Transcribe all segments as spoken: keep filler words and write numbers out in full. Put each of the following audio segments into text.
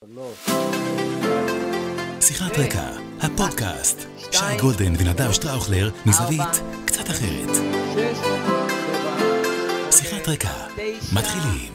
שיחת רקע, הפודקאסט, שי גולדן ונדב שטראוכלר מזווית קצת אחרת. שיחת רקע, מתחילים.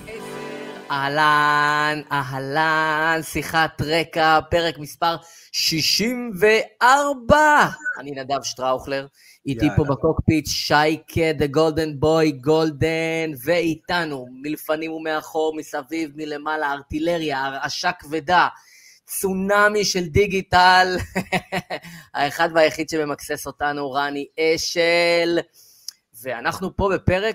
אהלן, אהלן, שיחת רקע, פרק מספר שישים וארבע. אני נדב שטראוכלר, איתי פה בקוקפיט שייקה, the golden boy, golden, ואיתנו מלפנים ומאחור, מסביב, מלמעלה, ארטילריה, הרעשה כבדה, צונאמי של דיגיטל, האחד והיחיד שממקסס אותנו, רני אשל, ואנחנו פה בפרק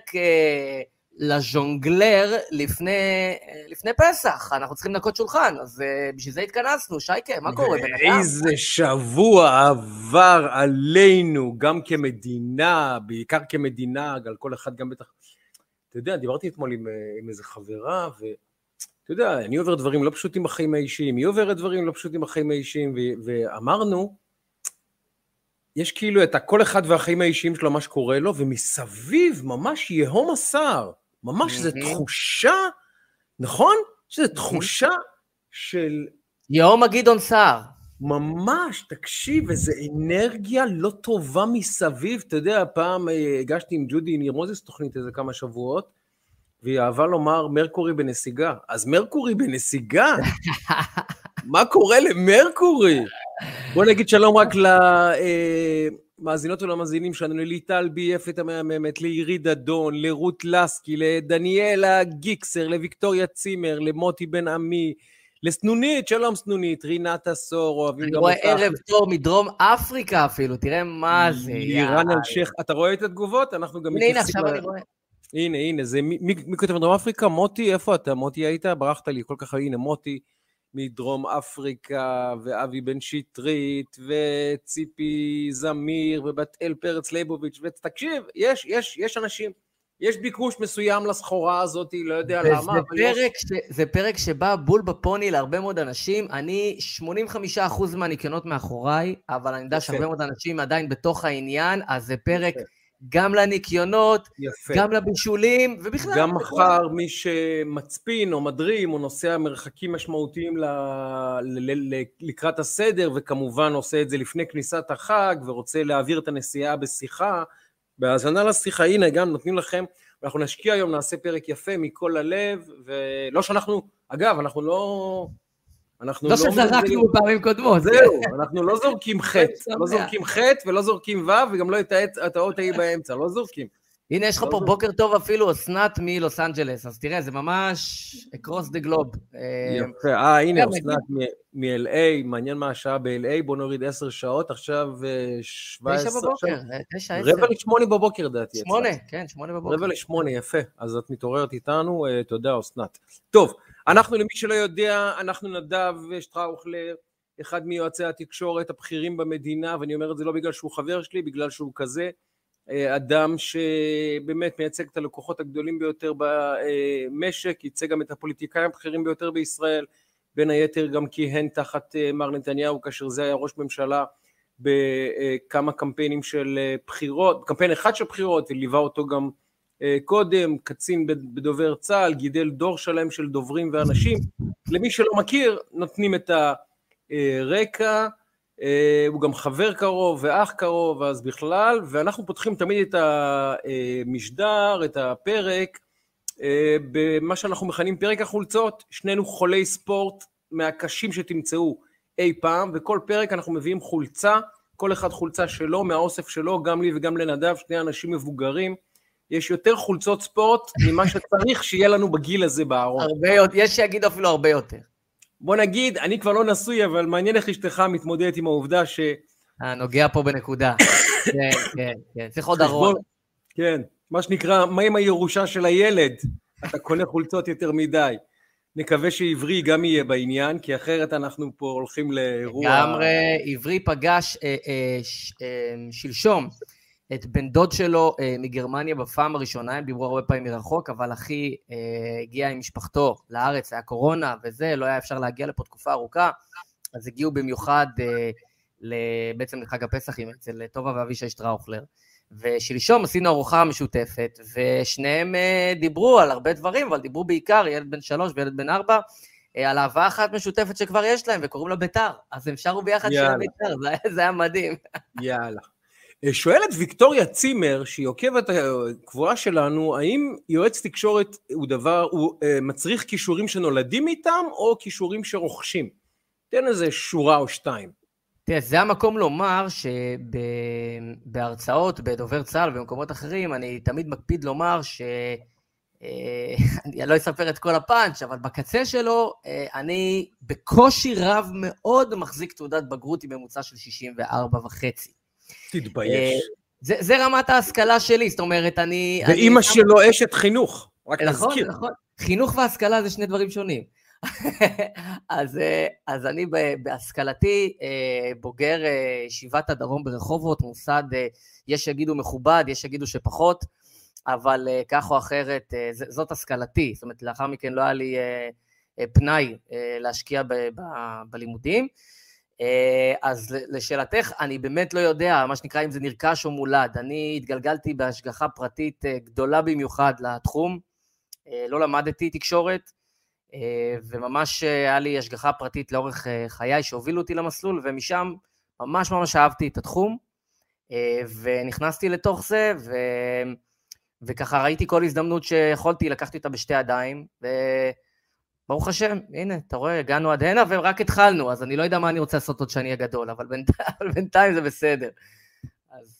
לז'ונגלר לפני, לפני פסח, אנחנו צריכים לנקות שולחן, אז בשביל זה התכנסנו, שייקה, מה קורה? איזה שבוע עבר עלינו, גם כמדינה, בעיקר כמדינה, על כל אחד גם בטח, אתה יודע, דיברתי אתמול עם, עם איזה חברה, ו... אתה יודע, אני עובר דברים לא פשוטים בחיים האישיים, היא עוברת דברים לא פשוטים בחיים האישיים, ו- ואמרנו, יש כאילו את כל אחד והחיים האישיים שלו, מה שקורה לו, ומסביב ממש יהום השר, ממש זו תחושה, נכון? שזו תחושה של... יהום הגדעון סער. ממש, תקשיב, איזו אנרגיה לא טובה מסביב, אתה יודע, פעם הגשתי עם ג'ודי ניר מוזס תוכנית איזה כמה שבועות, והיא אהבה לומר מרקורי בנסיגה. אז מרקורי בנסיגה? מה קורה למרקורי? בוא נגיד שלום רק למאזינות ולמאזינים שלנו, לליטל ביפת המהממת, לעירי דדון, לרות לסקי, לדניאלה גיקסר, לוויקטוריה צימר, למוטי בן עמי, לסנונית, שלום סנונית, רינת עשור, אוהבים גם אותך. אני רואה ערב טוב מדרום אפריקה אפילו, תראה מה זה. לירן אלשך, אתה רואה את התגובות? אנחנו גם הנה, עכשיו אני רואה. הנה, הנה, זה, מי, מי כותב מדרום אפריקה? מוטי, איפה אתה? מוטי היית? ברחת לי כל כך, הנה, מוטי מדרום אפריקה, ואבי בן שטרית, וציפי זמיר, ובת אל פרץ ליבוביץ', ותקשיב, יש, יש, יש אנשים, יש ביקוש מסוים לסחורה הזאת, לא יודע למה. זה, פרק יש... ש, זה פרק שבא בול בפוני להרבה מאוד אנשים, אני שמונים וחמישה אחוז מהניקיונות מאחוריי, אבל אני יודע שהרבה מאוד אנשים עדיין בתוך העניין, אז זה פרק... יפה. גם לניקיונות, יפה. גם לבישולים, ובכלל... גם מחר מי שמצפין או מדרים או נוסע מרחקים משמעותיים ל... ל... ל... לקראת הסדר, וכמובן עושה את זה לפני כניסת החג, ורוצה להעביר את הנסיעה בשיחה, בהאזנה לשיחה, הנה גם נותנים לכם, ואנחנו נשקיע היום, נעשה פרק יפה מכל הלב, ולא שאנחנו, אגב, אנחנו לא... לא שזרקנו בפעמים קודמות. זהו, אנחנו לא זורקים חטא, לא זורקים חטא ולא זורקים וו, וגם לא את האות ההיא באמצע, לא זורקים. הנה, יש לך פה בוקר טוב אפילו, אסנת מלוס אנג'לס, אז תראה, זה ממש across the globe. יפה, אה, הנה, אסנת מ-אל איי, מעניין מה השעה ב-אל איי, בוא נוריד עשר שעות, עכשיו שבע עשרה. תשע בבוקר, תשע עשר. רבע לשמונה בבוקר, דעתי. שמונה, כן, שמונה בבוקר. רבע לשמונה, יפה, אז את מתעוררת איתנו, תודה, אסנת. טוב, אנחנו, למי שלא יודע, אנחנו נדב שטראוכלר, אחד מיועצי התקשורת הבכירים במדינה, ואני אומר את זה לא בגלל שהוא חבר שלי, בגלל שהוא כזה, אדם שבאמת מייצג את הלקוחות הגדולים ביותר במשק, ייצג גם את הפוליטיקאים הבכירים ביותר בישראל, בין היתר גם כיהן תחת מר נתניהו, כאשר זה היה ראש ממשלה, בכמה קמפיינים של בחירות, קמפיין אחד של בחירות, וליווה אותו גם קודם, קצין בדובר צה"ל, גידל דור שלם של דוברים ואנשים, למי שלא מכיר, נותנים את הרקע, הוא גם חבר קרוב ואח קרוב, אז בכלל, ואנחנו פותחים תמיד את המשדר, את הפרק, במה שאנחנו מכנים פרק החולצות, שנינו חולי ספורט מהקשים שתמצאו אי פעם, וכל פרק אנחנו מביאים חולצה, כל אחד חולצה שלו, מהאוסף שלו, גם לי וגם לנדב, שני אנשים מבוגרים, יש יותר חולצות ספורט ממה שצריך שיהיה לנו בגיל הזה בארון. הרבה יותר, יש שיגיד אפילו הרבה יותר. בוא נגיד, אני כבר לא נשוי, אבל מעניין איך אשתך מתמודדת עם העובדה ש... נוגע פה בנקודה. כן, כן, כן. צריך עוד ארון. כן, מה שנקרא, מה עם הירושה של הילד? אתה קונה חולצות יותר מדי. נקווה שעברי גם יהיה בעניין, כי אחרת אנחנו פה הולכים לאירוע... לגמרי, עברי פגש שלשום את בן דוד שלו מגרמניה בפעם הראשונה, הם דיברו הרבה פעמים מרחוק, אבל אחי הגיע עם משפחתו לארץ, היה קורונה וזה, לא היה אפשר להגיע לפה תקופה ארוכה, אז הגיעו במיוחד בעצם לחג הפסח אצל טובה ואבישי שטראוכלר, ושלשום עשינו ארוחה משותפת, ושניהם דיברו על הרבה דברים, אבל דיברו בעיקר, ילד בן שלוש וילד בן ארבע, על אהבה אחת משותפת שכבר יש להם, וקוראים לה ביתר, אז הם שרו ביחד שיר ביתר, זה היה מדהים. יאללה. שואלת ויקטוריה צימר, שהיא עוקבת הקבועה שלנו, האם יועץ תקשורת הוא דבר, הוא מצריך כישורים שנולדים איתם, או כישורים שרוכשים? תן איזה שורה או שתיים. תראה, זה המקום לומר שבהרצאות, בדובר צה"ל ובמקומות אחרים, אני תמיד מקפיד לומר ש... אני לא אספר את כל הפאנץ', אבל בקצה שלו, אני בקושי רב מאוד מחזיק תעודת בגרות עם ממוצע של שישים וארבע וחצי. תתבייש. זה, זה רמת ההשכלה שלי, זאת אומרת, אני... ואמא שלו אשת חינוך, רק נכון, נזכיר. נכון, חינוך והשכלה זה שני דברים שונים. אז, אז אני בהשכלתי בוגר ישיבת הדרום ברחובות, מוסד, יש יגידו מכובד, יש יגידו שפחות, אבל כך או אחרת, זאת השכלתי, זאת אומרת, לאחר מכן לא היה לי פנאי להשקיע ב, ב, בלימודים, אז לשאלתך, אני באמת לא יודע, מה שנקרא, אם זה נרכש או מולד, אני התגלגלתי בהשגחה פרטית גדולה במיוחד לתחום, לא למדתי תקשורת, וממש היה לי השגחה פרטית לאורך חיי שהובילו אותי למסלול, ומשם ממש ממש אהבתי את התחום, ונכנסתי לתוך זה, ו... וככה ראיתי כל הזדמנות שיכולתי, לקחתי אותה בשתי ידיים, וברוך השם, הנה, אתה רואה, הגענו עד הנה, ורק התחלנו, אז אני לא יודע מה אני רוצה לעשות עוד שאני אהיה גדול, אבל בינתיים, בינתיים זה בסדר. אז...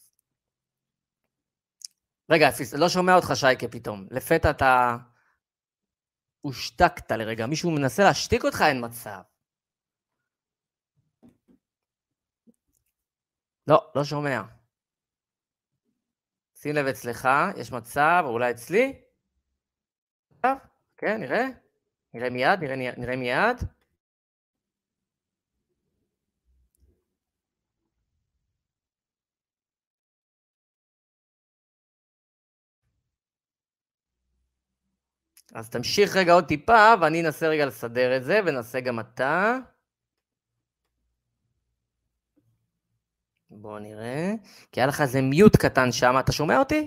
רגע, לא שומע אותך שייקה פתאום, לפתע אתה... הושתקת לרגע, מישהו מנסה להשתיק אותך, אין מצב. לא, לא שומע. שים לב אצלך, יש מצב, או אולי אצלי? טוב, כן, נראה. נראה מיד, נראה, נראה מיד. אז תמשיך רגע עוד טיפה, ואני אנסה רגע לסדר את זה, וננסה גם אתה. בוא נראה. כי היה לך איזה מיוט קטן שם, אתה שומע אותי?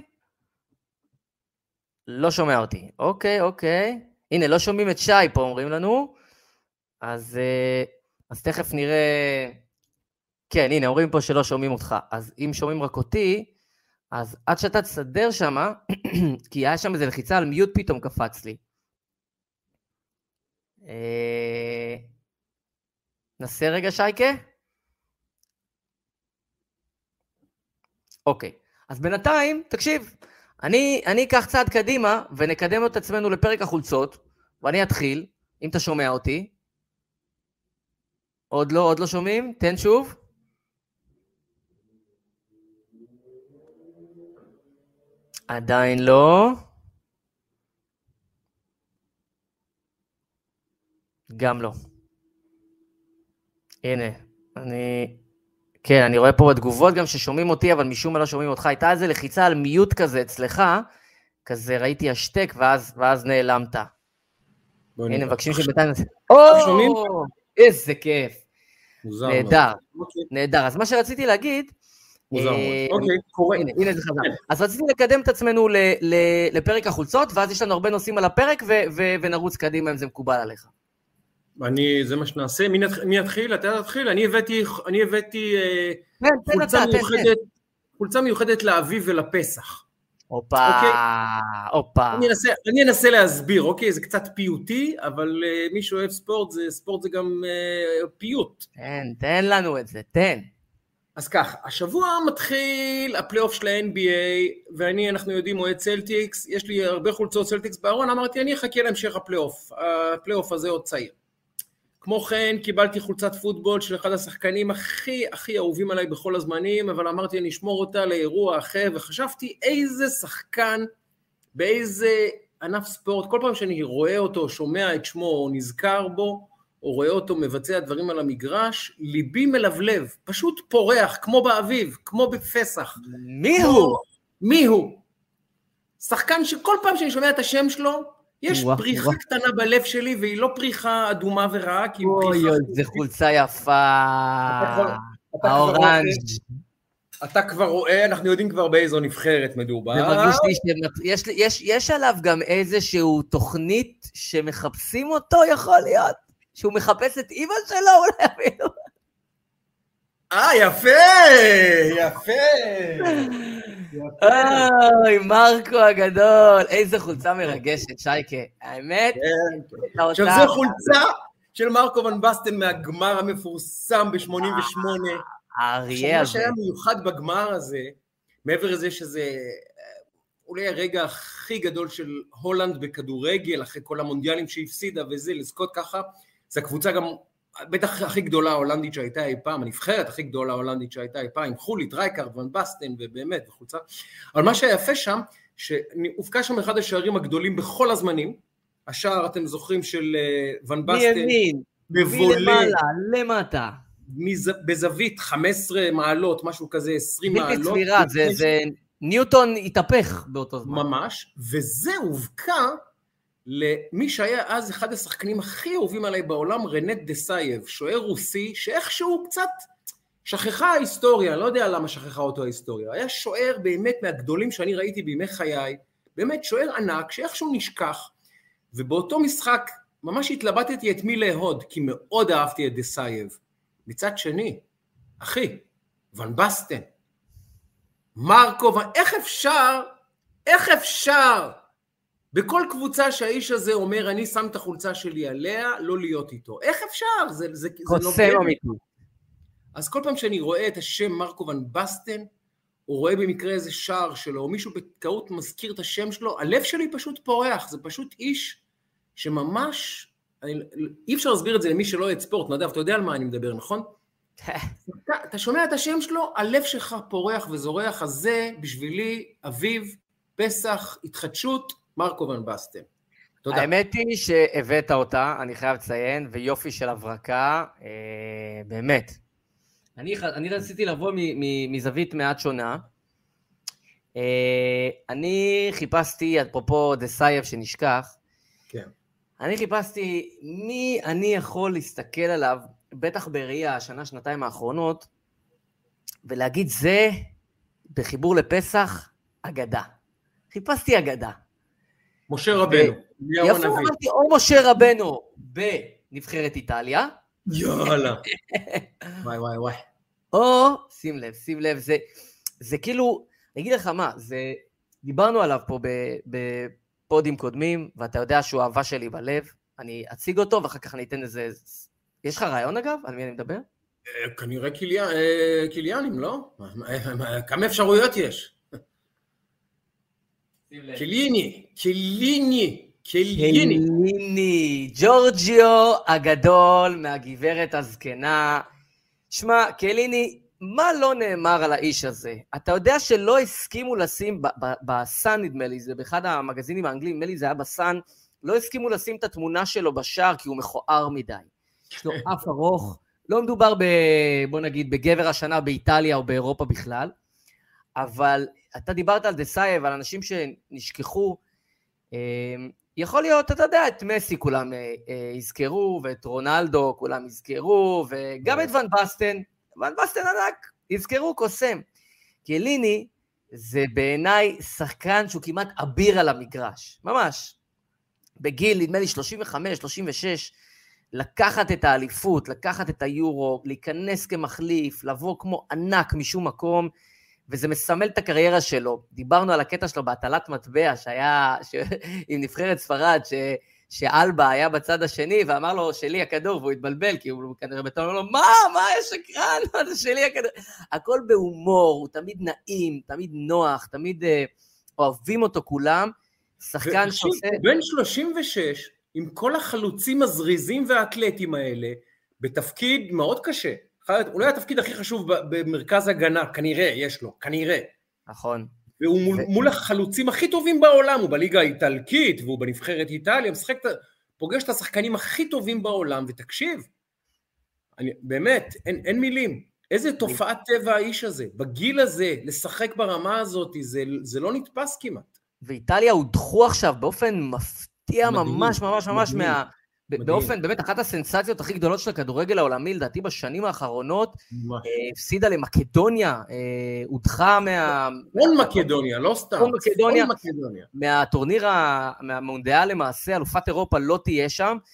לא שומע אותי. אוקיי, אוקיי. הנה, לא שומעים את שי פה, אומרים לנו. אז, אז תכף נראה... כן, הנה, אומרים פה שלא שומעים אותך. אז אם שומעים רק אותי, אז עד שאתה תסדר שם, כי היה שם איזה לחיצה על מיוט פתאום קפץ לי. נסה רגע שייקה? אוקיי, אז בינתיים, תקשיב, אני, אני אקח צעד קדימה ונקדם את עצמנו לפרק החולצות, ואני אתחיל, אם אתה שומע אותי. עוד לא, עוד לא שומעים? תן שוב. עדיין לא. גם לא. הנה, אני... כן, אני רואה פה בתגובות גם ששומעים אותי, אבל משום מה לא שומעים אותך. הייתה איזה לחיצה על מיוט כזה אצלך, כזה ראיתי השתק, ואז, ואז נעלמת. הנה, מבקשים שבינתיים... או! איזה כיף. נהדר, נהדר. אז מה שרציתי להגיד... אוקיי, קורה. הנה זה חזר. אז רציתי לקדם את עצמנו לפרק החולצות, ואז יש לנו הרבה נושאים על הפרק, ונרוץ קדימה אם זה מקובל עליך. אני, זה מה שנעשה. מי יתחיל? אתה תתחיל. אני הבאתי, אני הבאתי חולצה מיוחדת לאביב ולפסח. אופה, אופה. אני אנסה להסביר, אוקיי? זה קצת פיוטי, אבל מי שאוהב ספורט, ספורט זה גם פיוט. תן, תן לנו את זה, תן. אז כך, השבוע מתחיל הפלייאוף של ה-אן בי איי, ואני, אנחנו יודעים, אוהד צלטיקס, יש לי הרבה חולצות צלטיקס בארון, אמרתי, אני אחכה להמשך הפלייאוף, הפלייאוף הזה עוד צעיר. כמו כן, קיבלתי חולצת פוטבול של אחד השחקנים הכי הכי אהובים עליי בכל הזמנים, אבל אמרתי, אני אשמור אותה לאירוע אחר, וחשבתי איזה שחקן, באיזה ענף ספורט, כל פעם שאני רואה אותו, שומע את שמו, או נזכר בו, או רואה אותו מבצע דברים על המגרש, ליבי מלבלב, פשוט פורח, כמו באביב, כמו בפסח. מי הוא? מי הוא? שחקן שכל פעם שאני שומע את השם שלו, יש פריחה קטנה בלב שלי, והיא לא פריחה אדומה ורעה, כי היא פריחה... אוי, זה חולצה יפה, האורנג'. אתה כבר רואה, אנחנו יודעים כבר באיזו נבחרת מדובר. זה מרגיש לי שיש עליו גם איזשהו תוכנית שמחפשים אותו, יכול להיות. שהוא מחפש את אמא שלו, אולי אפילו. אה, יפה, יפה. אוי, מרקו הגדול, איזה חולצה מרגשת, שייקה. האמת? עכשיו, זו חולצה של מרקו ון בסטן מהגמר המפורסם ב-שמונים ושמונה. האריה הזה. מה שהיה מיוחד בגמר הזה, מעבר לזה שזה אולי הרגע הכי גדול של הולנד בכדורגל, אחרי כל המונדיאלים שהפסידה וזה, לזכות ככה, זו הקבוצה גם בטח הכי גדולה ההולנדית שהייתה אי פעם, הנבחרת הכי גדולה ההולנדית שהייתה אי פעם, עם חולית, רייקארד, ון בסטן, ובאמת, וחולצה. אבל מה שהיה יפה שם, שהופקע שם אחד השערים הגדולים בכל הזמנים, השער, אתם זוכרים, של ון בסטן, מימין, מלמעלה, למטה. בזווית חמש עשרה מעלות, משהו כזה, עשרים מעלות. בלתי צבירה, זה, זה ניוטון התהפך באותו זמן. ממש, וזה הובקע למי שהיה אז אחד השחקנים הכי אהובים עליי בעולם, רנט דסייב, שוער רוסי, שאיכשהו קצת שכחה ההיסטוריה, לא יודע למה שכחה אותו ההיסטוריה, היה שוער באמת מהגדולים שאני ראיתי בימי חיי, באמת שוער ענק, שאיכשהו נשכח, ובאותו משחק ממש התלבטתי את מי להוד, כי מאוד אהבתי את דסייב. מצד שני, אחי, ון בסטן, מרקו, איך אפשר, איך אפשר, בכל קבוצה שהאיש הזה אומר, אני שם את החולצה שלי עליה, לא להיות איתו. איך אפשר? זה, זה, זה לא אמיתי. אז כל פעם שאני רואה את השם מרקו ון בסטן, או רואה במקרה איזה שער שלו, או מישהו בטעות מזכיר את השם שלו, הלב שלי פשוט פורח, זה פשוט איש שממש, אני, אי אפשר להסביר את זה למי שלא יהיה ספורט, נדב, אתה יודע על מה אני מדבר, נכון? אתה, אתה שומע את השם שלו, הלב שלך פורח וזורח, אז זה בשבילי, אביב, פסח, התחדשות, מרקו ון בסטן. תודה. האמת היא שהבאת אותה, אני חייב לציין, ויופי של הברקה, אה, באמת. אני, אני רציתי לבוא מ, מ, מזווית מעט שונה. אה, אני חיפשתי, אפרופו דסייב שנשכח, כן. אני חיפשתי מי אני יכול להסתכל עליו, בטח בראייה השנה, שנתיים האחרונות, ולהגיד זה, בחיבור לפסח, אגדה. חיפשתי אגדה. משה רבנו. יפה, אמרתי, או משה רבנו בנבחרת איטליה. יאללה. וואי וואי וואי. או, שים לב, שים לב, זה, זה כאילו, אני אגיד לך מה, זה, דיברנו עליו פה בפודים קודמים, ואתה יודע שהוא אהבה שלי בלב, אני אציג אותו, ואחר כך אני אתן איזה, יש לך רעיון אגב? על מי אני מדבר? כנראה קיליאנים, לא? כמה אפשרויות יש? קיליני, קיליני, קיליני. קיליני, ג'ורג'יו הגדול מהגברת הזקנה. שמע, קיליני, מה לא נאמר על האיש הזה? אתה יודע שלא הסכימו לשים, בסן נדמה לי, זה באחד המגזינים האנגליים, נדמה לי זה היה בסן, לא הסכימו לשים את התמונה שלו בשער, כי הוא מכוער מדי. יש לו אף ארוך, לא מדובר ב, בוא נגיד, בגבר השנה באיטליה או באירופה בכלל, אבל אתה דיברת על דסייב, על אנשים שנשכחו, יכול להיות, אתה יודע, את מסי כולם יזכרו, ואת רונלדו כולם יזכרו, וגם את ון בסטן, ון בסטן ענק, יזכרו קוסם. קיליני זה בעיניי שחקן שהוא כמעט אביר על המגרש, ממש. בגיל, נדמה לי שלושים וחמש, שלושים ושש, לקחת את האליפות, לקחת את היורו, להיכנס כמחליף, לבוא כמו ענק משום מקום, וזה מסמל את הקריירה שלו. דיברנו על הקטע שלו בהטלת מטבע, שהיה ש... עם נבחרת ספרד, ש... שאלבה היה בצד השני, ואמר לו, שלי הכדור, והוא התבלבל, כי הוא כנראה בטוח, אמר לו, מה, מה, יש שקרן, מה זה שלי הכדור? הכל בהומור, הוא תמיד נעים, תמיד נוח, תמיד אה, אוהבים אותו כולם, שחקן שעושה... בן שלושים ושש, עם כל החלוצים הזריזים והאתלטים האלה, בתפקיד מאוד קשה, אולי התפקיד הכי חשוב במרכז הגנה, כנראה יש לו, כנראה. נכון. והוא מול, מול החלוצים הכי טובים בעולם, הוא בליגה האיטלקית, והוא בנבחרת איטליה, משחק, פוגש את השחקנים הכי טובים בעולם, ותקשיב, אני, באמת, אין, אין מילים, איזה תופעת טבע האיש הזה, בגיל הזה, לשחק ברמה הזאת, זה, זה לא נתפס כמעט. ואיטליה הודחו עכשיו באופן מפתיע ממש ממש ממש מה... באופן, באמת, אחת הסנסציות הכי גדולות של הכדורגל העולמי, לדעתי בשנים האחרונות, הפסידה למקדוניה, הודחה מה... כל מקדוניה, לא סתם. כל מקדוניה, מהטורניר, מהמונדיאל למעשה, אלופת אירופה לא תהיה שם,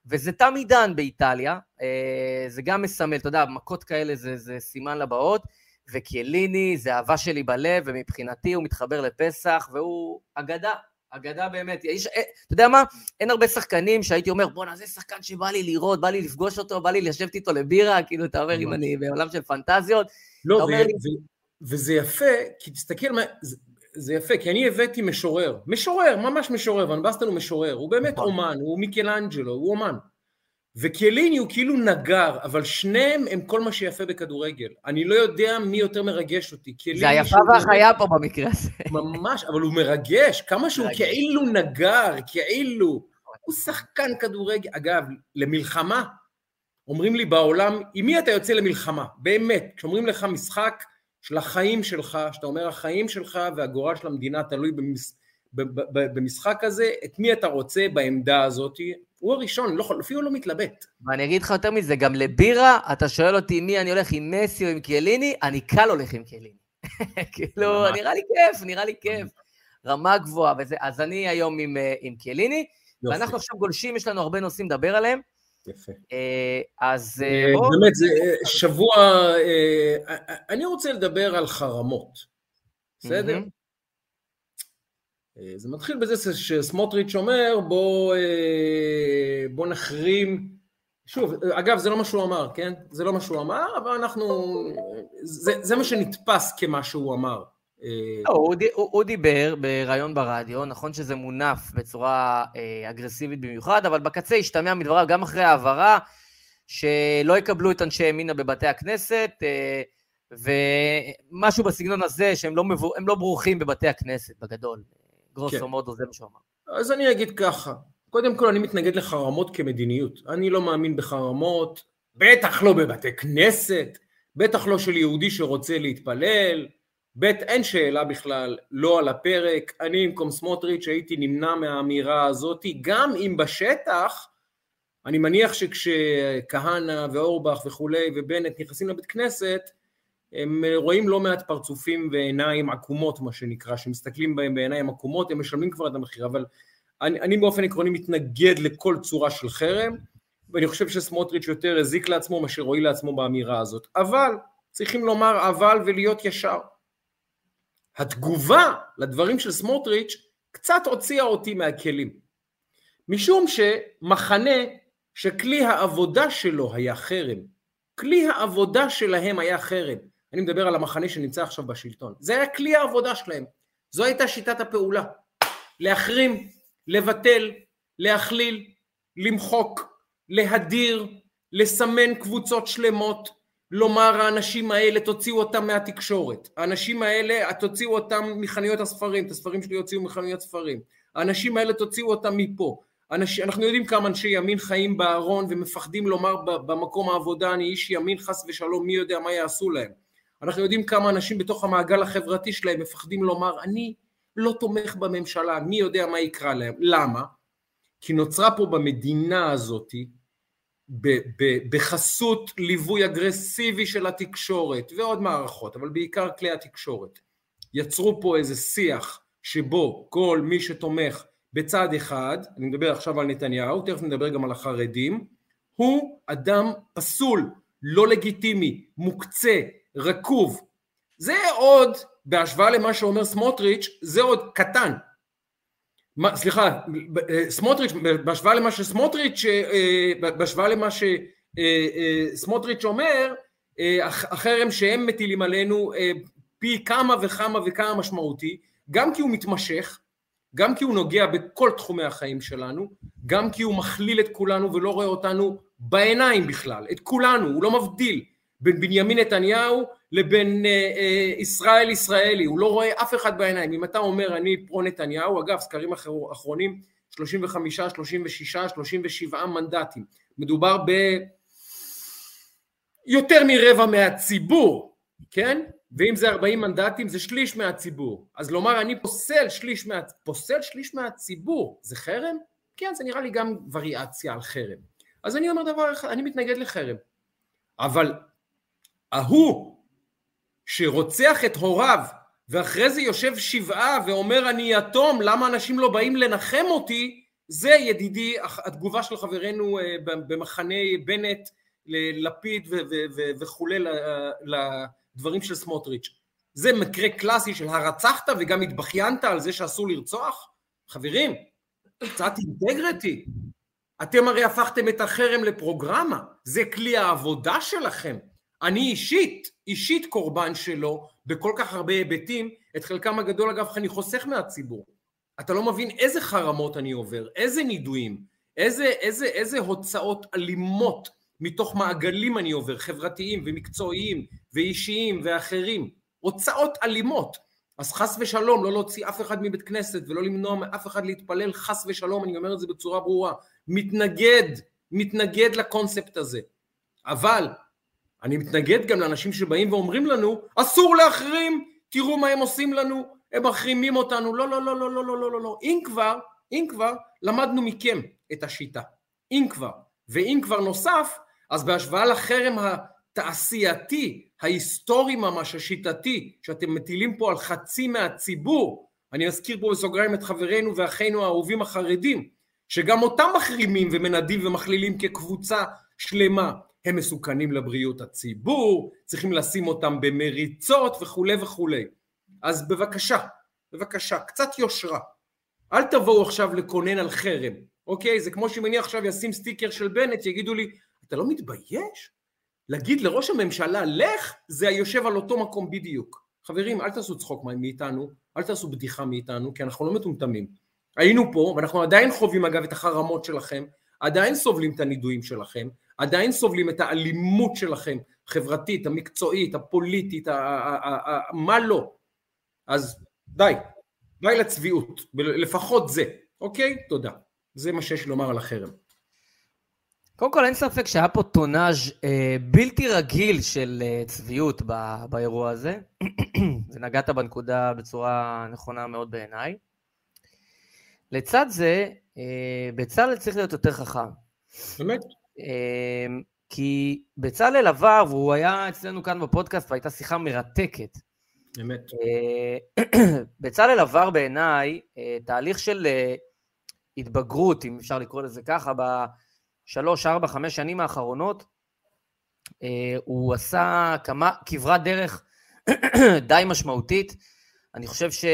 וזה תם עידן באיטליה, זה גם מסמל, אתה יודע, מכות כאלה זה, זה סימן לבאות, וקיאליני זה אהבה שלי בלב, ומבחינתי הוא מתחבר לפסח, והוא אגדה, אגדה באמת. יש, אתה יודע מה? אין הרבה שחקנים שהייתי אומר, בוא נעשה שחקן שבא לי לראות, בא לי לפגוש אותו, בא לי לשבת איתו לבירה, כאילו אתה אומר, אם אני בעולם של פנטזיות, לא, ו- לי... ו- וזה יפה, כי תסתכל מה... זה... זה יפה, כי אני הבאתי משורר, משורר, ממש משורר, ון בסטן הוא משורר, הוא באמת אומן, הוא מיקלאנג'לו, הוא אומן. וקיאליני הוא כאילו נגר, אבל שניהם הם כל מה שיפה בכדורגל. אני לא יודע מי יותר מרגש אותי. זה היפה והחיה פה במקרה הזה. ממש, אבל הוא מרגש, כמה שהוא כאילו נגר, כאילו, הוא שחקן כדורגל. אגב, למלחמה, אומרים לי בעולם, עם מי אתה יוצא למלחמה? באמת, כשאומרים לך משחק, של החיים שלך, שאתה אומר החיים שלך והגורל של המדינה תלוי במש... במשחק הזה, את מי אתה רוצה בעמדה הזאת, הוא הראשון, לא, אפילו לא מתלבט. ואני אגיד לך יותר מזה, גם לבירה, אתה שואל אותי מי אני הולך עם מסי או עם קיאליני, אני קל הולך עם קיאליני. כאילו, נראה לי כיף, נראה לי כיף. רמה גבוהה וזה, אז אני היום עם, עם קיאליני, ואנחנו עכשיו גולשים, יש לנו הרבה נושאים לדבר עליהם, יפה. אז באמת, זה שבוע, אני רוצה לדבר על חרמות, בסדר? זה מתחיל בזה שסמוטריץ' אומר, בוא, בוא נחרים, שוב, אגב, זה לא מה שהוא אמר, כן? זה לא מה שהוא אמר, אבל אנחנו, זה, זה מה שנתפס כמה שהוא אמר. לא, הוא, הוא, הוא דיבר ברעיון ברדיו, נכון שזה מונף בצורה אה, אגרסיבית במיוחד, אבל בקצה השתמע מדבריו גם אחרי העברה, שלא יקבלו את אנשי ימינה בבתי הכנסת, אה, ומשהו בסגנון הזה שהם לא, מבוא, הם לא ברוכים בבתי הכנסת בגדול, גרוסו כן. מודו, זה מה שהוא אמר. אז אני אגיד ככה, קודם כל אני מתנגד לחרמות כמדיניות, אני לא מאמין בחרמות, בטח לא בבתי כנסת, בטח לא של יהודי שרוצה להתפלל, בית אין שאלה בכלל, לא על הפרק, אני עם קום סמוטריץ' הייתי נמנע מהאמירה הזאת, גם אם בשטח, אני מניח שכשכהנא ואורבך וכולי ובנט נכנסים לבית כנסת, הם רואים לא מעט פרצופים ועיניים עקומות, מה שנקרא, שמסתכלים בהם בעיניים עקומות, הם משלמים כבר את המחיר, אבל אני, אני באופן עקרוני מתנגד לכל צורה של חרם, ואני חושב שסמוטריץ' יותר הזיק לעצמו, מה שרואי לעצמו באמירה הזאת, אבל צריכים לומר אבל ולהיות ישר. התגובה לדברים של סמוטריץ' קצת הוציאה אותי מהכלים, משום שמחנה שכלי העבודה שלו היה חרם, כלי העבודה שלהם היה חרם, אני מדבר על המחנה שנמצא עכשיו בשלטון, זה היה כלי העבודה שלהם, זו הייתה שיטת הפעולה, להחרים, לבטל, להכליל, למחוק, להדיר, לסמן קבוצות שלמות, לומר האנשים האלה תוציאו אותם מהתקשורת, האנשים האלה תוציאו אותם מחנויות הספרים, את הספרים שלי יוציאו מחנויות ספרים, האנשים האלה תוציאו אותם מפה, אנשים, אנחנו יודעים כמה אנשי ימין חיים בארון ומפחדים לומר במקום העבודה אני איש ימין חס ושלום, מי יודע מה יעשו להם, אנחנו יודעים כמה אנשים בתוך המעגל החברתי שלהם מפחדים לומר אני לא תומך בממשלה, מי יודע מה יקרה להם, למה? כי נוצרה פה במדינה הזאת בחסות ליווי אגרסיבי של התקשורת ועוד מערכות, אבל בעיקר כלי התקשורת, יצרו פה איזה שיח שבו כל מי שתומך בצד אחד, אני מדבר עכשיו על נתניהו, תכף נדבר גם על החרדים, הוא אדם פסול, לא לגיטימי, מוקצה, רקוב. זה עוד, בהשוואה למה שאומר סמוטריץ', זה עוד קטן. סליחה, סמוטריץ', בהשוואה למה שסמוטריץ', בהשוואה למה שסמוטריץ' אומר, החרם שהם מטילים עלינו פי כמה וכמה וכמה משמעותי, גם כי הוא מתמשך, גם כי הוא נוגע בכל תחומי החיים שלנו, גם כי הוא מכליל את כולנו ולא רואה אותנו בעיניים בכלל, את כולנו, הוא לא מבדיל בין בנימין נתניהו לבין אה, אה, ישראל ישראלי, הוא לא רואה אף אחד בעיניים, אם אתה אומר אני פרו נתניהו, אגב סקרים אחרונים שלושים וחמישה, שלושים ושישה, שלושים ושבעה מנדטים, מדובר ביותר מרבע מהציבור, כן? ואם זה ארבעים מנדטים זה שליש מהציבור, אז לומר אני פוסל שליש, מה... פוסל שליש מהציבור, זה חרם? כן, זה נראה לי גם וריאציה על חרם, אז אני אומר דבר אחד, אני מתנגד לחרם, אבל ההוא שרוצח את הוריו ואחרי זה יושב שבעה ואומר אני יתום, למה אנשים לא באים לנחם אותי, זה ידידי, התגובה של חברינו במחנה בנט ללפיד וכו' לדברים של סמוטריץ'. זה מקרה קלאסי של הרצחת וגם התבחיינת על זה שאסור לרצוח? חברים, קצת אינטגריטי. אתם הרי הפכתם את החרם לפרוגרמה, זה כלי העבודה שלכם. אני אישית, אישית קורבן שלו בכל כך הרבה היבטים, את חלקם הגדול אגב אני חוסך מהציבור. אתה לא מבין איזה חרמות אני עובר, איזה נידויים, איזה, איזה, איזה הוצאות אלימות מתוך מעגלים אני עובר, חברתיים ומקצועיים ואישיים ואחרים, הוצאות אלימות. אז חס ושלום לא להוציא אף אחד מבית כנסת ולא למנוע מאף אחד להתפלל, חס ושלום, אני אומר את זה בצורה ברורה, מתנגד, מתנגד לקונספט הזה. אבל אני מתנגד גם לאנשים שבאים ואומרים לנו, אסור להחרים, תראו מה הם עושים לנו, הם מחרימים אותנו, לא, לא, לא, לא, לא, לא, לא, לא, אם כבר, אם כבר, למדנו מכם את השיטה, אם כבר, ואם כבר נוסף, אז בהשוואה לחרם התעשייתי, ההיסטורי ממש, השיטתי, שאתם מטילים פה על חצי מהציבור, אני אזכיר פה בסוגריים את חברינו ואחינו האהובים החרדים, שגם אותם מחרימים ומנדים ומכלילים כקבוצה שלמה, הם מסוכנים לבריאות הציבור, צריכים לשים אותם במריצות וכו' וכו'. אז בבקשה, בבקשה, קצת יושרה. אל תבואו עכשיו לקונן על חרם, אוקיי? זה כמו שמני עכשיו ישים סטיקר של בנט, יגידו לי, אתה לא מתבייש? להגיד לראש הממשלה, לך, זה היושב על אותו מקום בדיוק. חברים, אל תעשו צחוק מאיתנו, אל תעשו בדיחה מאיתנו, כי אנחנו לא מטומטמים. היינו פה, ואנחנו עדיין חווים אגב את החרמות שלכם, עדיין סובלים את הנידויים שלכם, עדיין סובלים את האלימות שלכם, חברתית, המקצועית, הפוליטית, מה לא. אז די, די לצביעות, לפחות זה, אוקיי? תודה. זה מה שיש לומר על החרם. קודם כל אין ספק שהיה פה טונאז' אה, בלתי רגיל של אה, צביעות ב- באירוע הזה, ונגעת בנקודה בצורה נכונה מאוד בעיניי. לצד זה, אה, בצלאל צריך להיות יותר חכם. באמת? אה, כי בצלאל עבר, והוא היה אצלנו כאן בפודקאסט, והייתה שיחה מרתקת. באמת. אה, בצלאל עבר בעיניי אה, תהליך של אה, התבגרות, אם אפשר לקרוא לזה ככה, בשלוש, ארבע, חמש שנים האחרונות, אה, הוא עשה כמה, כברת דרך די משמעותית. אני חושב ש...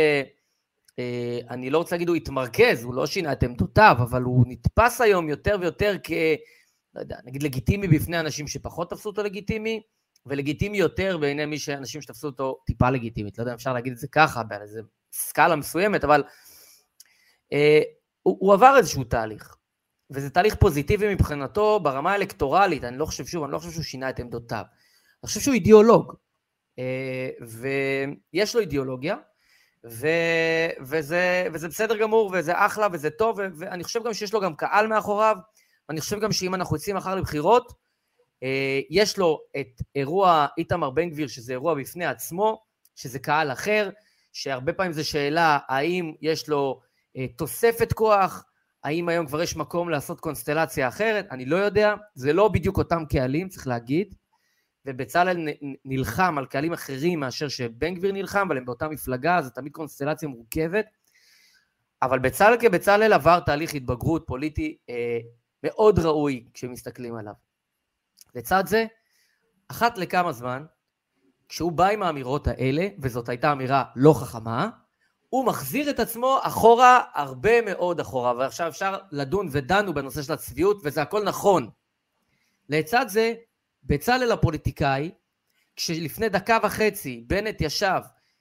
אני לא רוצה להגיד הוא התמרכז, הוא לא שינה את עמדותיו, אבל הוא נתפס היום יותר ויותר כ... לא יודע, נגיד לגיטימי בפני אנשים שפחות תפסו אותו לגיטימי, ולגיטימי יותר בעיני מי שאנשים שתפסו אותו טיפה לגיטימית. לא יודע, אפשר להגיד את זה ככה, באיזו סקאלה מסוימת, אבל אה, הוא, הוא עבר איזשהו תהליך, וזה תהליך פוזיטיבי מבחינתו ברמה האלקטורלית. אני לא חושב שוב, אני לא חושב שהוא שינה את עמדותיו. אני חושב שהוא אידיאולוג, אה, ויש לו אידיאולוגיה, ו... וזה, וזה בסדר גמור, וזה אחלה, וזה טוב, ו... ואני חושב גם שיש לו גם קהל מאחוריו, ואני חושב גם שאם אנחנו יוצאים אחר לבחירות, אה, יש לו את אירוע איתמר בן גביר, שזה אירוע בפני עצמו, שזה קהל אחר, שהרבה פעמים זה שאלה, האם יש לו אה, תוספת כוח, האם היום כבר יש מקום לעשות קונסטלציה אחרת, אני לא יודע, זה לא בדיוק אותם קהלים, צריך להגיד, ובצלאל נלחם על קהלים אחרים מאשר שבן גביר נלחם, אבל הם באותה מפלגה, זה תמיד קונסטלציה מורכבת, אבל בצלאל כבצלאל עבר תהליך התבגרות פוליטי אה, מאוד ראוי כשמסתכלים עליו. לצד זה, אחת לכמה זמן, כשהוא בא עם האמירות האלה, וזאת הייתה אמירה לא חכמה, הוא מחזיר את עצמו אחורה, הרבה מאוד אחורה, ועכשיו אפשר לדון ודנו בנושא של הצביעות, וזה הכל נכון. לצד זה, בצלאל הפוליטיקאי, כשלפני דקה וחצי בנט ישב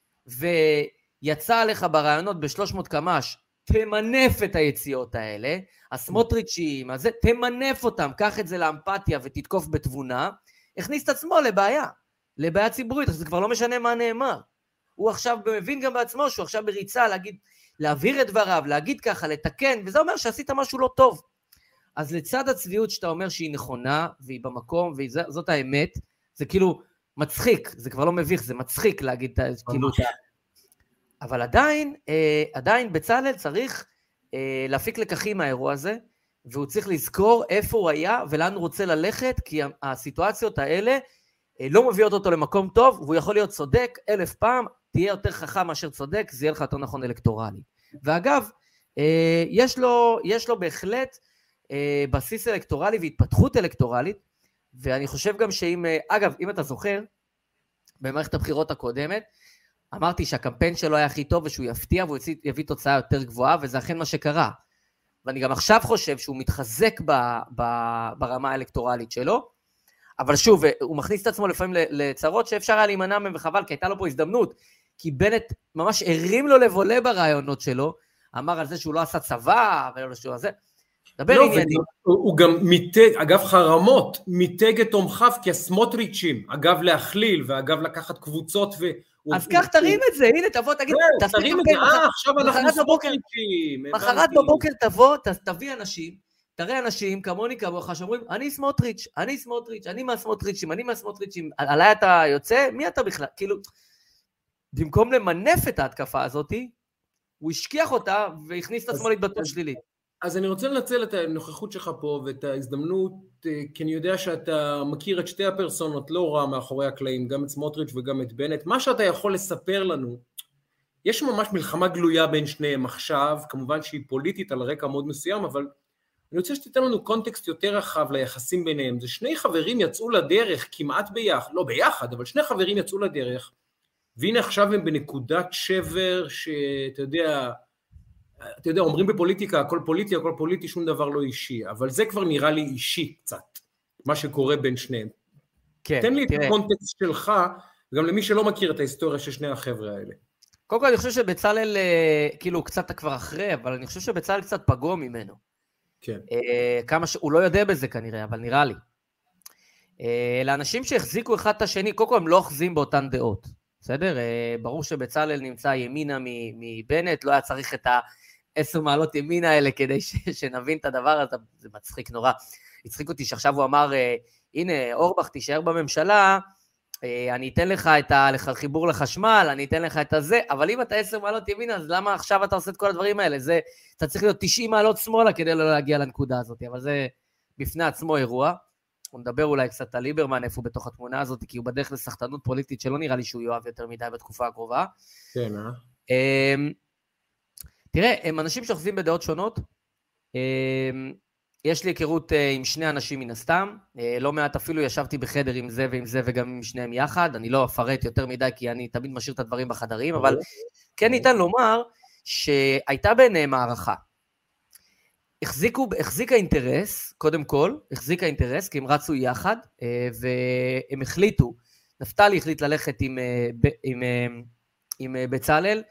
ויצא עליך ברעיונות ב-שלוש מאות קמ"ש, תמנף את היציאות האלה, הסמוטריצ'ים, אז תמנף אותם, קח את זה לאמפתיה ותתקוף בתבונה, הכניס את עצמו לבעיה, לבעיה ציבורית, אז זה כבר לא משנה מה נאמר. הוא עכשיו מבין גם בעצמו שהוא עכשיו בריצה להגיד, להעביר את דבריו, להגיד ככה, לתקן, וזה אומר שעשית משהו לא טוב. אז לצד הצביעות שאתה אומר שהיא נכונה, והיא במקום, וזאת האמת, זה כאילו מצחיק, זה כבר לא מביך, זה מצחיק להגיד כאילו... אבל עדיין, עדיין בצלאל צריך להפיק לקחים מהאירוע הזה, והוא צריך לזכור איפה הוא היה, ולאן הוא רוצה ללכת, כי הסיטואציות האלה לא מביאות אותו למקום טוב, והוא יכול להיות צודק אלף פעם, תהיה יותר חכם מאשר צודק, זה יהיה לך יותר נכון אלקטורלי. ואגב, יש לו, יש לו בהחלט בסיס אלקטורלי והתפתחות אלקטורלית, ואני חושב גם שאם, אגב, אם אתה זוכר, במערכת הבחירות הקודמת, אמרתי שהקמפיין שלו היה הכי טוב, ושהוא יפתיע, והוא יביא תוצאה יותר גבוהה, וזה אכן מה שקרה. ואני גם עכשיו חושב שהוא מתחזק ב, ב, ברמה האלקטורלית שלו, אבל שוב, הוא מכניס את עצמו לפעמים לצרות שאפשר היה להימנע מהם, וחבל, כי הייתה לו פה הזדמנות, כי בנט ממש הרים לו לבולה ברעיונות שלו, אמר על זה שהוא לא עשה צבא, ולא שהוא עשה, דבר לא, עניינים. הוא, הוא גם מיתג, אגב חרמות, מיתג את תומכיו כסמוטריצ'ים, אגב להכליל, ואגב לקחת קבוצות ו... אז כך תרים את זה, הנה תבוא, תגיד, תרים את זה, אה, עכשיו אנחנו סמוטריצ'ים. מחרת בבוקר תבוא, תביא אנשים, תראה אנשים כמוני כמוך שאומרים, אני סמוטריץ', אני סמוטריץ', אני מהסמוטריצ'ים, אני מהסמוטריצ'ים, עליי אתה יוצא, מי אתה בכלל? כאילו, במקום למנף את ההתקפה הזאת, הוא השכיח אותה והכניס את עצמו להתבטאות שלילית. אז אני רוצה לנצל את הנוכחות שלך פה ואת ההזדמנות, כי אני יודע שאתה מכיר את שתי הפרסונות לא רע מאחורי הקלעים, גם את סמוטריץ' וגם את בנט. מה שאתה יכול לספר לנו, יש ממש מלחמה גלויה בין שניהם עכשיו, כמובן שהיא פוליטית על רקע מאוד מסוים, אבל אני רוצה שתיתן לנו קונטקסט יותר רחב ליחסים ביניהם. זה שני חברים יצאו לדרך כמעט ביחד, לא ביחד, אבל שני חברים יצאו לדרך, והנה עכשיו הם בנקודת שבר שאתה יודע, אתה יודע, אומרים בפוליטיקה, הכל פוליטי, הכל פוליטי, שום דבר לא אישי, אבל זה כבר נראה לי אישי קצת, מה שקורה בין שניהם. כן, תן לי תראה. את הקונטקסט שלך, וגם למי שלא מכיר את ההיסטוריה של שני החבר'ה האלה. קודם כל, אני חושב שבצלאל, כאילו, קצת כבר אחרי, אבל אני חושב שבצלאל קצת פגוע ממנו. כן. כמה ש... הוא לא יודע בזה כנראה, אבל נראה לי. לאנשים שהחזיקו אחד את השני, קודם כל הם לא אוחזים באותן דעות. בסדר? ברור שבצלאל נמצא ימינה מבנט, לא היה צריך את העשר מעלות ימינה האלה כדי ש... שנבין את הדבר הזה, זה מצחיק נורא. הצחיק אותי שעכשיו הוא אמר, הנה, אורבך תישאר בממשלה, אני אתן לך את החיבור לחשמל, אני אתן לך את הזה, אבל אם אתה עשר מעלות ימינה, אז למה עכשיו אתה עושה את כל הדברים האלה? זה, אתה צריך להיות תשעים מעלות שמאלה כדי לא להגיע לנקודה הזאת, אבל זה בפני עצמו אירוע. הוא מדבר אולי קצת על ליברמן, איפה הוא בתוך התמונה הזאת, כי הוא בדרך לסחטנות פוליטית שלא נראה לי שהוא יאהב יותר מדי בתקופה הקרובה. כן, אה? תראה, הם אנשים שאוחזים בדעות שונות, יש לי היכרות עם שני אנשים מן הסתם, לא מעט אפילו ישבתי בחדר עם זה ועם זה וגם עם שניהם יחד, אני לא אפרט יותר מדי כי אני תמיד משאיר את הדברים בחדרים, אבל כן ניתן לומר שהייתה ביניהם הערכה. החזיקו, החזיק האינטרס, קודם כל, החזיק האינטרס, כי הם רצו יחד, והם החליטו, נפתלי החליט ללכת עם, עם, עם בצלאל,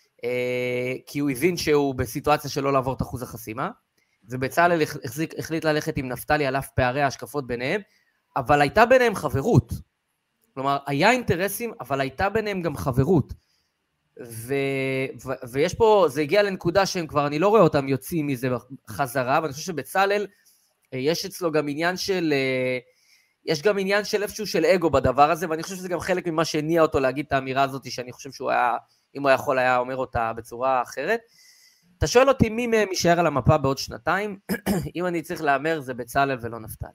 כי הוא הבין שהוא בסיטואציה שלא לעבור את אחוז החסימה, ובצלאל החזיק, החליט ללכת עם נפתלי על אף פערי ההשקפות ביניהם, אבל הייתה ביניהם חברות. כלומר, היה אינטרסים, אבל הייתה ביניהם גם חברות. ו, ו, ויש פה, זה הגיע לנקודה שהם כבר, אני לא רואה אותם יוצאים מזה חזרה, ואני חושב שבצלאל, יש אצלו גם עניין של, יש גם עניין של איפשהו של אגו בדבר הזה, ואני חושב שזה גם חלק ממה שהניע אותו להגיד את האמירה הזאת, שאני חושב שהוא היה, אם הוא יכול היה אומר אותה בצורה אחרת. אתה שואל אותי מי מהם יישאר על המפה בעוד שנתיים, אם אני צריך לאמר זה בצלאל ולא נפתלי.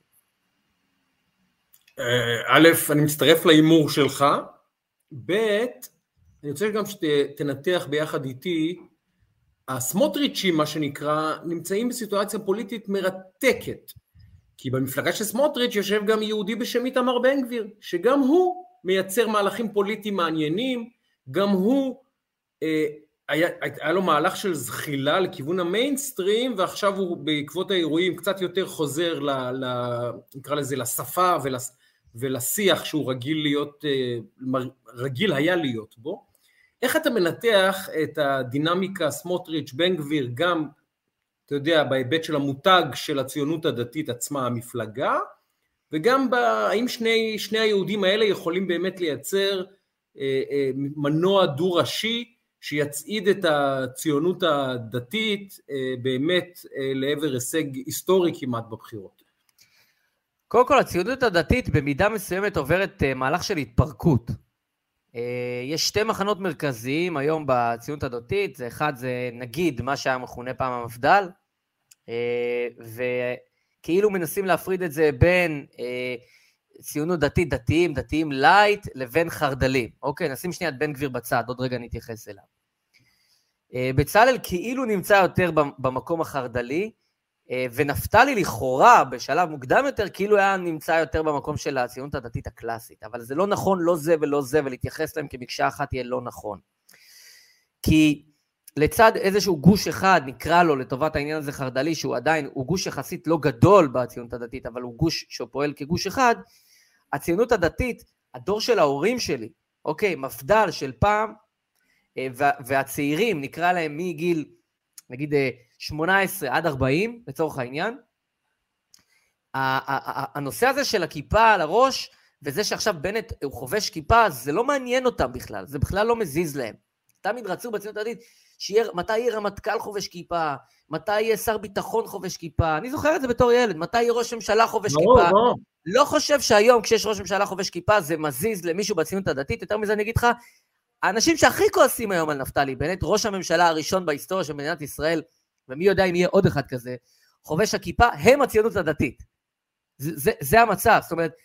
א', אני מצטרף לאימור שלך, ב', אני רוצה גם שתנתח ביחד איתי, הסמוטריצ'ים, מה שנקרא, נמצאים בסיטואציה פוליטית מרתקת, כי במפלגה של סמוטריץ' יושב גם יהודי בשם איתמר בן גביר, שגם הוא מייצר מהלכים פוליטיים מעניינים, גם הוא, אה, היה, היה לו מהלך של זחילה לכיוון המיינסטרים, ועכשיו הוא בעקבות האירועים קצת יותר חוזר, ל, ל, נקרא לזה, לשפה ולס, ולשיח שהוא רגיל להיות, רגיל היה להיות בו. איך אתה מנתח את הדינמיקה סמוטריץ' בן גביר, גם, אתה יודע, בהיבט של המותג של הציונות הדתית עצמה, המפלגה, וגם האם שני, שני היהודים האלה יכולים באמת לייצר אה, אה, מנוע דו-ראשי, שיצעיד את הציונות הדתית אה, באמת אה, לעבר הישג היסטורי כמעט בבחירות. קודם כל, הציונות הדתית במידה מסוימת עוברת אה, מהלך של התפרקות. אה, יש שתי מחנות מרכזיים היום בציונות הדתית, זה אחד זה נגיד מה שהיה מכונה פעם המפד"ל, אה, וכאילו מנסים להפריד את זה בין אה, ציונות דתית דתיים, דתיים לייט, לבין חרדלים. אוקיי, נשים שנייה את בן גביר בצד, עוד רגע נתייחס אליו. בצלאל כאילו נמצא יותר במקום החרד"לי, ונפתלי לכאורה בשלב מוקדם יותר, כאילו היה נמצא יותר במקום של הציונות הדתית הקלאסית, אבל זה לא נכון, לא זה ולא זה, ולהתייחס להם כמקשה אחת יהיה לא נכון. כי לצד איזשהו גוש אחד, נקרא לו לטובת העניין הזה חרד"לי, שהוא עדיין, הוא גוש יחסית לא גדול בציונות הדתית, אבל הוא גוש שפועל כגוש אחד, הציונות הדתית, הדור של ההורים שלי, אוקיי, מפד"ל של פעם, והצעירים, נקרא להם מגיל, נגיד, שמונה עשרה עד ארבעים, לצורך העניין, הנושא הזה של הכיפה על הראש, וזה שעכשיו בנט הוא חובש כיפה, זה לא מעניין אותם בכלל, זה בכלל לא מזיז להם. תמיד רצו בציונות הדתית, מתי יהיה רמטכ"ל חובש כיפה, מתי יהיה שר ביטחון חובש כיפה, אני זוכר את זה בתור ילד, מתי יהיה ראש ממשלה חובש כיפה, לא חושב שהיום כשיש ראש ממשלה חובש כיפה, זה מזיז למישהו בציונות הדתית, יותר מזה אני אגיד לך, האנשים שהכי כועסים היום על נפתלי בנט, ראש הממשלה הראשון בהיסטוריה של מדינת ישראל, ומי יודע אם יהיה עוד אחד כזה, חובש הכיפה, הם הציונות הדתית. זה, זה, זה המצב, זאת אומרת,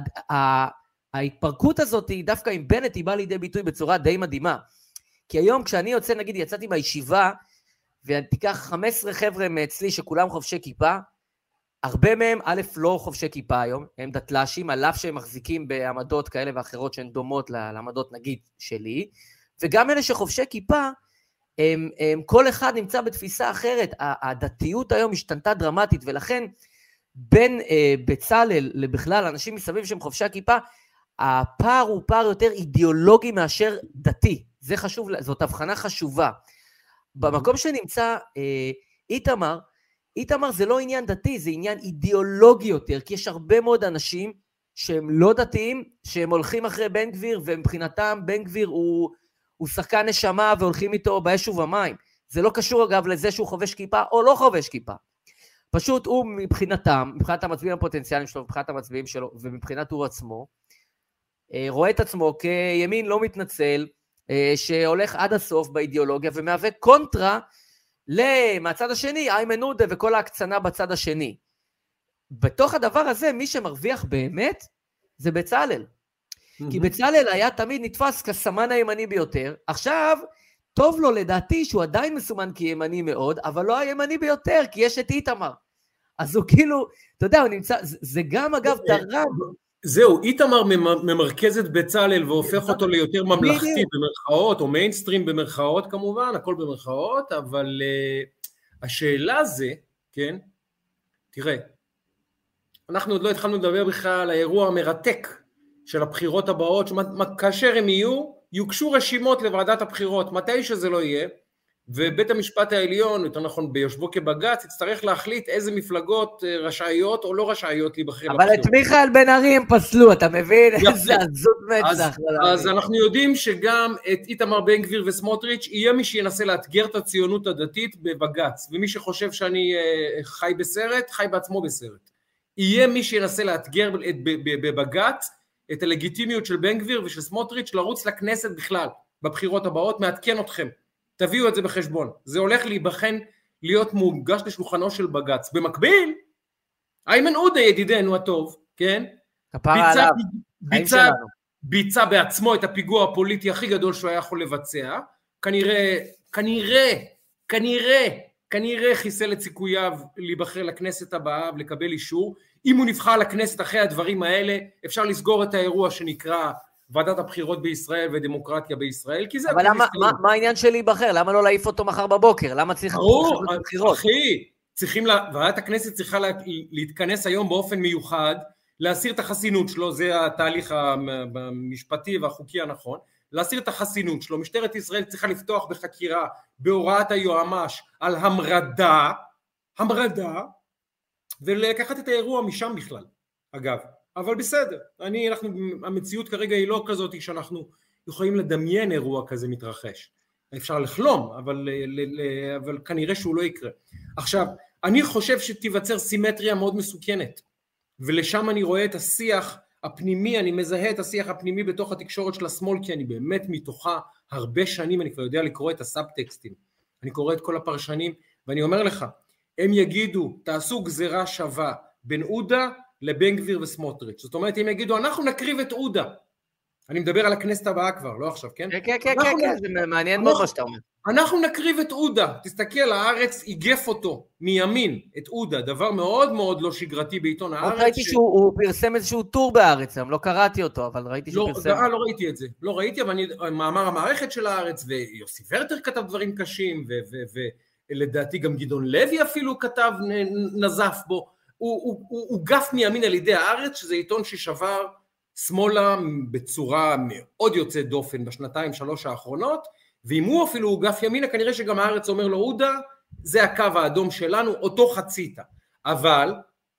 ההתפרקות הזאת היא דווקא עם בנט, היא באה לידי ביטוי בצורה די מדהימה. כי היום כשאני יוצא, נגיד, יצאתי מהישיבה, ותיקח חמישה עשר חבר'ה מאצלי שכולם חובשי כיפה, הרבה מהם, א', לא חובשי כיפה היום, הם דתל"שים, על אף שהם מחזיקים בעמדות כאלה ואחרות שהן דומות לעמדות, נגיד, שלי, וגם אלה שחובשי כיפה, הם, הם, כל אחד נמצא בתפיסה אחרת, הדתיות היום השתנתה דרמטית, ולכן בין אה, בצלאל לבכלל אנשים מסביב שהם חובשי הכיפה, הפער הוא פער יותר אידיאולוגי מאשר דתי, זה חשוב, זאת הבחנה חשובה. במקום שנמצא אה, איתמר, איתמר זה לא עניין דתי, זה עניין אידיאולוגי יותר, כי יש הרבה מאוד אנשים שהם לא דתיים, שהם הולכים אחרי בן גביר, ומבחינתם בן גביר הוא, הוא שחקן נשמה, והולכים איתו באש ובמים. זה לא קשור אגב לזה שהוא חובש כיפה, או לא חובש כיפה. פשוט הוא מבחינתם, מבחינת המצביעים הפוטנציאליים שלו, מבחינת המצביעים שלו, ומבחינת הוא עצמו, רואה את עצמו כימין לא מתנצל, שהולך עד הסוף באידיאולוגיה, ומהווה קונטרה מהצד השני, איימן עודה וכל ההקצנה בצד השני. בתוך הדבר הזה, מי שמרוויח באמת, זה בצלאל. כי בצלאל היה תמיד נתפס כסמן הימני ביותר, עכשיו, טוב לו לדעתי שהוא עדיין מסומן כימני מאוד, אבל לא הימני ביותר, כי יש את איתמר. אז הוא כאילו, אתה יודע, הוא נמצא, זה גם אגב תרם. זהו, איתמר ממרכז את בצלאל והופך אותו ליותר ממלכתי במרכאות, או מיינסטרים במרכאות כמובן, הכל במרכאות, אבל uh, השאלה זה, כן, תראה, אנחנו עוד לא התחלנו לדבר בכלל על האירוע המרתק של הבחירות הבאות, שמה, כאשר הם יהיו, יוגשו רשימות לוועדת הבחירות, מתי שזה לא יהיה, ובית המשפט העליון, יותר נכון ביושבו כבג"ץ, יצטרך להחליט איזה מפלגות רשאיות או לא רשאיות להיבחר לבחירות. אבל את מיכאל בן ארי הם פסלו, אתה מבין? איזה עזות מצח. אז אנחנו יודעים שגם את איתמר בן גביר וסמוטריץ' יהיה מי שינסה לאתגר את הציונות הדתית בבג"ץ, ומי שחושב שאני חי בסרט, חי בעצמו בסרט. יהיה מי שינסה לאתגר בבג"ץ את הלגיטימיות של בן גביר ושל סמוטריץ' לרוץ לכנסת בכלל, בבחירות הבאות, מעדכן אתכם. תביאו את זה בחשבון, זה הולך להיבחן, להיות מוגש לשולחנו של בג"ץ. במקביל, איימן עודה ידידנו הטוב, כן? ביצע, ביצע, ביצע בעצמו את הפיגוע הפוליטי הכי גדול שהוא היה יכול לבצע, כנראה, כנראה, כנראה, כנראה חיסל את סיכוייו להיבחר לכנסת הבאה ולקבל אישור. אם הוא נבחר לכנסת אחרי הדברים האלה, אפשר לסגור את האירוע שנקרא ועדת הבחירות בישראל ודמוקרטיה בישראל, כי זה... אבל למה, מה, מה העניין של להיבחר? למה לא להעיף אותו מחר בבוקר? למה צריך... ברור, אחי, צריכים, לה, ועדת הכנסת צריכה לה, להתכנס היום באופן מיוחד, להסיר את החסינות שלו, זה התהליך המשפטי והחוקי הנכון, להסיר את החסינות שלו, משטרת ישראל צריכה לפתוח בחקירה, בהוראת היועמ"ש, על המרדה, המרדה, ולקחת את האירוע משם בכלל, אגב. אבל בסדר, אני, אנחנו, המציאות כרגע היא לא כזאת שאנחנו יכולים לדמיין אירוע כזה מתרחש. אפשר לחלום, אבל, אבל כנראה שהוא לא יקרה. עכשיו, אני חושב שתיווצר סימטריה מאוד מסוכנת, ולשם אני רואה את השיח הפנימי, אני מזהה את השיח הפנימי בתוך התקשורת של השמאל, כי אני באמת מתוכה הרבה שנים, אני כבר יודע לקרוא את הסאבטקסטים, אני קורא את כל הפרשנים, ואני אומר לך, הם יגידו, תעשו גזירה שווה בין עודה, לבן גביר וסמוטריץ'. זאת אומרת, הם יגידו, אנחנו נקריב את עודה, אני מדבר על הכנסת הבאה כבר, לא עכשיו, כן? כן, כן, כן, כן, זה מעניין מאוד מה שאתה אומר. אנחנו נקריב את עודה, תסתכל, הארץ איגף אותו מימין, את עודה, דבר מאוד מאוד לא שגרתי בעיתון הארץ. ראיתי שהוא פרסם איזשהו טור בארץ, לא קראתי אותו, אבל ראיתי שהוא פרסם. לא, לא ראיתי את זה, לא ראיתי, אבל מאמר המערכת של הארץ, ויוסי ורטר כתב דברים קשים, ולדעתי גם גדעון לוי אפילו כתב, נזף בו, הוא גף מימין על ידי הארץ, שזה עיתון ששבר שמאלה בצורה מאוד יוצאת דופן בשנתיים שלוש האחרונות, ואם הוא אפילו הוא גף ימינה, כנראה שגם הארץ אומר לו, עודה, זה הקו האדום שלנו, אותו חצית. אבל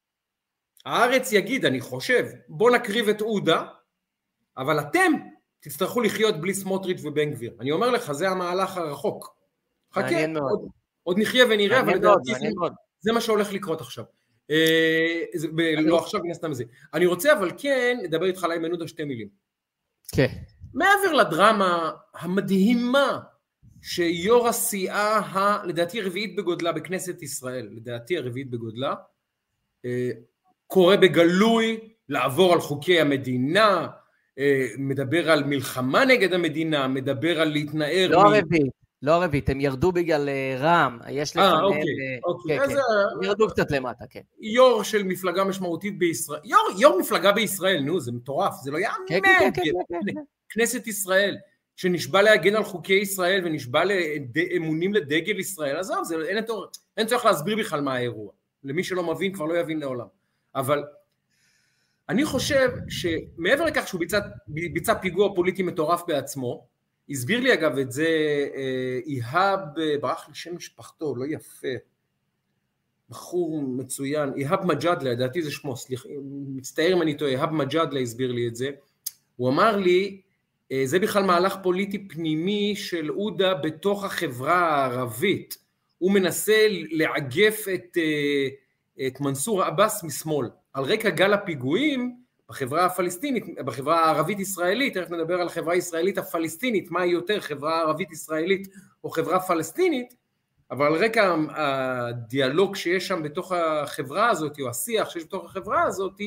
הארץ יגיד, אני חושב, בוא נקריב את עודה, אבל אתם תצטרכו לחיות בלי סמוטריץ' ובן גביר. אני אומר לך, זה המהלך הרחוק. חכה, עוד, עוד נחיה ונראה, אבל מאוד, זה, זה מה שהולך לקרות עכשיו. אה, זה, ב, לא עכשיו, נסתם זה. אני רוצה אבל כן לדבר איתך על איימן עודה שתי מילים. כן. מעבר לדרמה המדהימה שיו"ר הסיעה, ה, לדעתי הרביעית בגודלה בכנסת ישראל, לדעתי הרביעית בגודלה, אה, קורא בגלוי לעבור על חוקי המדינה, אה, מדבר על מלחמה נגד המדינה, מדבר על להתנער... לא מ... הרביעית, לא הרביעית, הם ירדו בגלל רע"מ, יש לפניהם... אה, אוקיי, אוקיי. כן, כן. הם ירדו קצת למטה, כן. יו"ר של מפלגה משמעותית בישראל, יו"ר, יו"ר מפלגה בישראל, נו, זה מטורף, זה לא יאמן. כן, כן, כן, כן. כנסת ישראל, שנשבע להגן על חוקי ישראל, ונשבע לאמונים לדגל ישראל, עזוב, זה, אין, אין צורך להסביר בכלל מה האירוע. למי שלא מבין, כבר לא יבין לעולם. אבל אני חושב שמעבר לכך שהוא ביצע, ביצע פיגוע פוליטי מטורף בעצמו, הסביר לי אגב את זה, איהאב, ברח לי שם משפחתו, לא יפה, בחור מצוין, איהאב מג'אדלה, לדעתי זה שמו, סליחה, מצטער אם אני טועה, איהאב מג'אדלה הסביר לי את זה, הוא אמר לי, זה בכלל מהלך פוליטי פנימי של עודה בתוך החברה הערבית, הוא מנסה לעגף את, את מנסור עבאס משמאל, על רקע גל הפיגועים בחברה הפלסטינית, בחברה הערבית ישראלית, תכף נדבר על החברה הישראלית הפלסטינית, מה היא יותר, חברה ערבית ישראלית או חברה פלסטינית, אבל על רקע הדיאלוג שיש שם בתוך החברה הזאת, או השיח שיש בתוך החברה הזאת,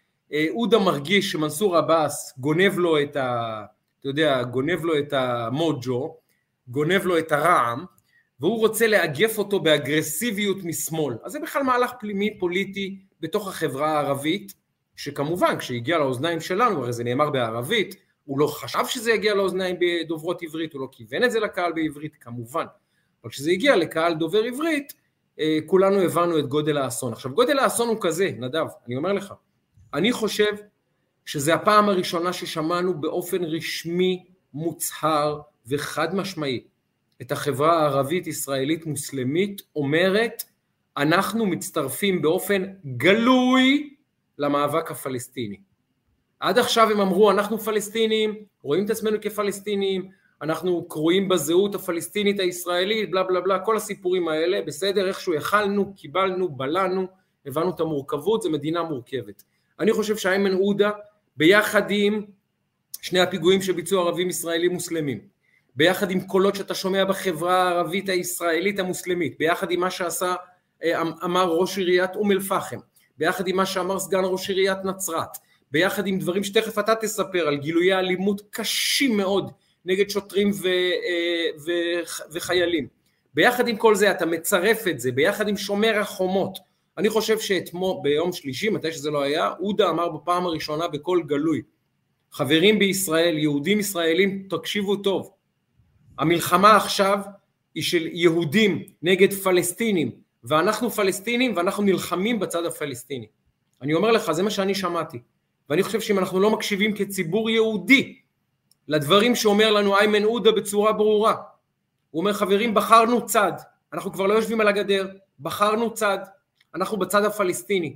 עודה מרגיש שמנסור עבאס גונב לו את ה... אתה יודע, גונב לו את המוג'ו, גונב לו את הרעם, והוא רוצה לאגף אותו באגרסיביות משמאל. אז זה בכלל מהלך פנימי פוליטי בתוך החברה הערבית, שכמובן כשהגיע לאוזניים שלנו, הרי זה נאמר בערבית, הוא לא חשב שזה יגיע לאוזניים בדוברות עברית, הוא לא כיוון את זה לקהל בעברית, כמובן. אבל כשזה הגיע לקהל דובר עברית, כולנו הבנו את גודל האסון. עכשיו, גודל האסון הוא כזה, נדב, אני אומר לך, אני חושב שזה הפעם הראשונה ששמענו באופן רשמי, מוצהר וחד משמעי, את החברה הערבית ישראלית מוסלמית אומרת, אנחנו מצטרפים באופן גלוי למאבק הפלסטיני. עד עכשיו הם אמרו, אנחנו פלסטינים, רואים את עצמנו כפלסטינים, אנחנו קרואים בזהות הפלסטינית הישראלית, בלה בלה בלה, כל הסיפורים האלה, בסדר, איכשהו החלנו, קיבלנו, בלנו, הבנו את המורכבות, זו מדינה מורכבת. אני חושב שאיימן עודה, ביחד עם שני הפיגועים שביצעו ערבים ישראלים מוסלמים, ביחד עם קולות שאתה שומע בחברה הערבית הישראלית המוסלמית, ביחד עם מה שעשה, אמר ראש עיריית אום אל-פחם, ביחד עם מה שאמר סגן ראש עיריית נצרת, ביחד עם דברים שתכף אתה תספר על גילויי אלימות קשים מאוד נגד שוטרים ו, ו, וחיילים. ביחד עם כל זה אתה מצרף את זה, ביחד עם שומר החומות. אני חושב שאתמול ביום שלישי, מתי שזה לא היה, עודה אמר בפעם הראשונה בכל גלוי, חברים בישראל, יהודים ישראלים, תקשיבו טוב, המלחמה עכשיו היא של יהודים נגד פלסטינים, ואנחנו פלסטינים ואנחנו נלחמים בצד הפלסטיני. אני אומר לך, זה מה שאני שמעתי, ואני חושב שאם אנחנו לא מקשיבים כציבור יהודי, לדברים שאומר לנו איימן עודה בצורה ברורה, הוא אומר חברים בחרנו צד, אנחנו כבר לא יושבים על הגדר, בחרנו צד, אנחנו בצד הפלסטיני,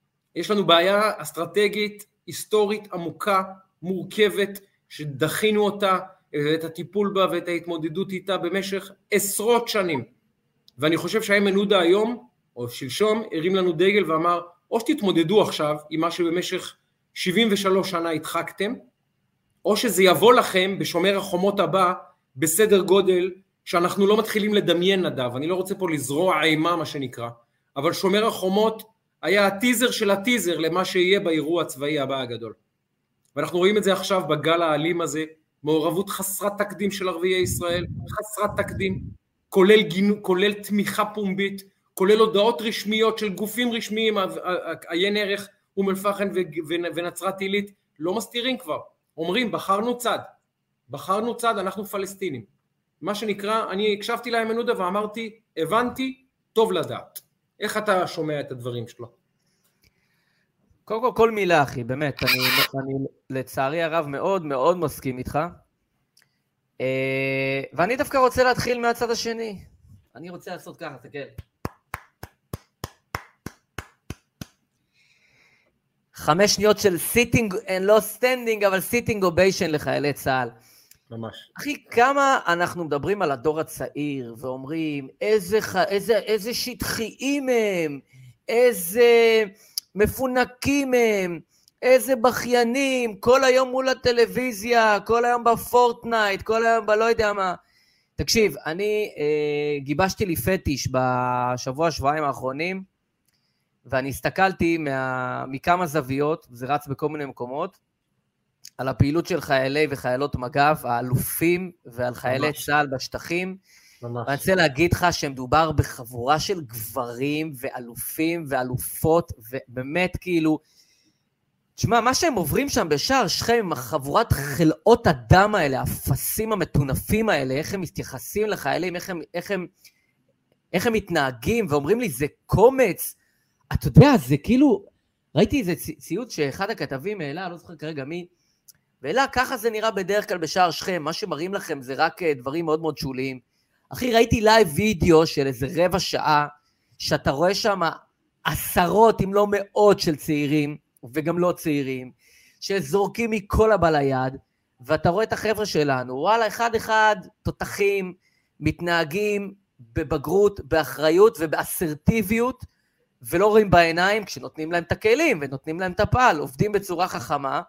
יש לנו בעיה אסטרטגית, היסטורית, עמוקה, מורכבת, שדחינו אותה, את הטיפול בה ואת ההתמודדות איתה במשך עשרות שנים, ואני חושב שאיימן עודה היום, או שלשום, הרים לנו דגל ואמר, או שתתמודדו עכשיו עם מה שבמשך שבעים ושלוש שנה הדחקתם, או שזה יבוא לכם בשומר החומות הבא, בסדר גודל, שאנחנו לא מתחילים לדמיין נדב, אני לא רוצה פה לזרוע אימה מה שנקרא, אבל שומר החומות היה הטיזר של הטיזר למה שיהיה באירוע הצבאי הבא הגדול. ואנחנו רואים את זה עכשיו בגל האלים הזה, מעורבות חסרת תקדים של ערביי ישראל, חסרת תקדים, כולל, גינו, כולל תמיכה פומבית, כולל הודעות רשמיות של גופים רשמיים, עיין ערך, אום אל-פחם ונצרת עילית, לא מסתירים כבר, אומרים בחרנו צד, בחרנו צד, אנחנו פלסטינים. מה שנקרא, אני הקשבתי להם מנודה ואמרתי, הבנתי, טוב לדעת. איך אתה שומע את הדברים שלו? קודם כל, כל מילה, אחי, באמת, אני, אני לצערי הרב מאוד מאוד מסכים איתך, ואני דווקא רוצה להתחיל מהצד השני. אני רוצה לעשות ככה, תקל. חמש שניות של sitting and לא standing, אבל sitting ovation לחיילי צה"ל. ממש. אחי, כמה אנחנו מדברים על הדור הצעיר, ואומרים, איזה, איזה, איזה שטחיים הם, איזה מפונקים הם, איזה בכיינים, כל היום מול הטלוויזיה, כל היום בפורטנייט, כל היום בלא יודע מה. תקשיב, אני אה, גיבשתי לי פטיש בשבוע, שבועיים האחרונים, ואני הסתכלתי מה, מכמה זוויות, זה רץ בכל מיני מקומות, על הפעילות של חיילי וחיילות מג"ב, האלופים, ועל חיילי ממש. צה"ל בשטחים. ממש. ואני רוצה להגיד לך שמדובר בחבורה של גברים ואלופים ואלופות, ובאמת כאילו, תשמע, מה שהם עוברים שם בשער שכם, עם החבורת חלאות הדם האלה, הפסים המטונפים האלה, איך הם מתייחסים לחיילים, איך הם, איך הם, איך הם מתנהגים, ואומרים לי, זה קומץ, אתה יודע, זה כאילו, ראיתי איזה ציוד שאחד הכתבים העלה, לא זוכר כרגע מי, ואלה, ככה זה נראה בדרך כלל בשער שכם, מה שמראים לכם זה רק דברים מאוד מאוד שוליים. אחי, ראיתי לייב וידאו של איזה רבע שעה, שאתה רואה שם עשרות אם לא מאות של צעירים, וגם לא צעירים, שזורקים מכל הבא ליד, ואתה רואה את החבר'ה שלנו, וואלה, אחד אחד, תותחים, מתנהגים בבגרות, באחריות ובאסרטיביות, ולא רואים בעיניים כשנותנים להם את הכלים, ונותנים להם את הפעל, עובדים בצורה חכמה,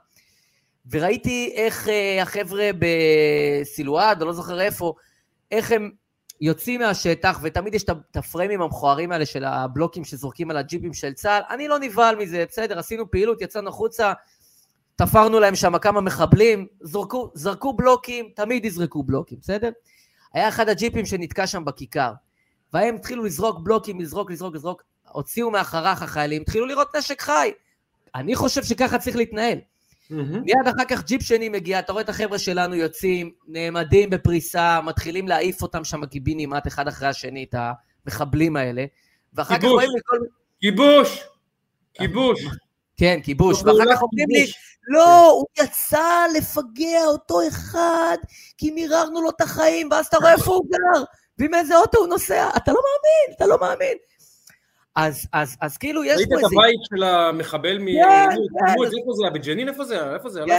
וראיתי איך uh, החבר'ה בסילואד, או לא זוכר איפה, איך הם יוצאים מהשטח, ותמיד יש את הפריימים המכוערים האלה של הבלוקים שזורקים על הג'יפים של צה"ל, אני לא נבהל מזה, בסדר, עשינו פעילות, יצאנו החוצה, תפרנו להם שם כמה מחבלים, זרקו, זרקו בלוקים, תמיד יזרקו בלוקים, בסדר? היה אחד הג'יפים שנתקע שם בכיכר, והם התחילו לזרוק בלוקים, לזרוק, לזרוק, לזרוק, הוציאו מאחרך החיילים, התחילו לראות נשק חי, אני חושב שככה צריך להתנהל. מיד אחר כך ג'יפ שני מגיע, אתה רואה את החבר'ה שלנו יוצאים, נעמדים בפריסה, מתחילים להעיף אותם שם קיבינימט אחד אחרי השני, את המחבלים האלה, ואחר כך רואים לכל... כיבוש! כיבוש! כן, כיבוש, ואחר כך אומרים לי, לא, הוא יצא לפגע אותו אחד, כי מיררנו לו את החיים, ואז אתה רואה איפה הוא גר, ועם איזה אוטו הוא נוסע, אתה לא מאמין, אתה לא מאמין. אז, אז, אז כאילו יש פה איזה... ראית את הבית של המחבל מ... איפה זה? בג'נין? איפה זה? איפה זה?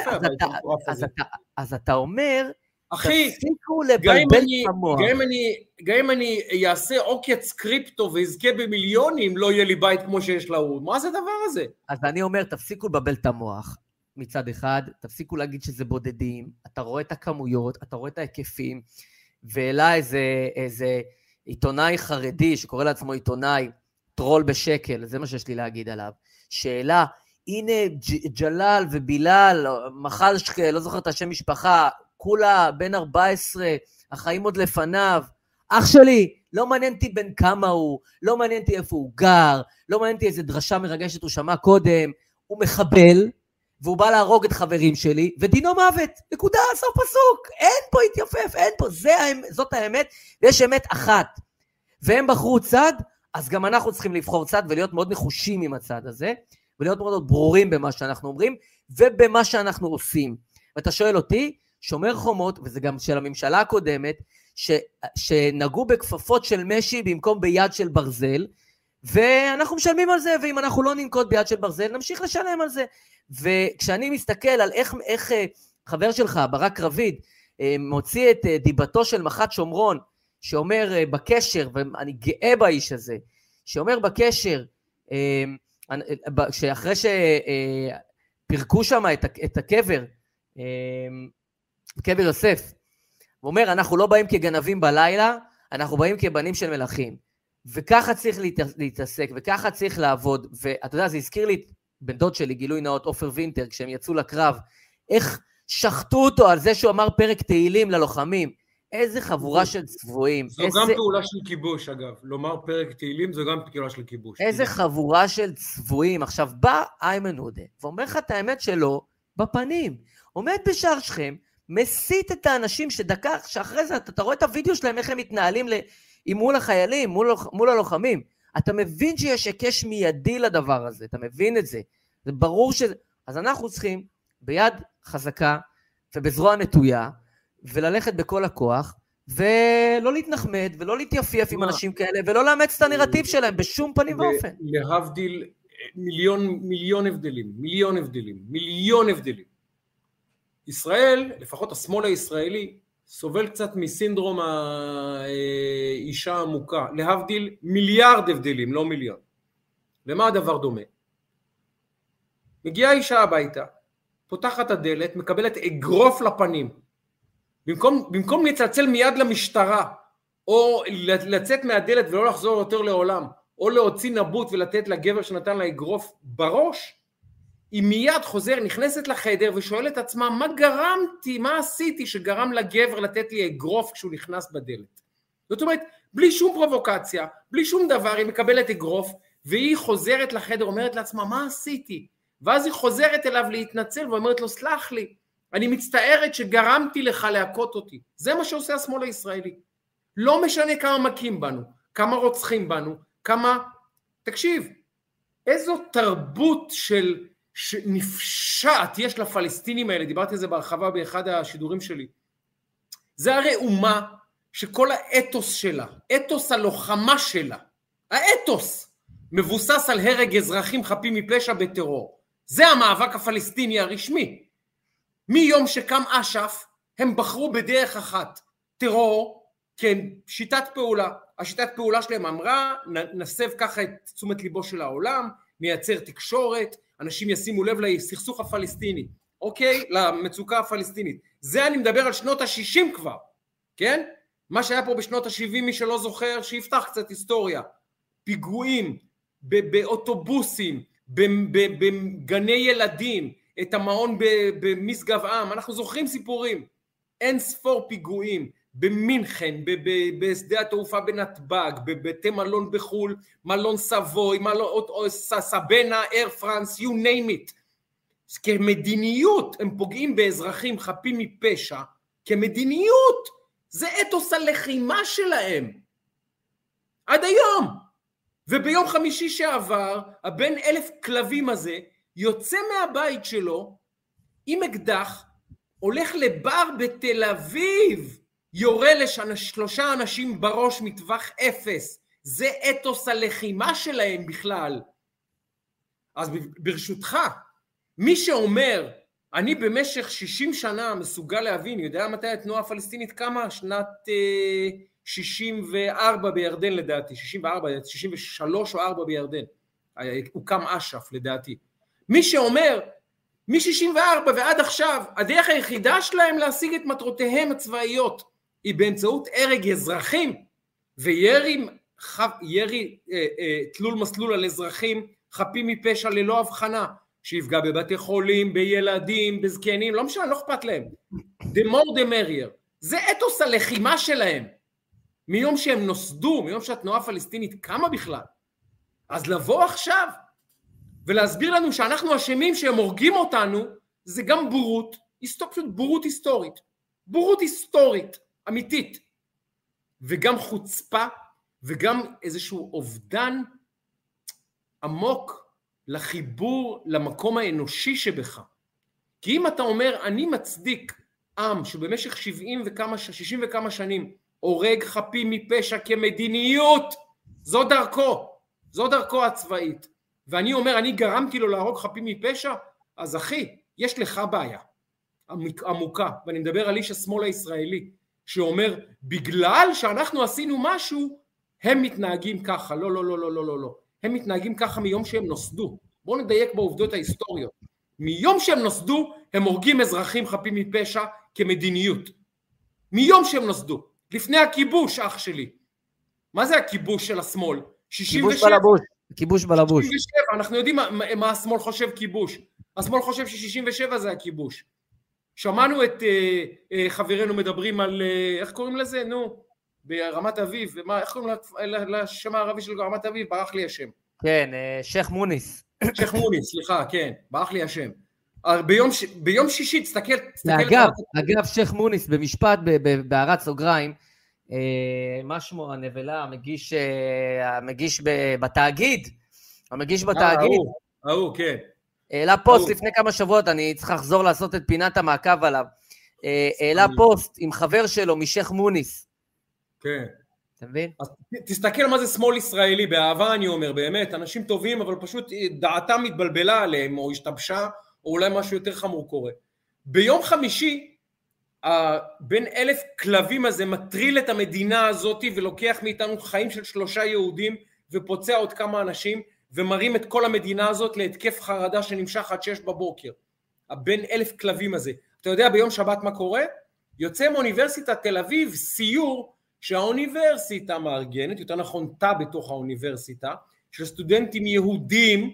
אז אתה אומר, אחי, תפסיקו לבלבל את המוח. גם אם אני אעשה עוקץ קריפטו ויזכה במיליונים, לא יהיה לי בית כמו שיש להוא. מה זה הדבר הזה? אז אני אומר, תפסיקו לבלבל את המוח. מצד אחד, תפסיקו להגיד שזה בודדים, אתה רואה את הכמויות, אתה רואה את ההיקפים, ואלה איזה עיתונאי חרדי שקורא לעצמו עיתונאי, טרול בשקל, זה מה שיש לי להגיד עליו. שאלה, הנה ג'לל ובילal, מחל שכל, לא זוכר את השם משפחה, כולה בן ארבע עשרה, החיים עוד לפניו. אח שלי, לא מעניין אותי בין כמה הוא, לא מעניין אותי איפה הוא גר, לא מעניין אותי איזה דרשה מרגשת הוא שמע קודם, הוא מחבל, והוא בא להרוג את חברים שלי, ודינו מוות, נקודה, סוף פסוק, אין פה התייפף, אין פה, זה, זאת האמת, ויש אמת אחת, והם בחרו צד, אז גם אנחנו צריכים לבחור צד, ולהיות מאוד נחושים עם הצד הזה, ולהיות מאוד ברורים במה שאנחנו אומרים, ובמה שאנחנו עושים. ואתה שואל אותי, שומר חומות, וזה גם של הממשלה הקודמת, ש, שנגעו בכפפות של משי, במקום ביד של ברזל, ואנחנו משלמים על זה, ואם אנחנו לא ננקוט ביד של ברזל, נמשיך לשלם על זה. וכשאני מסתכל על איך, איך חבר שלך, ברק רביד, מוציא את דיבתו של מח"ט שומרון, שאומר בקשר, ואני גאה באיש הזה, שאומר בקשר, שאחרי שפרקו שם את הקבר, קבר יוסף, הוא אומר, אנחנו לא באים כגנבים בלילה, אנחנו באים כבנים של מלכים, וככה צריך להתעסק, וככה צריך לעבוד, ואתה יודע, זה הזכיר לי, בן דוד שלי, גילוי נאות, עופר וינטר, כשהם יצאו לקרב, איך שחטו אותו על זה שהוא אמר פרק תהילים ללוחמים. איזה חבורה של צבועים. זו גם פעולה של כיבוש, אגב. לומר פרק תהילים זו גם פעולה של כיבוש. איזה חבורה של צבועים. עכשיו בא איימן עודה, ואומר לך את האמת שלו בפנים. עומד בשער שכם, מסית את האנשים שדקה, שאחרי זה אתה רואה את הוידאו שלהם, איך הם מתנהלים מול החיילים, מול, מול הלוחמים. אתה מבין שיש היקש מיידי לדבר הזה, אתה מבין את זה. זה ברור ש... אז אנחנו צריכים ביד חזקה ובזרוע נטויה, וללכת בכל הכוח, ולא להתנחמד, ולא להתייפייף עם אנשים כאלה, ולא לאמץ את הנרטיב שלהם בשום פנים ואופן. להבדיל מיליון, מיליון הבדלים, מיליון הבדלים, מיליון הבדלים. ישראל, לפחות השמאל הישראלי, סובל קצת מסינדרום האישה המוכה, להבדיל מיליארד הבדלים, לא מיליון. למה הדבר דומה? מגיעה אישה הביתה, פותחת הדלת, מקבלת אגרוף לפנים, במקום, במקום לצלצל מיד למשטרה, או לצאת מהדלת ולא לחזור יותר לעולם, או להוציא נבוט ולתת לגבר שנתן לה אגרוף בראש, היא מיד חוזר, נכנסת לחדר ושואלת עצמה, מה גרמתי, מה עשיתי שגרם לגבר לתת לי אגרוף כשהוא נכנס בדלת? זאת אומרת, בלי שום פרובוקציה, בלי שום דבר, היא מקבלת אגרוף, והיא חוזרת לחדר, אומרת לעצמה, מה עשיתי? ואז היא חוזרת אליו להתנצל, ואומרת לו, סלח לי, אני מצטערת שגרמתי לך להכות אותי. זה מה שעושה השמאל הישראלי. לא משנה כמה מכים בנו, כמה רוצחים בנו, כמה... תקשיב, איזו תרבות של... שנפשעת יש לפלסטינים האלה, דיברתי על זה בהרחבה באחד השידורים שלי. זה הרי אומה שכל האתוס שלה, אתוס הלוחמה שלה, האתוס מבוסס על הרג אזרחים חפים מפשע בטרור. זה המאבק הפלסטיני הרשמי. מיום שקם אש"ף, הם בחרו בדרך אחת, טרור, כן, שיטת פעולה. השיטת פעולה שלהם אמרה, נסב ככה את תשומת ליבו של העולם, מייצר תקשורת, אנשים ישימו לב לסכסוך הפלסטיני, אוקיי? למצוקה הפלסטינית. זה אני מדבר על שנות ה-שישים כבר, כן? מה שהיה פה בשנות ה-שבעים, מי שלא זוכר, שיפתח קצת היסטוריה. פיגועים, באוטובוסים, בגני ילדים, את המעון במשגב עם, אנחנו זוכרים סיפורים, אין ספור פיגועים, במינכן, בשדה התעופה בנתב"ג, בבתי מלון בחול, מלון סבוי, מלון סבנה, אייר פרנס, you name it. כמדיניות הם פוגעים באזרחים חפים מפשע, כמדיניות, זה אתוס הלחימה שלהם. עד היום. וביום חמישי שעבר, הבן אלף כלבים הזה, יוצא מהבית שלו, עם אקדח, הולך לבר בתל אביב, יורה לשלושה אנשים בראש מטווח אפס. זה אתוס הלחימה שלהם בכלל. אז ברשותך, מי שאומר, אני במשך שישים שנה מסוגל להבין, יודע מתי התנועה הפלסטינית קמה? שנת אה, שישים וארבע בירדן לדעתי, שישים וארבע, שישים ושלוש או ארבע בירדן. הוקם אש"ף לדעתי. מי שאומר, מ-שישים וארבע ועד עכשיו, הדרך היחידה שלהם להשיג את מטרותיהם הצבאיות, היא באמצעות הרג אזרחים, וירי ירי, אה, אה, תלול מסלול על אזרחים, חפים מפשע ללא הבחנה, שיפגע בבתי חולים, בילדים, בזקנים, לא משנה, לא אכפת להם. The more the merrier. זה אתוס הלחימה שלהם. מיום שהם נוסדו, מיום שהתנועה הפלסטינית קמה בכלל. אז לבוא עכשיו, ולהסביר לנו שאנחנו אשמים שהם הורגים אותנו, זה גם בורות, פשוט בורות היסטורית. בורות היסטורית, אמיתית. וגם חוצפה, וגם איזשהו אובדן עמוק לחיבור למקום האנושי שבך. כי אם אתה אומר, אני מצדיק עם שבמשך שבעים וכמה, שישים וכמה שנים, הורג חפים מפשע כמדיניות, זו דרכו, זו דרכו הצבאית. ואני אומר, אני גרמתי לו להרוג חפים מפשע, אז אחי, יש לך בעיה עמוקה, ואני מדבר על איש השמאל הישראלי, שאומר, בגלל שאנחנו עשינו משהו, הם מתנהגים ככה. לא, לא, לא, לא, לא, לא, לא. הם מתנהגים ככה מיום שהם נוסדו. בואו נדייק בעובדות ההיסטוריות. מיום שהם נוסדו, הם הורגים אזרחים חפים מפשע כמדיניות. מיום שהם נוסדו. לפני הכיבוש, אח שלי. מה זה הכיבוש של השמאל? שישים ושבע. כיבוש בלבוש. כיבוש בלבוש. שישים ושבע, אנחנו יודעים מה, מה השמאל חושב כיבוש. השמאל חושב ש-שישים ושבע זה הכיבוש. שמענו את אה, אה, חברינו מדברים על, אה, איך קוראים לזה? נו, ברמת אביב, ומה, איך קוראים לשם הערבי של רמת אביב? ברח לי השם. כן, אה, שייח מוניס. שייח מוניס, סליחה, כן, ברח לי השם. ביום, ש... ביום שישי, תסתכל... תסתכל אגב, אגב, שייח מוניס, במשפט, בהערת סוגריים, מה שמו הנבלה, המגיש, המגיש בתאגיד, המגיש בתאגיד. ההוא, כן. העלה פוסט לפני כמה שבועות, אני צריך לחזור לעשות את פינת המעקב עליו. העלה פוסט עם חבר שלו משייח מוניס. כן. אתה מבין? אז תסתכל מה זה שמאל ישראלי, באהבה אני אומר, באמת, אנשים טובים, אבל פשוט דעתם מתבלבלה עליהם, או השתבשה, או אולי משהו יותר חמור קורה. ביום חמישי, בין אלף כלבים הזה מטריל את המדינה הזאת, ולוקח מאיתנו חיים של שלושה יהודים, ופוצע עוד כמה אנשים, ומרים את כל המדינה הזאת להתקף חרדה שנמשך עד שש בבוקר. בין אלף כלבים הזה. אתה יודע ביום שבת מה קורה? יוצא מאוניברסיטת תל אביב סיור, שהאוניברסיטה מארגנת, יותר נכון תא בתוך האוניברסיטה, של סטודנטים יהודים,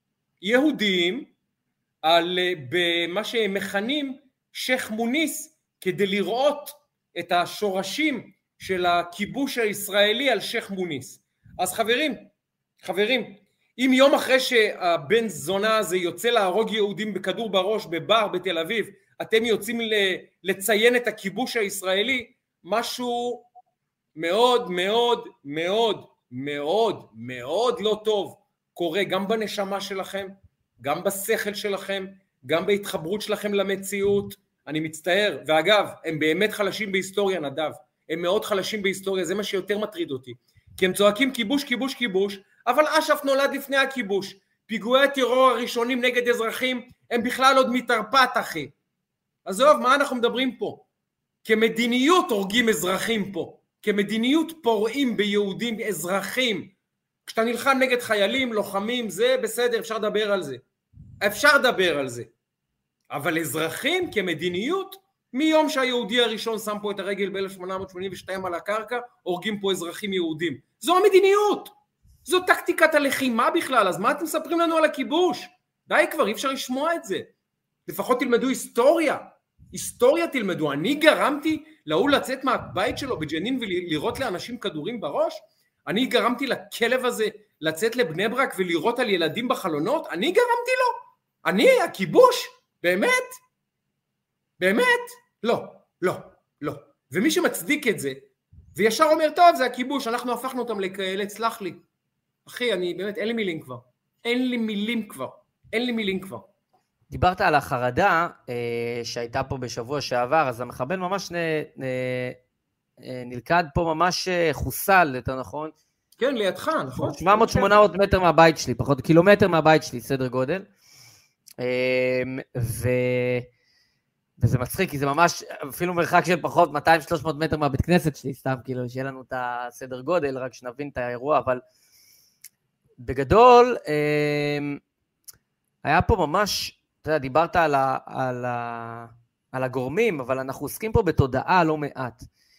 יהודים, על, במה שהם מכנים שייח מוניס, כדי לראות את השורשים של הכיבוש הישראלי על שייח מוניס. אז חברים, חברים, אם יום אחרי שהבן זונה הזה יוצא להרוג יהודים בכדור בראש בבר בתל אביב, אתם יוצאים לציין את הכיבוש הישראלי, משהו מאוד מאוד מאוד מאוד מאוד לא טוב קורה גם בנשמה שלכם, גם בשכל שלכם, גם בהתחברות שלכם למציאות. אני מצטער, ואגב, הם באמת חלשים בהיסטוריה, נדב, הם מאוד חלשים בהיסטוריה, זה מה שיותר מטריד אותי, כי הם צועקים כיבוש, כיבוש, כיבוש, אבל אש"ף נולד לפני הכיבוש, פיגועי הטרור הראשונים נגד אזרחים, הם בכלל עוד מתרפת, אחי. עזוב, מה אנחנו מדברים פה? כמדיניות הורגים אזרחים פה, כמדיניות פורעים ביהודים אזרחים, כשאתה נלחם נגד חיילים, לוחמים, זה בסדר, אפשר לדבר על זה, אפשר לדבר על זה, אבל אזרחים כמדיניות, מיום שהיהודי הראשון שם פה את הרגל ב-אלף שמונה מאות שמונים ושתיים על הקרקע, הורגים פה אזרחים יהודים, זו המדיניות, זו טקטיקת הלחימה בכלל, אז מה אתם מספרים לנו על הכיבוש? די כבר, אי אפשר לשמוע את זה, לפחות תלמדו היסטוריה, היסטוריה תלמדו, אני גרמתי להוא לצאת מהבית שלו בג'נין ולראות לאנשים כדורים בראש, אני גרמתי לכלב הזה לצאת לבני ברק ולירות על ילדים בחלונות, אני גרמתי לו, אני, הכיבוש, באמת? באמת? לא, לא, לא, ומי שמצדיק את זה, וישר אומר, טוב, זה הכיבוש, אנחנו הפכנו אותם לכאלה, סלח לי, אחי, אני באמת, אין לי מילים כבר, אין לי מילים כבר, אין לי מילים כבר. דיברת על החרדה אה, שהייתה פה בשבוע שעבר, אז המחבל ממש נ, נ, אה, נלכד פה ממש חוסל, יותר נכון? כן, לידך, נכון? שבע מאות שמונה מאות מטר מהבית שלי, פחות קילומטר מהבית שלי, סדר גודל. אה, ו... וזה מצחיק, כי זה ממש, אפילו מרחק של פחות מאתיים שלוש מאות מטר מהבית כנסת שלי, סתם כאילו, שיהיה לנו את הסדר גודל, רק שנבין את האירוע, אבל בגדול, אה, היה פה ממש, אתה יודע, דיברת על, ה, על, ה, על הגורמים, אבל אנחנו עוסקים פה בתודעה לא מעט.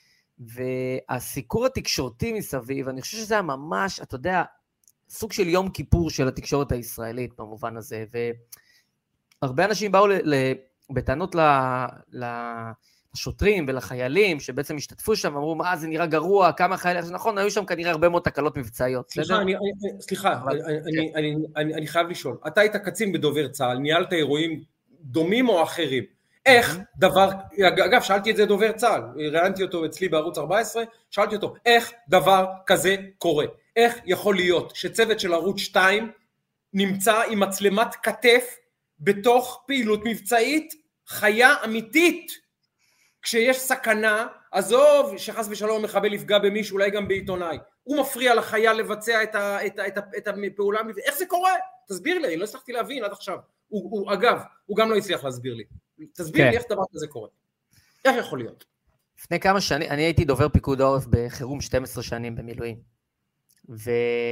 והסיקור התקשורתי מסביב, אני חושב שזה היה ממש, אתה יודע, סוג של יום כיפור של התקשורת הישראלית במובן הזה, והרבה אנשים באו ל, ל, בטענות ל, ל, לשוטרים ולחיילים, שבעצם השתתפו שם, אמרו, מה, זה נראה גרוע, כמה חיילים, נכון, היו שם כנראה הרבה מאוד תקלות מבצעיות. סליחה, אני, אני, סליחה אבל, אני, כן. אני, אני, אני, אני חייב לשאול, אתה היית קצין בדובר צה"ל, ניהלת אירועים דומים או אחרים, איך דבר, אגב, שאלתי את זה דובר צה"ל, ראיינתי אותו אצלי בערוץ ארבע עשרה, שאלתי אותו, איך דבר כזה קורה? איך יכול להיות שצוות של ערוץ שתיים נמצא עם מצלמת כתף בתוך פעילות מבצעית חיה אמיתית? כשיש סכנה, עזוב שחס ושלום מחבל יפגע במישהו, אולי גם בעיתונאי, הוא מפריע לחייל לבצע את, ה, את, ה, את, ה, את הפעולה, איך זה קורה? תסביר לי, אני לא הצלחתי להבין עד עכשיו. הוא, הוא, אגב, הוא גם לא הצליח להסביר לי. תסביר כן. לי איך דבר כזה קורה. איך יכול להיות? לפני כמה שנים, אני הייתי דובר פיקוד העורף בחירום שתים עשרה שנים במילואים. ו...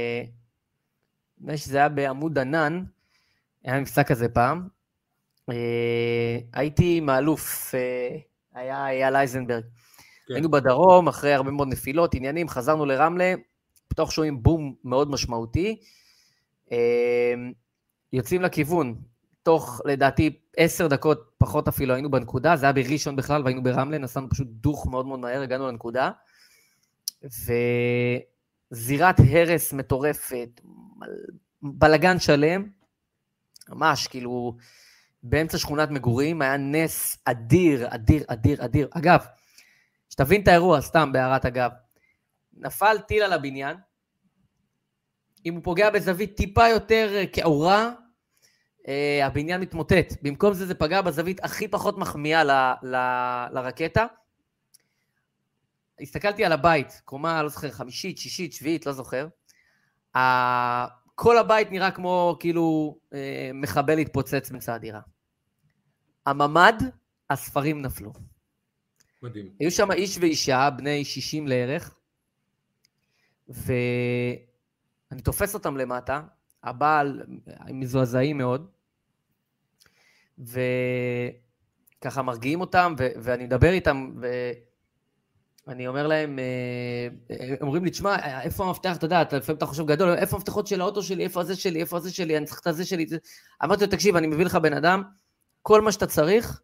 שזה היה בעמוד ענן, היה מבצע כזה פעם, הייתי מאלוף, היה אייל אייזנברג. כן. היינו בדרום, אחרי הרבה מאוד נפילות, עניינים, חזרנו לרמלה, פתאום שומעים בום מאוד משמעותי, יוצאים לכיוון, תוך, לדעתי, עשר דקות פחות אפילו היינו בנקודה, זה היה בראשון בכלל, והיינו ברמלה, נסענו פשוט דוך מאוד מאוד מהר, הגענו לנקודה, וזירת הרס מטורפת, בלגן שלם, ממש, כאילו, באמצע שכונת מגורים, היה נס אדיר, אדיר, אדיר, אדיר. אגב, שתבין את האירוע, סתם בהערת אגב, נפל טיל על הבניין, אם הוא פוגע בזווית טיפה יותר כאורה, הבניין מתמוטט. במקום זה זה פגע בזווית הכי פחות מחמיאה ל, ל, לרקטה. הסתכלתי על הבית, קומה, לא זוכר, חמישית, שישית, שביעית, לא זוכר. כל הבית נראה כמו כאילו מחבל התפוצץ בצד הדירה. הממד, הספרים נפלו. מדהים. היו שם איש ואישה, בני שישים לערך, ואני תופס אותם למטה, הבעל, הם מזועזעים מאוד, וככה מרגיעים אותם, ו- ואני מדבר איתם, ואני אומר להם, הם אומרים לי, תשמע, איפה המפתח, אתה יודע, לפעמים אתה חושב גדול, איפה המפתחות של האוטו שלי, איפה הזה שלי, איפה הזה שלי, אני צריך את הזה שלי. אמרתי לו, תקשיב, אני מביא לך בן אדם, כל מה שאתה צריך,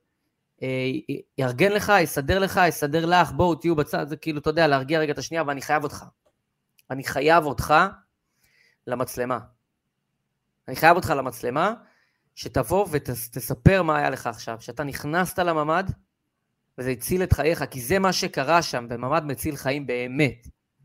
יארגן לך, יסדר לך, יסדר לך, בואו תהיו בצד, זה כאילו, אתה יודע, להרגיע רגע את השנייה, ואני חייב אותך. אני חייב אותך למצלמה. אני חייב אותך למצלמה, שתבוא ותספר מה היה לך עכשיו, שאתה נכנסת לממד, וזה הציל את חייך, כי זה מה שקרה שם, בממד מציל חיים באמת.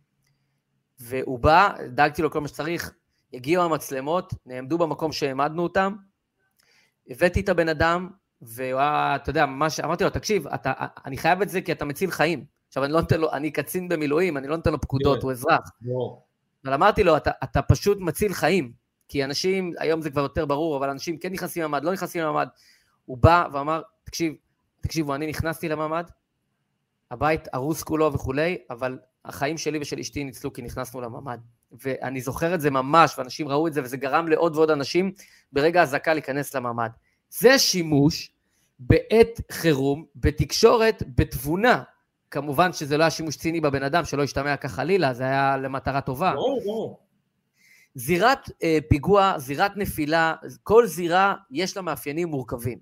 והוא בא, דאגתי לו כל מה שצריך, הגיעו המצלמות, נעמדו במקום שהעמדנו אותם, הבאתי את הבן אדם, ואתה יודע, ממש, אמרתי לו, תקשיב, אתה, אני חייב את זה כי אתה מציל חיים. עכשיו, אני לא נותן לו, אני קצין במילואים, אני לא נותן לו פקודות, הוא אזרח. אבל אמרתי לו, אתה, אתה פשוט מציל חיים, כי אנשים, היום זה כבר יותר ברור, אבל אנשים כן נכנסים לממד, לא נכנסים לממד. הוא בא ואמר, תקשיב, תקשיבו, אני נכנסתי לממד, הבית ארוס כולו וכולי, אבל החיים שלי ושל אשתי ניצלו כי נכנסנו לממד. ואני זוכר את זה ממש, ואנשים ראו את זה, וזה גרם לעוד ועוד אנשים ברגע הזקה להיכנס לממד. זה שימוש בעת חירום, בתקשורת, בתבונה. כמובן שזה לא היה שימוש ציני בבן אדם, שלא השתמע ככה חלילה, זה היה למטרה טובה. לא, לא. זירת אה, פיגוע, זירת נפילה, כל זירה יש לה מאפיינים מורכבים.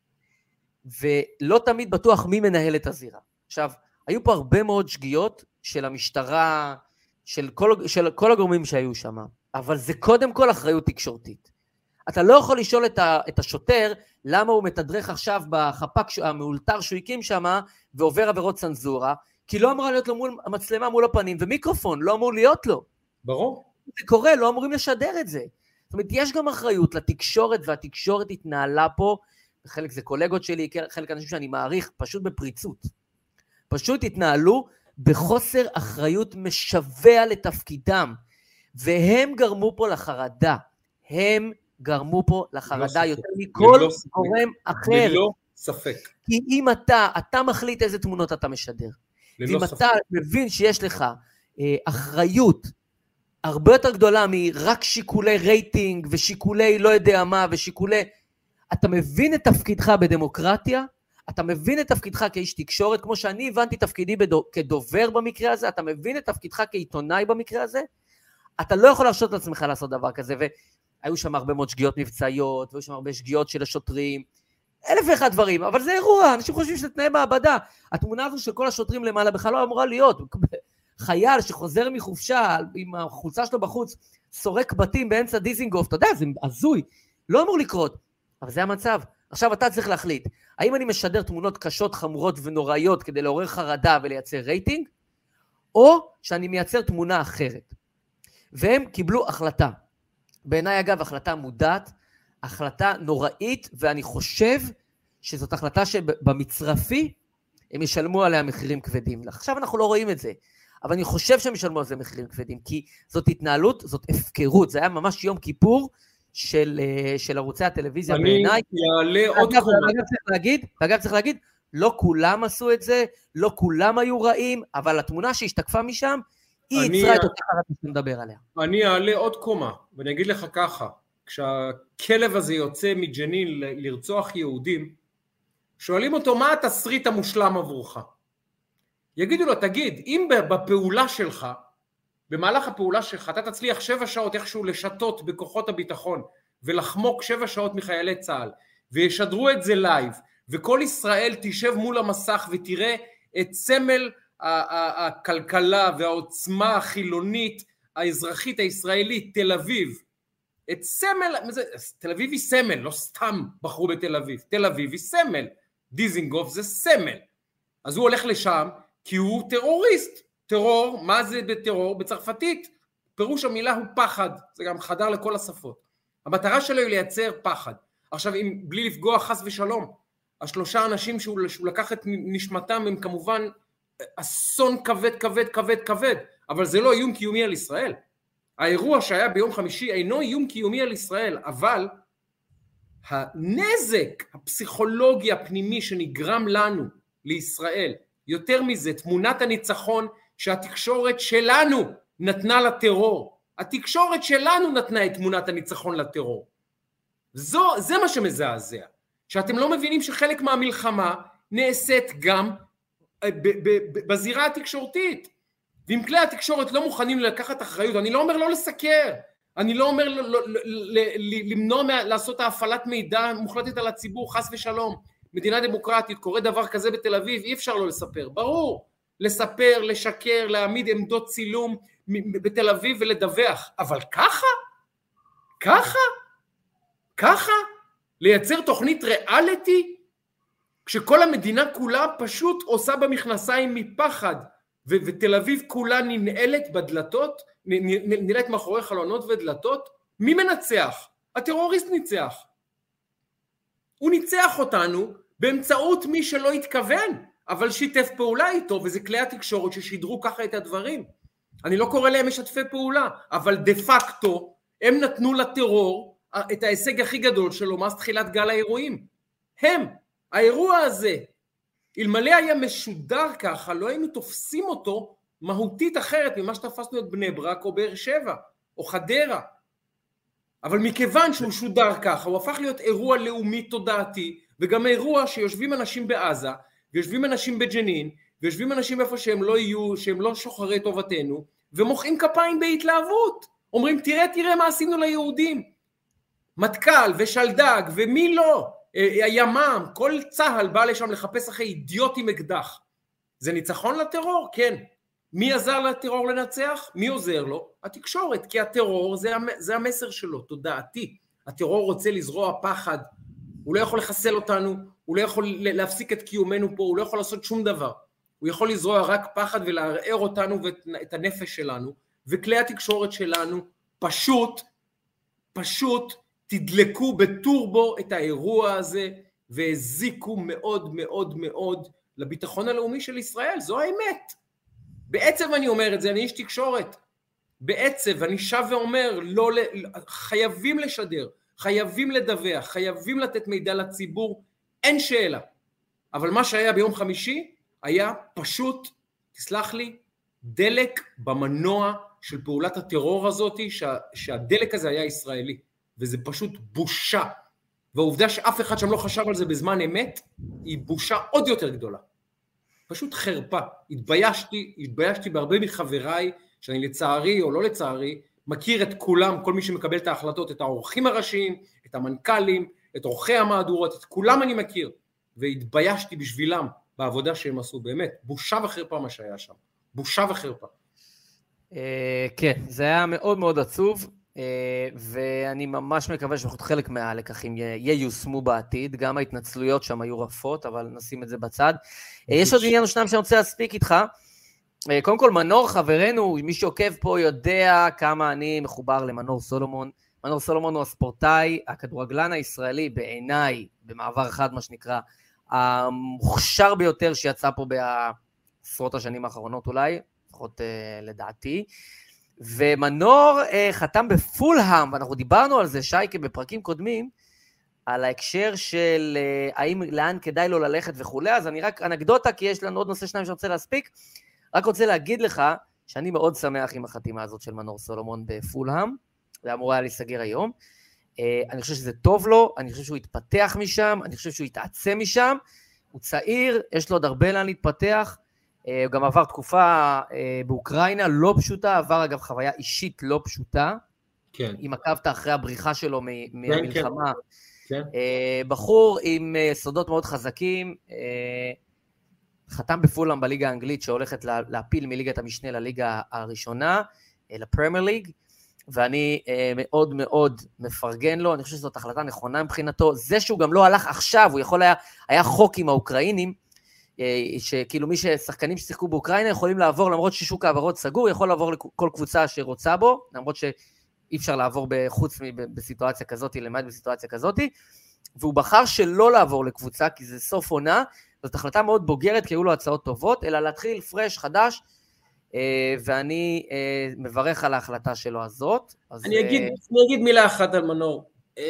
ולא תמיד בטוח מי מנהל את הזירה. עכשיו, היו פה הרבה מאוד שגיאות של המשטרה, של כל, של כל הגורמים שהיו שם, אבל זה קודם כל אחריות תקשורתית. אתה לא יכול לשאול את, ה, את השוטר, למה הוא מתדרך עכשיו בחפ"ק המאולתר שהוא הקים שם, ועובר עבירות צנזורה, כי לא אמורה להיות לו מול המצלמה מול הפנים, ומיקרופון לא אמור להיות לו. ברור. זה קורה, לא אמורים לשדר את זה. זאת אומרת, יש גם אחריות לתקשורת, והתקשורת התנהלה פה, חלק זה קולגות שלי, חלק אנשים שאני מעריך, פשוט בפריצות. פשוט התנהלו בחוסר אחריות משווה לתפקידם, והם גרמו פה לחרדה. הם גרמו פה לחרדה יותר מכל גורם אחר. ללא ספק. כי אם אתה, אתה מחליט איזה תמונות אתה משדר. ואם אתה מבין שיש לך אה, אחריות הרבה יותר גדולה מרק שיקולי רייטינג ושיקולי לא יודע מה ושיקולי... אתה מבין את תפקידך בדמוקרטיה, אתה מבין את תפקידך כאיש תקשורת, כמו שאני הבנתי תפקידי בדו, כדובר במקרה הזה, אתה מבין את תפקידך כעיתונאי במקרה הזה, אתה לא יכול להרשות לעצמך לעשות דבר כזה, והיו שם הרבה מאוד שגיאות מבצעיות, והיו שם הרבה שגיאות של השוטרים, אלף ואחד דברים, אבל זה אירוע, אנשים חושבים שזה תנאי מעבדה, התמונה הזו של כל השוטרים למעלה בכלל לא אמורה להיות, חייל שחוזר מחופשה עם החולצה שלו בחוץ, סורק בתים באמצע דיזינגוף, אתה יודע, זה הזוי, לא אמור לקרות, אבל זה המצב. עכשיו אתה צריך להחליט, האם אני משדר תמונות קשות, חמורות ונוראיות כדי לעורר חרדה ולייצר רייטינג, או שאני מייצר תמונה אחרת. והם קיבלו החלטה. בעיניי אגב, החלטה מודעת, החלטה נוראית, ואני חושב שזאת החלטה שבמצרפי הם ישלמו עליה מחירים כבדים. עכשיו אנחנו לא רואים את זה, אבל אני חושב שהם ישלמו על זה מחירים כבדים, כי זאת התנהלות, זאת הפקרות, זה היה ממש יום כיפור, של, של ערוצי הטלוויזיה בעיניי. אני יעלה עוד קומה. ואגב צריך להגיד, ואגב צריך להגיד, לא כולם עשו את זה, לא כולם היו רעים, אבל התמונה שהשתקפה משם, היא יצרה את אותה חרדה שמדבר עליה. אני אעלה עוד קומה, ואני אגיד לך ככה, כשהכלב הזה יוצא מג'נין לרצוח יהודים, שואלים אותו, מה התסריט המושלם עבורך? יגידו לו, תגיד, אם בפעולה שלך, במהלך הפעולה שלך, אתה תצליח שבע שעות איכשהו לשתות בכוחות הביטחון, ולחמוק שבע שעות מחיילי צה"ל, וישדרו את זה לייב, וכל ישראל תשב מול המסך ותראה את סמל הכלכלה והעוצמה החילונית, האזרחית הישראלית, תל אביב, את סמל, תל אביב היא סמל, לא סתם בחרו בתל אביב, תל אביב היא סמל, דיזינגוף זה סמל, אז הוא הולך לשם כי הוא טרוריסט, טרור, מה זה בטרור? בצרפתית, פירוש המילה הוא פחד, זה גם חדר לכל השפות, המטרה שלו היא לייצר פחד, עכשיו אם בלי לפגוע חס ושלום, השלושה אנשים שהוא, שהוא לקח את נשמתם הם כמובן אסון כבד כבד כבד כבד, אבל זה לא איום קיומי על ישראל, האירוע שהיה ביום חמישי אינו איום קיומי על ישראל, אבל הנזק הפסיכולוגי הפנימי שנגרם לנו, לישראל, יותר מזה, תמונת הניצחון שהתקשורת שלנו נתנה לטרור, התקשורת שלנו נתנה את תמונת הניצחון לטרור, זו, זה מה שמזעזע, שאתם לא מבינים שחלק מהמלחמה נעשית גם ב- ב- ב- בזירה התקשורתית, ואם כלי התקשורת לא מוכנים לקחת אחריות, אני לא אומר לא לסקר, אני לא אומר לא, לא, לא, למנוע מה, לעשות ההפעלת מידע מוחלטת על הציבור, חס ושלום, מדינה דמוקרטית, קורה דבר כזה בתל אביב, אי אפשר לא לספר, ברור, לספר, לשקר, להעמיד עמדות צילום בתל אביב ולדווח, אבל ככה? ככה? ככה? לייצר תוכנית ריאליטי, כשכל המדינה כולה פשוט עושה במכנסיים מפחד, ו- ותל אביב כולה ננעלת בדלתות, ננעלת מאחורי חלונות ודלתות, מי מנצח? הטרוריסט ניצח. הוא ניצח אותנו באמצעות מי שלא התכוון, אבל שיתף פעולה איתו, וזה כלי התקשורת ששידרו ככה את הדברים. אני לא קורא להם משתפי פעולה, אבל דה פקטו הם נתנו לטרור את ההישג הכי גדול שלו מאז תחילת גל האירועים. הם, האירוע הזה, אלמלא היה משודר ככה, לא היינו תופסים אותו מהותית אחרת ממה שתפסנו את בני ברק או באר שבע או חדרה. אבל מכיוון שהוא שודר ככה, הוא הפך להיות אירוע לאומי תודעתי, וגם אירוע שיושבים אנשים בעזה, ויושבים אנשים בג'נין, ויושבים אנשים איפה שהם לא יהיו, שהם לא שוחרי טובתנו, ומוחאים כפיים בהתלהבות. אומרים, תראה, תראה מה עשינו ליהודים. מטכ"ל ושלדג ומי לא, הימ"מ, כל צהל בא לשם לחפש אחרי אידיוטים אקדח. זה ניצחון לטרור? כן. מי עזר לטרור לנצח? מי עוזר לו? התקשורת, כי הטרור זה, זה המסר שלו, תודעתי. הטרור רוצה לזרוע פחד, הוא לא יכול לחסל אותנו, הוא לא יכול להפסיק את קיומנו פה, הוא לא יכול לעשות שום דבר. הוא יכול לזרוע רק פחד ולערער אותנו ואת הנפש שלנו, וכלי התקשורת שלנו פשוט, פשוט תדלקו בטורבו את האירוע הזה, והזיקו מאוד מאוד מאוד לביטחון הלאומי של ישראל, זו האמת. בעצב אני אומר את זה, אני איש תקשורת, בעצב אני שב ואומר, לא, חייבים לשדר, חייבים לדווח, חייבים לתת מידע לציבור, אין שאלה. אבל מה שהיה ביום חמישי, היה פשוט, תסלח לי, דלק במנוע של פעולת הטרור הזאת, שה, שהדלק הזה היה ישראלי, וזה פשוט בושה. והעובדה שאף אחד שם לא חשב על זה בזמן אמת, היא בושה עוד יותר גדולה. פשוט חרפה. התביישתי, התביישתי בהרבה מחבריי, שאני לצערי או לא לצערי, מכיר את כולם, כל מי שמקבל את ההחלטות, את האורחים הראשיים, את המנכ"לים, את אורחי המהדורות, את כולם אני מכיר, והתביישתי בשבילם בעבודה שהם עשו, באמת, בושה וחרפה מה שהיה שם, בושה וחרפה. כן, זה היה מאוד מאוד עצוב, ואני ממש מקווה שלפחות חלק מהלקחים ייושמו בעתיד, גם ההתנצלויות שם היו רפות, אבל נשים את זה בצד. יש עוד עניין או שניים שאני רוצה להספיק איתך, קודם כל מנור חברנו, מי שעוקב פה יודע כמה אני מחובר למנור סולומון, מנור סולומון הוא הספורטאי, הכדורגלן הישראלי בעיניי, במעבר אחד מה שנקרא, המוכשר ביותר שיצא פה בעשרות השנים האחרונות אולי, לפחות uh, לדעתי, ומנור uh, חתם בפולהאם, ואנחנו דיברנו על זה שייקה בפרקים קודמים, על ההקשר של uh, האם לאן כדאי לו ללכת וכו', אז אני רק אנקדוטה, כי יש לנו עוד נושא שניים שרוצה להספיק, רק רוצה להגיד לך שאני מאוד שמח עם החתימה הזאת של מנור סולומון בפולהאם, זה אמור היה להיסגר היום, uh, אני חושב שזה טוב לו, אני חושב שהוא יתפתח משם, אני חושב שהוא יתעצם משם, הוא צעיר, יש לו עוד הרבה לאן להתפתח, הוא גם עבר תקופה באוקראינה לא פשוטה, עבר אגב חוויה אישית לא פשוטה, כן. אם עקבת אחרי הבריחה שלו מהמלחמה. כן. בחור עם סודות מאוד חזקים, חתם בפולאם בליגה האנגלית, שהולכת להפיל מליגת המשנה לליגה הראשונה, לפרמייר ליג, ואני מאוד מאוד מפרגן לו, אני חושב שזאת החלטה נכונה מבחינתו, זה שהוא גם לא הלך עכשיו, הוא יכול היה, היה חוק עם האוקראינים, שכאילו מי ששחקנים ששיחקו באוקראינה יכולים לעבור, למרות ששוק העברות סגור, יכול לעבור לכל קבוצה שרוצה בו, למרות שאי אפשר לעבור בחוץ בסיטואציה כזאת, למעט בסיטואציה כזאת, והוא בחר שלא לעבור לקבוצה, כי זה סוף עונה, זאת החלטה מאוד בוגרת, כי היו לו הצעות טובות, אלא להתחיל פרש, חדש, ואני מברך על ההחלטה שלו הזאת. אני אגיד, אני אגיד מילה אחת על מנור.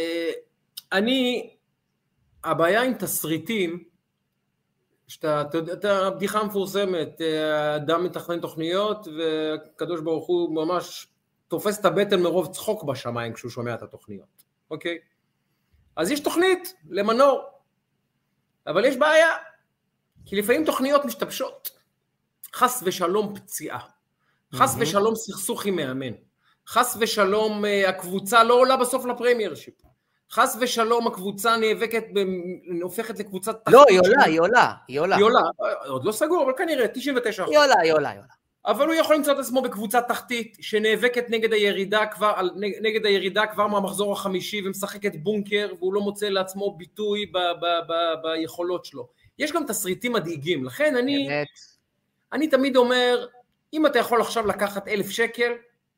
אני, הבעיה עם תסריטים, שאתה, אתה הבדיחה המפורסמת, אדם מתכנן תוכניות, והקדוש ברוך הוא ממש תופס את הבטן מרוב צחוק בשמיים כשהוא שומע את התוכניות, אוקיי? אז יש תוכנית למנור, אבל יש בעיה, כי לפעמים תוכניות משתבשות, חס ושלום פציעה, חס ושלום סכסוך עם מאמן, חס ושלום הקבוצה לא עולה בסוף לפרמיירשיפ, חס ושלום הקבוצה נאבקת, הופכת לקבוצת תחתית. לא, היא עולה, היא עולה, היא עולה. היא עולה, עוד לא סגור, אבל כנראה, תשעים ותשע אחוז. היא עולה, היא עולה, היא עולה. אבל הוא יכול למצוא את עצמו בקבוצה תחתית, שנאבקת נגד הירידה כבר, נגד הירידה כבר מהמחזור החמישי, ומשחקת בונקר, והוא לא מוצא לעצמו ביטוי ב, ב, ב, ביכולות שלו. יש גם תסריטים מדאיגים, לכן אני, אני תמיד אומר, אם אתה יכול עכשיו לקחת אלף שקל,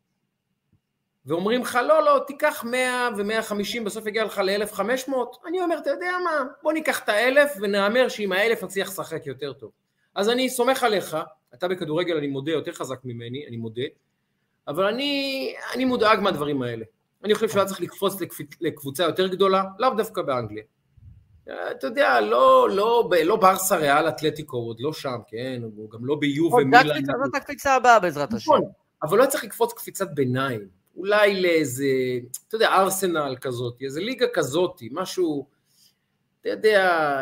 ואומרים לך, לא, לא, תיקח מאה ומאה וחמישים, בסוף יגיע לך ל-אלף וחמש מאות, אני אומר, אתה יודע מה, בוא ניקח את האלף, ונאמר שעם האלף נצליח לשחק יותר טוב. אז אני סומך עליך, אתה בכדורגל, אני מודה, יותר חזק ממני, אני מודה, אבל אני, אני מודאג מהדברים האלה. אני חושב שהוא צריך לקפוץ לקבוצה יותר גדולה, לאו דווקא באנגליה. אתה יודע, לא, לא, לא ברסה ריאל אתלטיקו, עוד לא שם, כן, הוא גם לא ביוב ומילאן. זאת הקפיצה הבאה בעזרת השם. אבל לא צריך לקפוץ קפיצת ביניים, אולי לאיזה, אתה יודע, ארסנל כזאת, איזה ליגה כזאת, משהו, אתה יודע...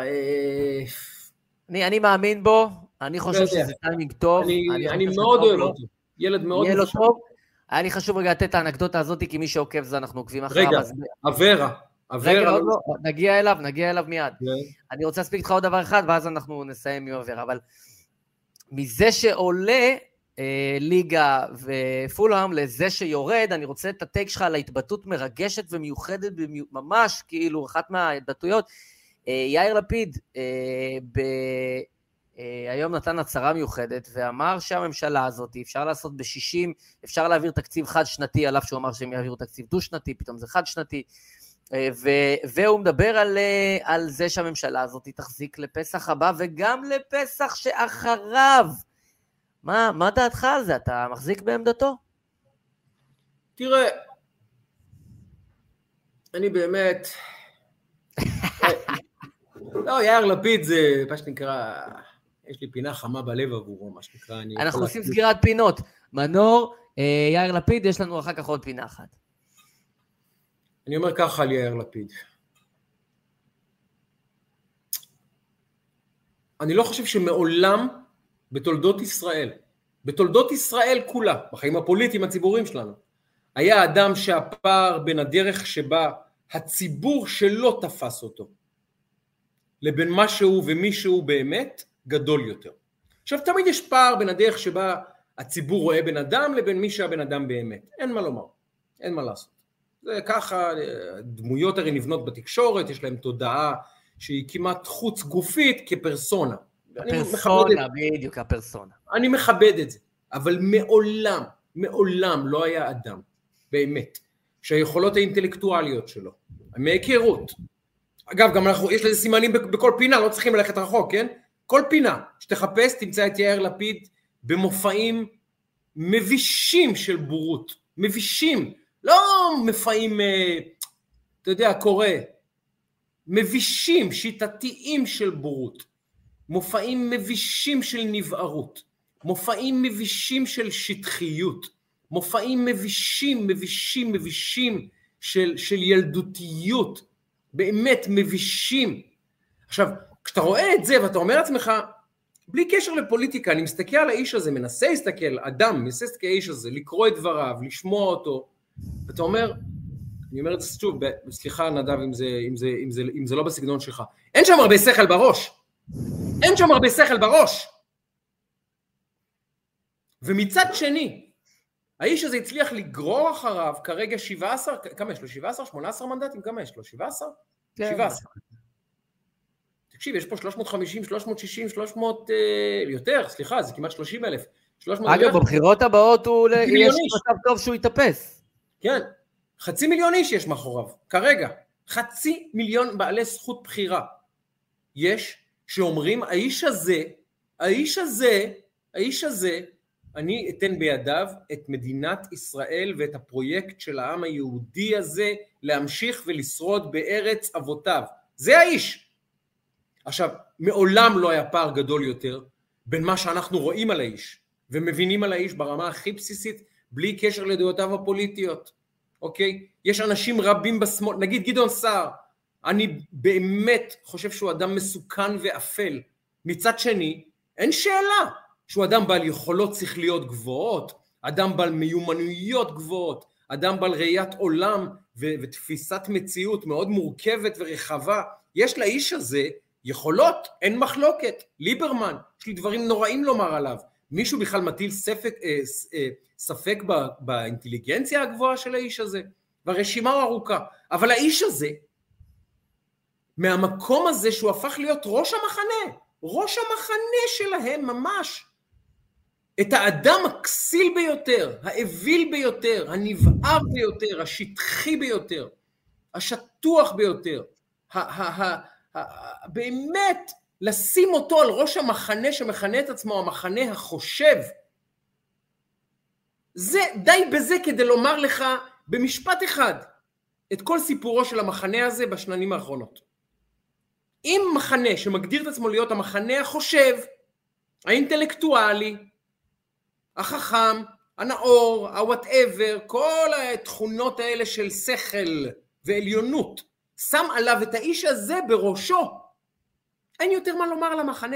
אני, אני מאמין בו, אני חושב שזה טיימינג טוב. אני, אני, אני מאוד אוהב אותו, ילד מאוד טוב. היה לי חשוב רגע לתת את האנקדוטה הזאת, כי מי שעוקב זה אנחנו עוקבים אחריו. רגע, אברה. רגע, לא, נגיע אליו, נגיע אליו מיד. אני רוצה להספיק לך עוד דבר אחד, ואז אנחנו נסיים עם אברה, אבל מזה שעולה ליגה ופולהאם לזה שיורד, אני רוצה את הטייק שלך על ההתבטאות מרגשת ומיוחדת, ממש כאילו אחת מההתבטאויות, יאיר לפיד היום נתן הצהרה מיוחדת, ואמר שהממשלה הזאת אפשר לעשות ב-שישים, אפשר להעביר תקציב חד שנתי, עליו שהוא אמר שהם יעבירו תקציב דו שנתי, פתאום זה חד שנתי, והוא מדבר על, על זה שהממשלה הזאת תחזיק לפסח הבא, וגם לפסח שאחריו. מה, מה דעתך על זה? אתה מחזיק בעמדתו? תראה, אני באמת... לא, יאיר לפיד זה, מה שנקרא, יש לי פינה חמה בלב עבורו, מה שנקרא. אנחנו עושים סגירת פינות. מנור, יאיר לפיד, יש לנו אחר כך עוד פינה אחת. אני אומר ככה על יאיר לפיד. אני לא חושב שמעולם בתולדות ישראל, בתולדות ישראל כולה, בחיים הפוליטיים הציבוריים שלנו, היה אדם שהפער בין הדרך שבה הציבור שלא תפס אותו, לבין מה שהוא ומי שהוא באמת, גדול יותר. עכשיו, תמיד יש פער בין הדרך שבה הציבור רואה בן אדם, לבין מי שהבן אדם באמת. אין מה לומר, אין מה לעשות. זה ככה, דמויות הרי נבנות בתקשורת, יש להם תודעה שהיא כמעט חוץ גופית כפרסונה. הפרסונה, בדיוק, הפרסונה. אני מכבד את זה, אבל מעולם, מעולם לא היה אדם, באמת, שהיכולות האינטלקטואליות שלו, מהיכרות, אגב, גם אנחנו, יש לזה סימנים בכל פינה, לא צריכים ללכת רחוק, כן? כל פינה שתחפש, תמצא את יאיר לפיד במופעים מבישים של בורות, מבישים, לא מופעים, אתה יודע, קורא, מבישים, שיטתיים של בורות, מופעים מבישים של נבערות, מופעים מבישים של שטחיות, מופעים מבישים, מבישים, מבישים של, של ילדותיות, באמת מבישים. עכשיו, כשאתה רואה את זה ואתה אומר לעצמך, בלי קשר לפוליטיקה, אני מסתכל על האיש הזה, מנסה להסתכל, אדם, מנסה להסתכל על האיש הזה, לקרוא את דבריו, לשמוע אותו, ואתה אומר, אני אומר את זה שוב, סליחה נדב אם זה, אם זה, אם זה, אם זה לא בסגנון שלך, אין שם הרבה שכל בראש, אין שם הרבה שכל בראש. ומצד שני, האיש הזה הצליח לגרור אחריו כרגע שבע עשרה, כמה יש לו? שבע עשרה, שמונה עשרה מנדטים? כמה יש לו? שבע עשרה? שבע עשרה. תקשיב, יש פה שלוש מאות וחמישים, שלוש מאות ושישים, שלוש מאות יותר, סליחה, זה כמעט שלושים אלף. אגב, בבחירות הבאות הוא יש מצב טוב שהוא יתאפס. כן, חצי מיליון איש יש מאחוריו, כרגע. חצי מיליון בעלי זכות בחירה. יש שאומרים, האיש הזה, האיש הזה, האיש הזה, אני אתן בידיו את מדינת ישראל ואת הפרויקט של העם היהודי הזה להמשיך ולשרוד בארץ אבותיו. זה האיש. עכשיו, מעולם לא היה פער גדול יותר בין מה שאנחנו רואים על האיש ומבינים על האיש ברמה הכי בסיסית, בלי קשר לדעותיו הפוליטיות. אוקיי? יש אנשים רבים בשמאל, נגיד גדעון סער, אני באמת חושב שהוא אדם מסוכן ואפל. מצד שני, אין שאלה שהוא אדם בעל יכולות שכליות גבוהות, אדם בעל מיומנויות גבוהות, אדם בעל ראיית עולם ו- ותפיסת מציאות מאוד מורכבת ורחבה. יש לאיש הזה יכולות, אין מחלוקת. ליברמן, יש לי דברים נוראים לומר עליו. מישהו בכלל מטיל ספק, אה, אה, ספק ב- באינטליגנציה הגבוהה של האיש הזה? והרשימה ארוכה. אבל האיש הזה, מהמקום הזה שהוא הפך להיות ראש המחנה, ראש המחנה שלהם ממש, את האדם הכסיל ביותר, האוויל ביותר, הנבער ביותר, השטחי ביותר, השטוח ביותר, באמת לשים אותו על ראש המחנה שמכנה את עצמו המחנה החושב, זה די בזה כדי לומר לך במשפט אחד את כל סיפורו של המחנה הזה בשנים האחרונות. אם מחנה שמגדיר את עצמו להיות המחנה החושב, האינטלקטואלי, החכם, הנאור, ה-whatever, כל התכונות האלה של שכל ועליונות, שם עליו את האיש הזה בראשו, אין יותר מה לומר למחנה.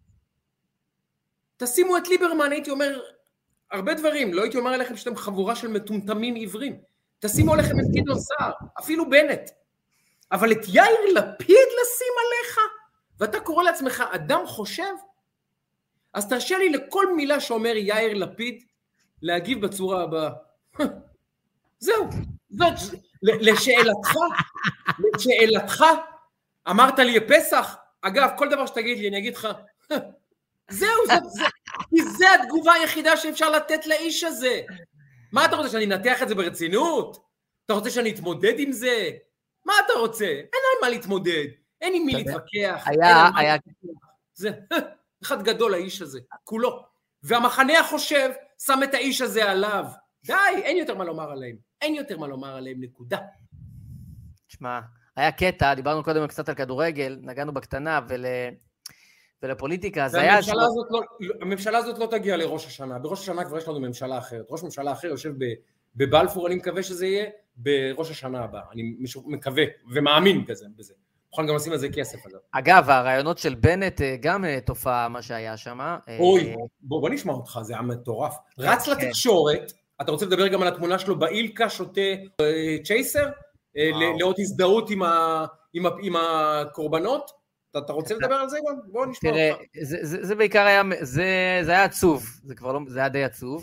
תשימו את ליברמן, הייתי אומר הרבה דברים, לא הייתי אומר עליכם שאתם חבורה של מטומטמים עיוורים, תשימו עליכם את גדעון סער, אפילו בנט, אבל את יאיר לפיד לשים עליך, ואתה קורא לעצמך אדם חושב, אז תרשה לי לכל מילה שאומר יאיר לפיד, להגיב בצורה הבאה. זהו, זאת, לשאלתך, לשאלתך, אמרת לי פסח, אגב, כל דבר שתגיד לי, אני אגיד לך, זהו, זה, זה, כי זה התגובה היחידה שאפשר לתת לאיש הזה. מה אתה רוצה, שאני נתח את זה ברצינות? אתה רוצה שאני אתמודד עם זה? מה אתה רוצה? אין לי מה להתמודד, אין לי מי להתווכח. היה, היה... זה אחד גדול האיש הזה, כולו. והמחנה החושב שם את האיש הזה עליו. די, אין יותר מה לומר עליהם. אין יותר מה לומר עליהם, נקודה. תשמע, היה קטע, דיברנו קודם קצת על כדורגל, נגענו בקטנה ול... ולפוליטיקה, אז היה... הממשלה הזאת לא, הממשלה הזאת לא תגיע לראש השנה. בראש השנה כבר יש לנו ממשלה אחרת. ראש ממשלה אחר יושב בבלפור, אני מקווה שזה יהיה בראש השנה הבאה. אני מקווה ומאמין כזה בזה. מוכן גם לשים על זה כסף. אגב, אגב הרעיונות של בנט גם תופעה מה שהיה שם. אוי, בוא, בוא נשמע אותך, זה היה מטורף. רץ לתקשורת, אתה רוצה לדבר גם על התמונה שלו באילקה, שותה צ'ייסר, לעוד הזדהות עם, ה, עם, ה, עם הקורבנות? אתה, אתה רוצה לדבר על זה גם? בוא נשמע תראה, אותך. זה, זה, זה בעיקר היה, זה, זה היה עצוב, זה כבר לא, זה היה די עצוב.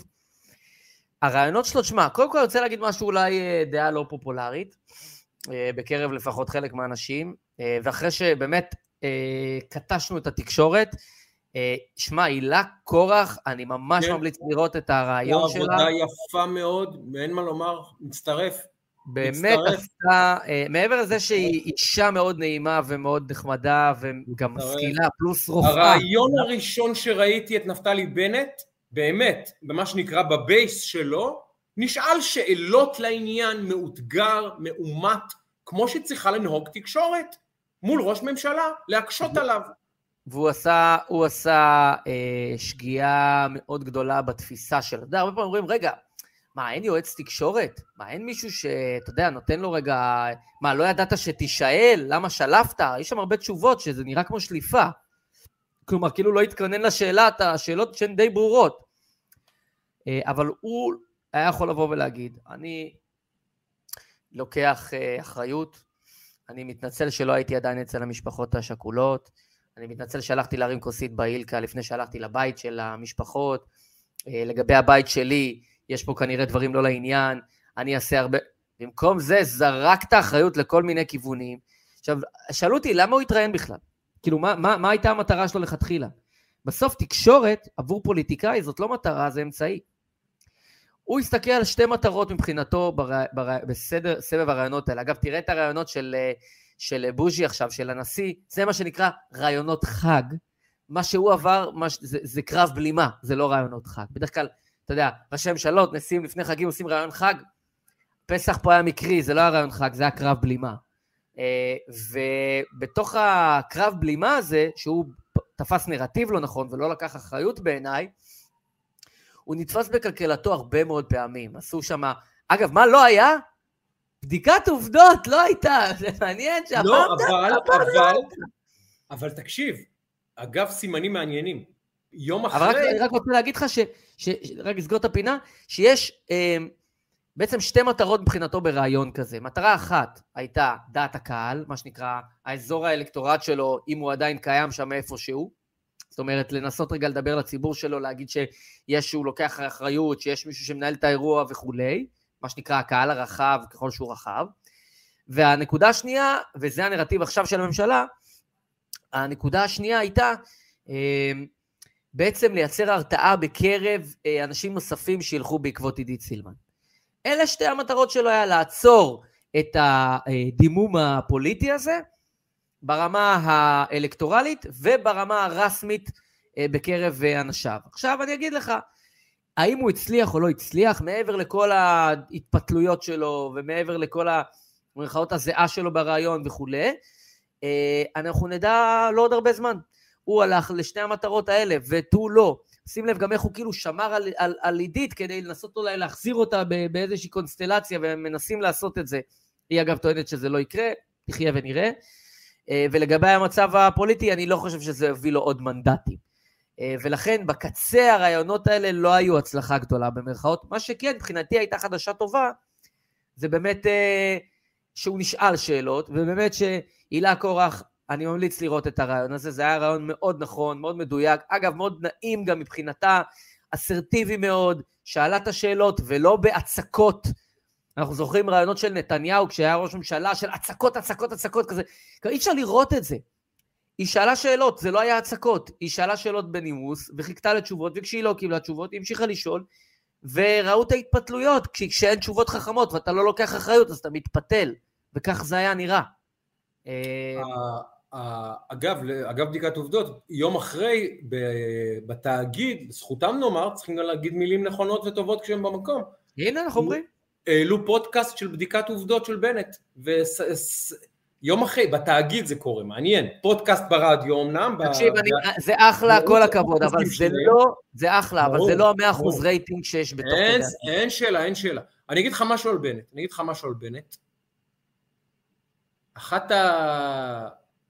הרעיונות שלו, תשמע, קודם כל אני רוצה להגיד משהו אולי דעה לא פופולרית, בקרב לפחות חלק מהאנשים, ואחרי שבאמת קטשנו את התקשורת, שמע, הילה קורח, אני ממש ממליץ לראות את הרעיון שלה. עבודה יפה מאוד, אין מה לומר, מצטרף. באמת עשתה, מעבר לזה שהיא אישה מאוד נעימה ומאוד נחמדה וגם משכילה, פלוס רופאה. הרעיון הראשון שראיתי את נפתלי בנט, באמת, במה שנקרא בבייס שלו, נשאל שאלות לעניין, מאותגר, מאומת, כמו שצריכה לנהוג תקשורת, מול ראש ממשלה, להקשות עליו. והוא עשה, הוא עשה אה, שגיאה מאוד גדולה בתפיסה של, אתה יודע, הרבה פעמים אומרים, רגע, מה, אין יועץ תקשורת? מה, אין מישהו שאתה יודע, נותן לו רגע, מה, לא ידעת שתישאל? למה שלפת? יש שם הרבה תשובות שזה נראה כמו שליפה. כלומר, כאילו לא התכונן לשאלה, השאלות שהן די ברורות. אבל הוא היה יכול לבוא ולהגיד, אני לוקח uh, אחריות, אני מתנצל שלא הייתי עדיין אצל המשפחות השכולות, אני מתנצל שהלכתי להרים כוסית באילקה לפני שהלכתי לבית של המשפחות, uh, לגבי הבית שלי, יש פה כנראה דברים לא לעניין, אני אעשה הרבה, במקום זה זרק את האחריות לכל מיני כיוונים, עכשיו, שאלו אותי, למה הוא התראיין בכלל? כאילו, מה, מה, מה הייתה המטרה שלו לכתחילה? בסוף תקשורת עבור פוליטיקאי זאת לא מטרה, זה אמצעי. הוא הסתכל על שתי מטרות מבחינתו בר... בר... בסדר, סבב הרעיונות האלה. אגב, תראה את הרעיונות של, של בוז'י עכשיו, של הנשיא, זה מה שנקרא רעיונות חג. מה שהוא עבר, מה... זה, זה קרב בלימה, זה לא רעיונות חג. בדרך כלל, אתה יודע, ראשי ממשלות, נשיאים לפני חגים עושים רעיון חג, פסח פה היה מקרי, זה לא היה רעיון חג, זה היה קרב בלימה. ובתוך הקרב בלימה הזה, שהוא תפס נרטיב לא נכון ולא לקח אחריות בעיניי, הוא נתפס בקלקלתו הרבה מאוד פעמים. עשו שם, אגב, מה לא היה? בדיקת עובדות לא הייתה, זה מעניין שהפעם... לא, אבל, אבל, אבל תקשיב, אגב סימנים מעניינים, יום אחרי... אבל רק, אני רק רוצה להגיד לך, ש, ש, רק לסגור את הפינה, שיש אה, בעצם שתי מטרות מבחינתו ברעיון כזה. מטרה אחת הייתה דעת הקהל, מה שנקרא, האזור האלקטורט שלו, אם הוא עדיין קיים שם איפשהו, זאת אומרת, לנסות רגע לדבר לציבור שלו, להגיד שיש שהוא לוקח אחריות, שיש מישהו שמנהל את האירוע וכולי, מה שנקרא הקהל הרחב, ככל שהוא רחב. והנקודה השנייה, וזה הנרטיב עכשיו של הממשלה, הנקודה השנייה הייתה, בעצם לייצר הרתעה בקרב אנשים נוספים שילכו בעקבות עידית סילמן. אלה שתי המטרות שלו היה לעצור את הדימום הפוליטי הזה, ברמה האלקטורלית וברמה הרסמית בקרב אנשיו. עכשיו אני אגיד לך, האם הוא הצליח או לא הצליח, מעבר לכל ההתפתלויות שלו, ומעבר לכל המרכאות הזיעה שלו ברעיון וכו', אנחנו נדע לא עוד הרבה זמן. הוא הלך לשתי המטרות האלה, ותו לא. שים לב גם איך הוא כאילו שמר על, על, על עידית, כדי לנסות אולי להחזיר אותה באיזושהי קונסטלציה, ומנסים לעשות את זה. היא אגב טוענת שזה לא יקרה, תחיה ונראה. ולגבי המצב הפוליטי, אני לא חושב שזה הביא לו עוד מנדטים. ולכן בקצה הרעיונות האלה לא היו הצלחה גדולה במרכאות. מה שכן, מבחינתי הייתה חדשה טובה, זה באמת שהוא נשאל שאלות, ובאמת שהילה קורח, אני ממליץ לראות את הרעיון הזה, זה היה רעיון מאוד נכון, מאוד מדויק, אגב מאוד נעים גם מבחינתה, אסרטיבי מאוד, שאלה את השאלות ולא בהצקות, אנחנו זוכרים רעיונות של נתניהו, כשהיה ראש ממשלה של הצקות, הצקות, הצקות כזה, אי אפשר לראות את זה, היא שאלה שאלות, זה לא היה הצקות, היא שאלה שאלות בנימוס, וחיכתה לתשובות, וכשהיא לא קיבלה תשובות, היא המשיכה לשאול, וראו את ההתפתלויות, כשאין תשובות חכמות, ואתה לא לוקח אחריות, אז אתה מתפתל, וכך זה היה נראה. אגב, אגב בדיקת עובדות, יום אחרי בתאגיד, זכותם נאמר, צריכים גם להגיד מילים נכונות וטובות כשהם במקום. הנה אנחנו אומרים. העלו פודקאסט של בדיקת עובדות של בנט, ויום אחרי, בתאגיד זה קורה, מעניין, פודקאסט ברדיו אמנם. תקשיב, זה אחלה, כל הכבוד, אבל זה לא, זה אחלה, אבל זה לא המאה אחוז רייטינג שיש בתוך כדי. אין שאלה, אין שאלה. אני אגיד לך משהו על בנט, אני אגיד לך משהו על בנט. אחת ה...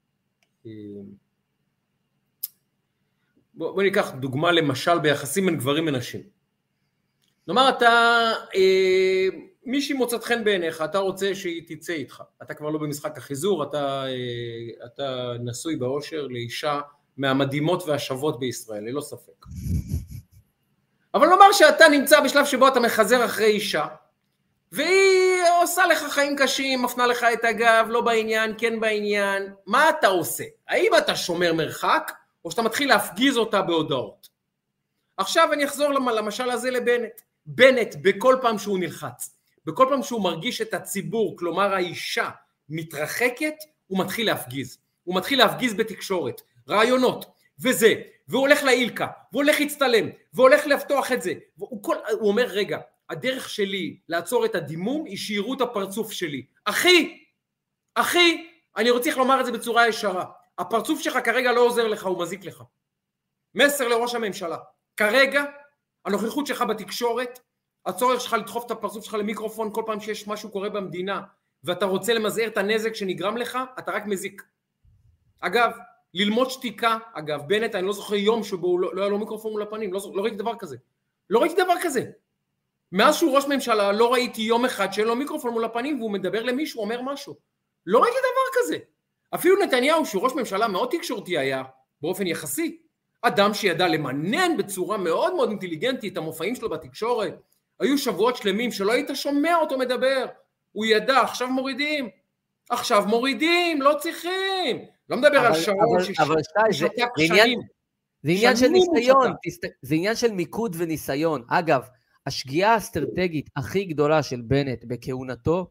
בוא, בוא ניקח דוגמה למשל ביחסים בין גברים ונשים. נאמר אתה, אה, מישהי מוצאת חן בעיניך, אתה רוצה שהיא תצא איתך, אתה כבר לא במשחק החיזור, אתה, אה, אתה נשוי באושר לאישה מהמדהימות והשוות בישראל, ללא ספק. אבל נאמר שאתה נמצא בשלב שבו אתה מחזר אחרי אישה, והיא עושה לך חיים קשים, מפנה לך את הגב, לא בעניין, כן בעניין, מה אתה עושה? האם אתה שומר מרחק, או שאתה מתחיל להפגיז אותה בהודעות? עכשיו אני אחזור למשל הזה לבנט. בנט, בכל פעם שהוא נלחץ, בכל פעם שהוא מרגיש את הציבור, כלומר האישה מתרחקת, הוא מתחיל להפגיז. הוא מתחיל להפגיז בתקשורת, רעיונות, וזה, והוא הולך לאילקה, והוא הולך להצטלם, והוא הולך לפתוח את זה, והוא כל, הוא אומר, רגע, הדרך שלי לעצור את הדימום היא שיראו את הפרצוף שלי. אחי, אחי, אני רוצה לומר את זה בצורה ישרה. הפרצוף שלך כרגע לא עוזר לך, הוא מזיק לך. מסר לראש הממשלה. כרגע, הנוכחות שלך בתקשורת, הצורך שלך לדחוף את הפרצוף שלך למיקרופון כל פעם שיש משהו קורה במדינה, ואתה רוצה למזער את הנזק שנגרם לך, אתה רק מזיק. אגב, ללמוד שתיקה, אגב, בנט, אני לא זוכר יום שבו לא, לא היה לו מיקרופון מול הפנים, לא, לא ראיתי דבר כזה. לא ראיתי דבר כזה. מאז שהוא ראש ממשלה לא ראיתי יום אחד שאין לו מיקרופון מול הפנים והוא מדבר למישהו, אומר משהו. לא ראיתי דבר כזה. אפילו נתניהו, שהוא ראש ממשלה מאוד תקשורתי היה, באופן יחסי, אדם שידע למנן בצורה מאוד מאוד אינטליגנטית את המופעים שלו בתקשורת, היו שבועות שלמים שלא היית שומע אותו מדבר, הוא ידע, עכשיו מורידים, עכשיו מורידים, לא צריכים, לא מדבר אבל, על שרון ששתק שנים. זה עניין של ניסיון, זה עניין של מיקוד וניסיון. אגב, השגיאה האסטרטגית הכי גדולה של בנט בכהונתו,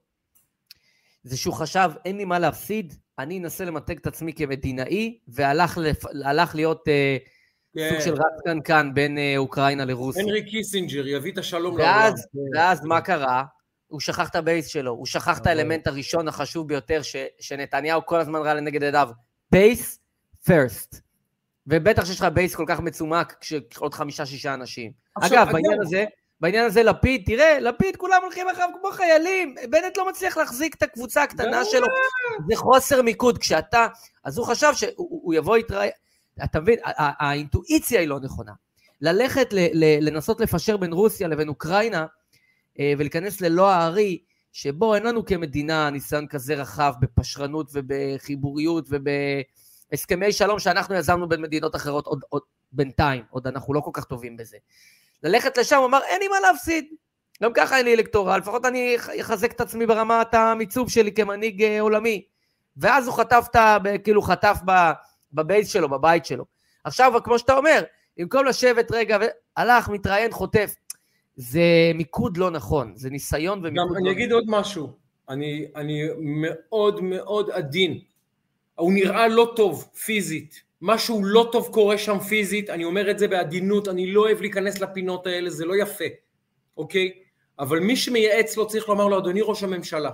זה שהוא חשב, אין לי מה להפסיד, אני אנסה למתג את עצמי כמדינאי, והלך לפ... להיות אה, yeah. סוג של רץ כאן כאן בין אה, אוקראינה לרוסיה. הנרי קיסינג'ר יביא את השלום ואז, לעולם. ואז מה קרה? הוא שכח את הבייס שלו, הוא שכח את האלמנט הראשון החשוב ביותר, ש... שנתניהו כל הזמן ראה לנגד ידיו, בייס first. ובטח שיש לך בייס כל כך מצומק, כשעוד חמישה שישה אנשים. עכשיו, אגב, בעניין הזה... בעניין הזה לפיד, תראה, לפיד כולם הולכים אחריו כמו חיילים, בנט לא מצליח להחזיק את הקבוצה הקטנה שלו, זה חוסר מיקוד, כשאתה, אז הוא חשב שהוא יבוא יתראה, אתה מבין, האינטואיציה היא לא נכונה, ללכת לנסות לפשר בין רוסיה לבין אוקראינה, ולהיכנס ללא הארי, שבו אין לנו כמדינה ניסיון כזה רחב, בפשרנות ובחיבוריות ובהסכמי שלום, שאנחנו יזמנו בין מדינות אחרות עוד, עוד בינתיים, עוד אנחנו לא כל כך טובים בזה. ללכת לשם, הוא אמר, אין לי מה להפסיד. גם ככה אין לי אלקטורל, לפחות אני אחזק את עצמי ברמת המיצוב שלי כמנהיג עולמי. ואז הוא חטף, כאילו חטף בבייס שלו, בבית שלו. עכשיו, כמו שאתה אומר, במקום לשבת רגע, הלך, מתראיין, חוטף. זה מיקוד לא נכון, זה ניסיון ומיקוד לא נכון. אני אגיד עוד משהו, אני, אני מאוד מאוד עדין. הוא נראה לא טוב, פיזית. משהו לא טוב קורה שם פיזית, אני אומר את זה בעדינות, אני לא אוהב להיכנס לפינות האלה, זה לא יפה, אוקיי? אבל מי שמייעץ לו צריך לומר לו, אדוני ראש הממשלה,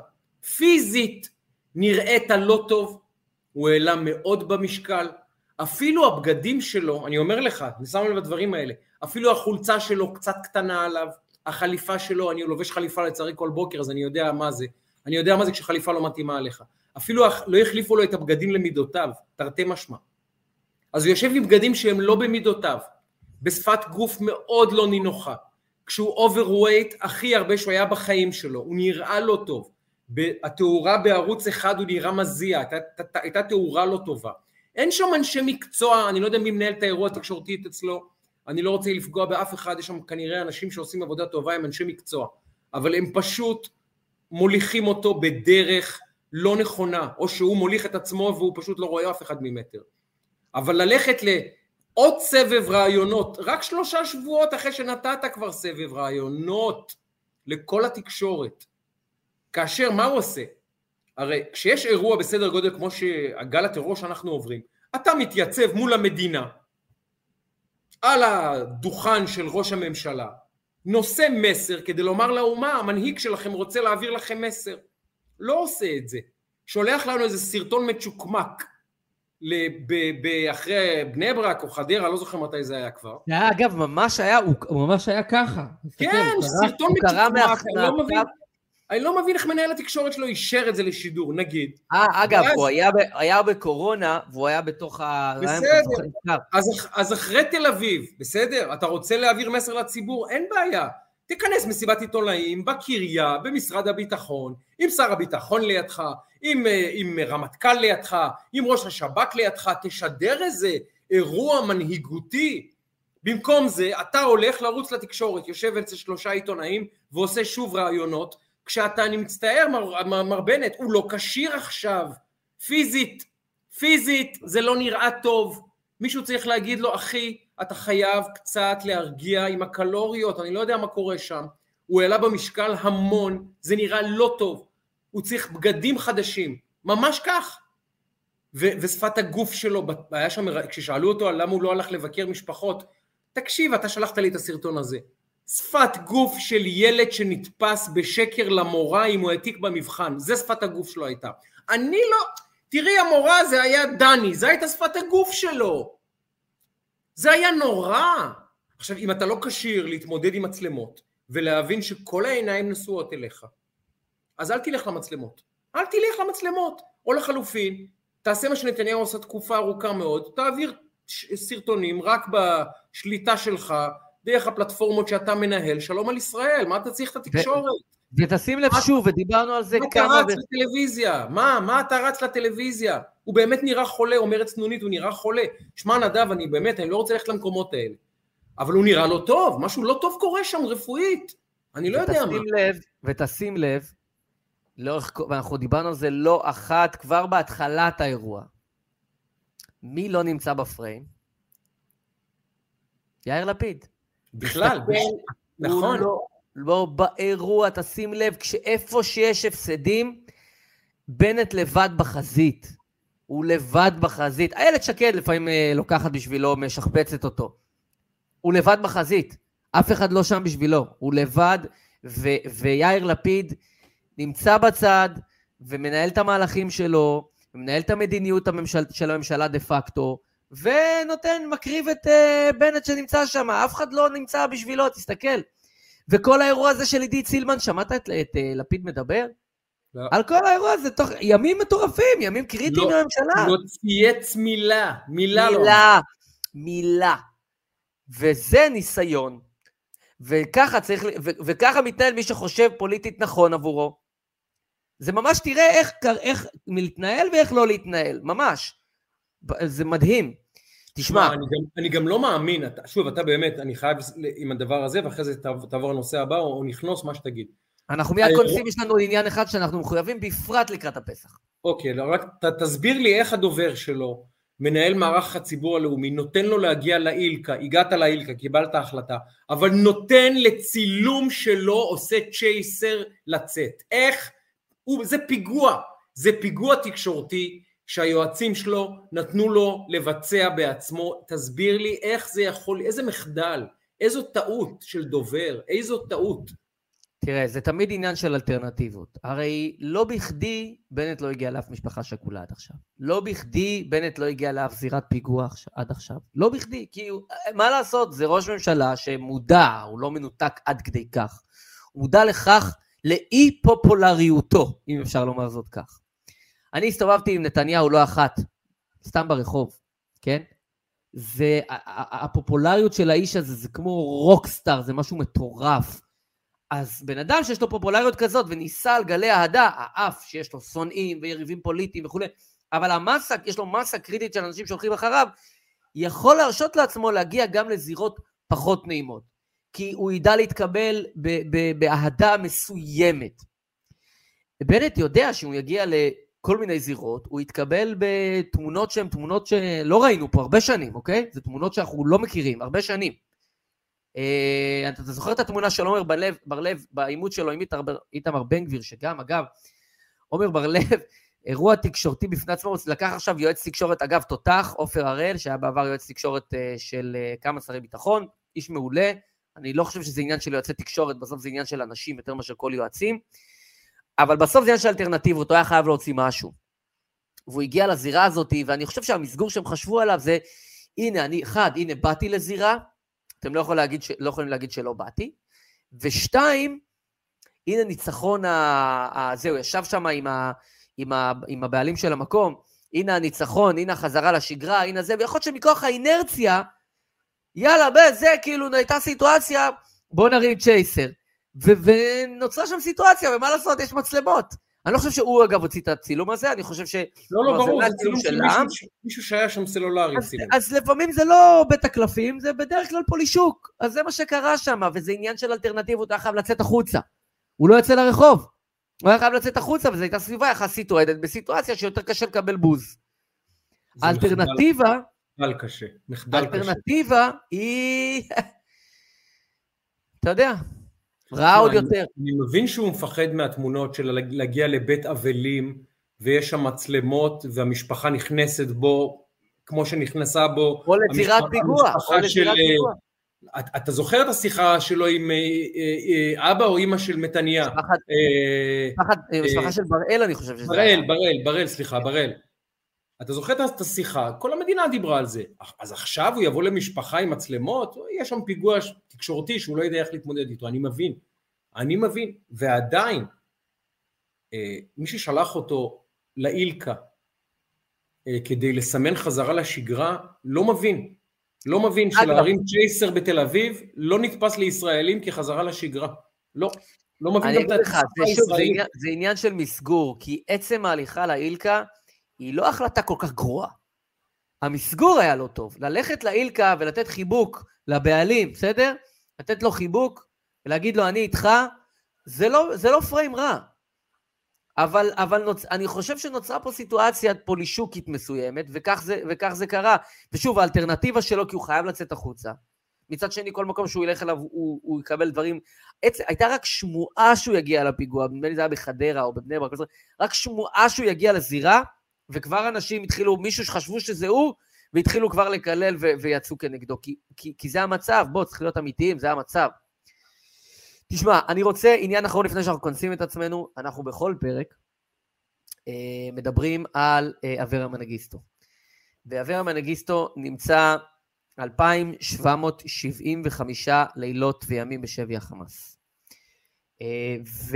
פיזית נראית לא טוב, הוא העלה מאוד במשקל, אפילו הבגדים שלו, אני אומר לך, אני שם לב לדברים האלה, אפילו החולצה שלו קצת קטנה עליו, החליפה שלו, אני לובש חליפה לצערי כל בוקר, אז אני יודע מה זה, אני יודע מה זה כשחליפה לא מתאימה עליך, אפילו לא החליפו לו את הבגדים למידותיו, תרתי משמע. אז הוא יושב עם בגדים שהם לא במידותיו, בשפת גוף מאוד לא נינוחה, כשהוא אוברווייט הכי הרבה שהוא היה בחיים שלו, הוא נראה לא טוב, התאורה בערוץ אחד הוא נראה מזיע, הייתה, הייתה תאורה לא טובה, אין שם אנשי מקצוע, אני לא יודע מי מנהל את האירוע התקשורתית אצלו, אני לא רוצה לפגוע באף אחד, יש שם כנראה אנשים שעושים עבודה טובה, הם אנשי מקצוע, אבל הם פשוט מוליכים אותו בדרך לא נכונה, או שהוא מוליך את עצמו והוא פשוט לא רואה אף אחד ממטר. אבל ללכת לעוד סבב רעיונות, רק שלושה שבועות אחרי שנתת כבר סבב רעיונות לכל התקשורת, כאשר מה הוא עושה? הרי כשיש אירוע בסדר גודל כמו שהגל הטרור שאנחנו עוברים, אתה מתייצב מול המדינה, על הדוכן של ראש הממשלה, נושא מסר כדי לומר לאומה, המנהיג שלכם רוצה להעביר לכם מסר, לא עושה את זה, שולח לנו איזה סרטון מצ'וקמק, אחרי בני ברק או חדרה, לא זוכר מתי זה היה כבר. אגב, ממש היה, הוא ממש היה ככה. כן, סרטון מצ'וקמק, אני לא מבין איך מנהל התקשורת שלו אישר את זה לשידור, נגיד. אגב, הוא היה בקורונה, והוא היה בתוך ה... בסדר, אז אחרי תל אביב, בסדר, אתה רוצה להעביר מסר לציבור, אין בעיה. תיכנס מסיבת עיתונאים, בקריה, במשרד הביטחון, עם שר הביטחון לידך, עם, עם רמטכ"ל לידך, עם ראש השב"כ לידך, תשדר איזה אירוע מנהיגותי. במקום זה, אתה הולך לרוץ לתקשורת, יושב אצל שלושה עיתונאים, ועושה שוב רעיונות, כשאתה, אני מצטער, מר, מר, מר בנט, הוא לא קשיר עכשיו, פיזית, פיזית, זה לא נראה טוב, מישהו צריך להגיד לו, אחי, אתה חייב קצת להרגיע עם הקלוריות, אני לא יודע מה קורה שם, הוא העלה במשקל המון, זה נראה לא טוב, הוא צריך בגדים חדשים, ממש כך, ו- ושפת הגוף שלו, היה שם, כששאלו אותו על למה הוא לא הלך לבקר משפחות, תקשיב, אתה שלחת לי את הסרטון הזה, שפת גוף של ילד שנתפס בשקר למורה אם הוא העתיק במבחן, זה שפת הגוף שלו הייתה, אני לא, תראי המורה זה היה דני, זה הייתה שפת הגוף שלו, זה היה נורא. עכשיו, אם אתה לא קשיר להתמודד עם מצלמות, ולהבין שכל העיניים נשואות אליך, אז אל תלך למצלמות. אל תלך למצלמות. או לחלופין, תעשה מה שנתניהו עושה תקופה ארוכה מאוד, תעביר סרטונים רק בשליטה שלך, דרך הפלטפורמות שאתה מנהל, שלום על ישראל, מה אתה צריך את התקשורת? ותשים לב שוב, ודיברנו על זה כמה... מה אתה רץ לטלוויזיה? מה? מה אתה רץ לטלוויזיה? הוא באמת נראה חולה, אומרת צנונית, הוא נראה חולה. שמע נדב, אני באמת, אני לא רוצה ללכת למקומות האלה. אבל הוא נראה לא טוב, משהו לא טוב קורה שם רפואית. אני לא יודע מה. לב, ותשים לב, ואנחנו דיברנו על זה לא אחת, כבר בהתחלת האירוע. מי לא נמצא בפריים? יאיר לפיד. בכלל, נכון. לא, לא באירוע, תשים לב, כשאיפה שיש הפסדים, בנט לבד בחזית. הוא לבד בחזית. איילת שקד לפעמים לוקחת בשבילו, משכפצת אותו. הוא לבד בחזית. אף אחד לא שם בשבילו. הוא לבד, ו- ויאיר לפיד נמצא בצד, ומנהל את המהלכים שלו, ומנהל את המדיניות הממשל, של הממשלה דה פקטו, ונותן, מקריב את uh, בנט שנמצא שם. אף אחד לא נמצא בשבילו, תסתכל. וכל האירוע הזה של עידית סילמן, שמעת את, את uh, לפיד מדבר? לא. על כל האירוע הזה, תוך ימים מטורפים, ימים קריטיים לא, בממשלה. לא צייץ מילה, מילה, מילה, לא. מילה. וזה ניסיון. וככה צריך, ו, וככה מתנהל מי שחושב פוליטית נכון עבורו. זה ממש תראה איך, איך להתנהל ואיך לא להתנהל, ממש. זה מדהים. תשמע. אני גם, אני גם לא מאמין, אתה, שוב, אתה באמת, אני חייב עם הדבר הזה, ואחרי זה תעבור לנושא הבא, או, או נכנוס מה שתגיד. אנחנו מיד קונסים, יש לנו עניין אחד שאנחנו מחויבים בפרט לקראת הפסח. אוקיי, רק ת, תסביר לי איך הדובר שלו, מנהל מערך הציבור הלאומי, נותן לו להגיע לאילקה, הגעת לאילקה, קיבלת החלטה, אבל נותן לצילום שלו, עושה צ'ייסר לצאת. איך? הוא, זה פיגוע, זה פיגוע תקשורתי, שהיועצים שלו נתנו לו לבצע בעצמו. תסביר לי איך זה יכול, איזה מחדל, איזו טעות של דובר, איזו טעות. תראה, זה תמיד עניין של אלטרנטיבות. הרי לא בכדי בנט לא הגיע לאף משפחה שכולה עד עכשיו. לא בכדי בנט לא הגיע לאף זירת פיגוע עד עכשיו. לא בכדי, כי הוא, מה לעשות? זה ראש ממשלה שמודע, הוא לא מנותק עד כדי כך. הוא מודע לכך לאי פופולריותו, אם אפשר לומר זאת כך. אני הסתובבתי עם נתניהו לא אחת, סתם ברחוב, כן? זה, הפופולריות של האיש הזה זה כמו רוקסטאר, זה משהו מטורף. אז בן אדם שיש לו פופולריות כזאת וניסה על גלי אהדה, האף שיש לו שונאים ויריבים פוליטיים וכו', אבל המסה, יש לו מסה קריטית של אנשים שהולכים אחריו, יכול להרשות לעצמו להגיע גם לזירות פחות נעימות, כי הוא ידע להתקבל באהדה מסוימת. בנט יודע שהוא יגיע לכל מיני זירות, הוא יתקבל בתמונות שהן תמונות שלא ראינו פה הרבה שנים, אוקיי? זה תמונות שאנחנו לא מכירים, הרבה שנים. אתה זוכר את התמונה של עומר בר-לב, בר-לב בעימות שלו עם איתמר בן גביר, שגם אגב, עומר בר-לב, אירוע תקשורתי בפני עצמו, לקח עכשיו יועץ תקשורת, אגב תותח, עופר הראל, שהיה בעבר יועץ תקשורת של כמה שרי ביטחון, איש מעולה, אני לא חושב שזה עניין של יועצי תקשורת, בסוף זה עניין של אנשים יותר מאשר כל יועצים, אבל בסוף זה עניין של אלטרנטיבות, הוא היה חייב להוציא משהו, והוא הגיע לזירה הזאת, ואני חושב שהמסגור שהם חשבו עליו זה, הנה, אני, אחד, הנה, באתי לזירה, אתם לא יכולים להגיד, ש... לא יכולים להגיד שלא באתי, ושתיים, הנה ניצחון, ה... זהו, ישב שם עם, ה... עם, ה... עם הבעלים של המקום, הנה הניצחון, הנה החזרה לשגרה, הנה זה, ויכול שמכוח האינרציה, יאללה, זה כאילו הייתה סיטואציה, בוא נרים צ'ייסר, ו... ונוצרה שם סיטואציה, ומה לעשות, יש מצלמות. אני לא חושב שהוא אגב הוציא את הצילום הזה, אני חושב ש... לא, לא, ברור, זה צילום של מישהו, מישהו שהיה שם סלולרי. אז, אז לפעמים זה לא בית הקלפים, זה בדרך כלל פולישוק, אז זה מה שקרה שם, וזה עניין של אלטרנטיבות, הוא היה חייב לצאת החוצה. הוא לא יצא לרחוב, הוא היה חייב לצאת החוצה, וזו הייתה סביבה יחסית אוהדת, בסיטואציה שיותר קשה לקבל בוז. האלטרנטיבה... מחדל קשה, מחדל קשה. האלטרנטיבה היא... אתה יודע... רע עוד יותר. אני מבין שהוא מפחד מהתמונות של להגיע לבית אבלים, ויש שם מצלמות, והמשפחה נכנסת בו, כמו שנכנסה בו. או לזירת פיגוע. אתה זוכר את השיחה שלו עם אבא או אמא של מתניה? משפחה של בראל, אני חושב שזה. בראל, בראל, בראל, סליחה, בראל. אתה זוכר את השיחה, כל המדינה דיברה על זה. אז עכשיו הוא יבוא למשפחה עם מצלמות, יש שם פיגוע תקשורתי שהוא לא יודע איך להתמודד איתו, אני מבין. אני מבין, ועדיין, מי ששלח אותו לאילקה, כדי לסמן חזרה לשגרה, לא מבין. לא מבין שלהרים צ'ייסר בתל אביב לא נתפס לישראלים כחזרה לשגרה. לא, לא מבין גם את התפיסה הישראלית. זה עניין של מסגור, כי עצם ההליכה לאילקה היא לא החלטה כל כך גרועה. המסגור היה לא טוב. ללכת לאילקה ולתת חיבוק לבעלים, בסדר? לתת לו חיבוק ולהגיד לו אני איתך, זה לא, זה לא פריים רע. אבל, אבל נוצ... אני חושב שנוצרה פה סיטואציה פולישוקית מסוימת, וכך זה, וכך זה קרה. ושוב, האלטרנטיבה שלו, כי הוא חייב לצאת החוצה. מצד שני, כל מקום שהוא ילך אליו, הוא, הוא יקבל דברים. עצ... הייתה רק שמועה שהוא יגיע לפיגוע, נדמה לי זה היה בחדרה או בבני ברק, רק שמועה שהוא יגיע לזירה, וכבר אנשים התחילו, מישהו שחשבו שזה הוא, והתחילו כבר לקלל ו... ויצאו כנגדו. כי, כי, כי זה המצב, בוא, צריך להיות אמיתיים, זה המצב. תשמע, אני רוצה, עניין אחרון לפני שאנחנו כונסים את עצמנו, אנחנו בכל פרק אה, מדברים על אה, אברה מנגיסטו. ואברה מנגיסטו נמצא אלפיים שבע מאות שבעים וחמישה לילות וימים בשבי החמאס. אה,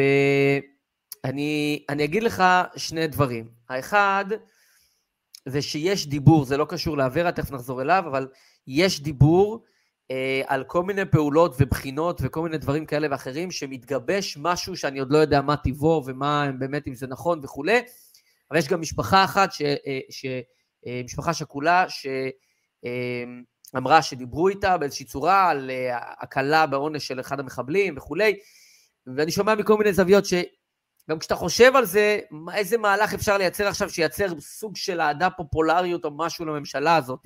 ואני אני אגיד לך שני דברים. האחד, זה שיש דיבור, זה לא קשור לאברה, תכף נחזור אליו, אבל יש דיבור, על כל מיני פעולות ובחינות וכל מיני דברים כאלה ואחרים, שמתגבש משהו שאני עוד לא יודע מה טיבו ומה באמת אם זה נכון וכו'. אבל יש גם משפחה אחת, ש, ש, משפחה שכולה, שאמרה שדיברו איתה באיזושהי צורה על הקלה בעונש של אחד המחבלים וכו'. ואני שומע מכל מיני זוויות שגם כשאתה חושב על זה, איזה מהלך אפשר לייצר עכשיו, שייצר סוג של אהדה פופולריות או משהו לממשלה הזאת,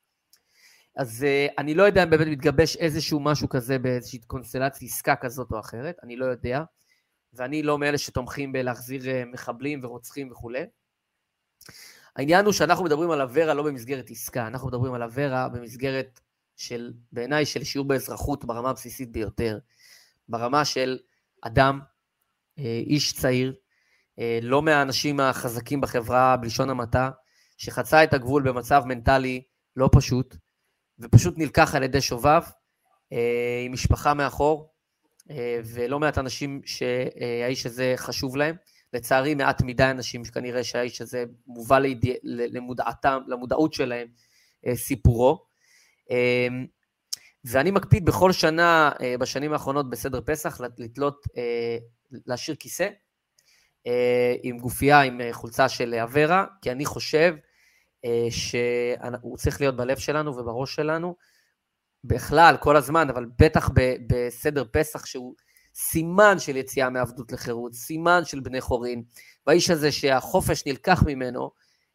אז uh, אני לא יודע אם באמת מתגבש איזשהו משהו כזה באיזושהי קונסטלציה עסקה כזאת או אחרת, אני לא יודע, ואני לא מאלה שתומכים בלהחזיר uh, מחבלים ורוצחים וכו'. העניין הוא שאנחנו מדברים על אברה לא במסגרת עסקה, אנחנו מדברים על אברה במסגרת של, בעיניי, של שיעור באזרחות ברמה הבסיסית ביותר, ברמה של אדם, uh, איש צעיר, uh, לא מהאנשים החזקים בחברה בלשון המעטה, שחצה את הגבול במצב מנטלי לא פשוט, ופשוט נלקח על ידי שובב, אה, עם משפחה מאחור, אה, ולא מעט אנשים שהאיש הזה חשוב להם, לצערי מעט מדי אנשים שכנראה שהאיש הזה מובא לידי, למודעתם, למודעות שלהם, אה, סיפורו, אה, ואני מקפיד בכל שנה, אה, בשנים האחרונות בסדר פסח, לתלות, אה, להשאיר כיסא, אה, עם גופייה, עם חולצה של אברה, כי אני חושב, שהוא צריך להיות בלב שלנו ובראש שלנו, בכלל, כל הזמן, אבל בטח בסדר פסח, שהוא סימן של יציאה מעבדות לחירות, סימן של בני חורין, והאיש הזה שהחופש נלקח ממנו,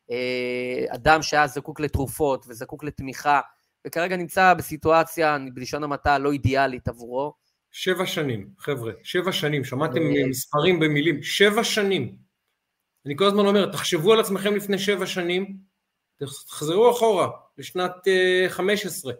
אדם שהיה זקוק לתרופות וזקוק לתמיכה, וכרגע נמצא בסיטואציה, בלשון המעטה, לא אידיאלית עבורו. שבע שנים, חבר'ה, שבע שנים, שמעתם מספרים במילים, שבע שנים. אני כל הזמן אומר, תחשבו על עצמכם לפני שבע שנים, תחזרו אחורה, לשנת חמש עשרה.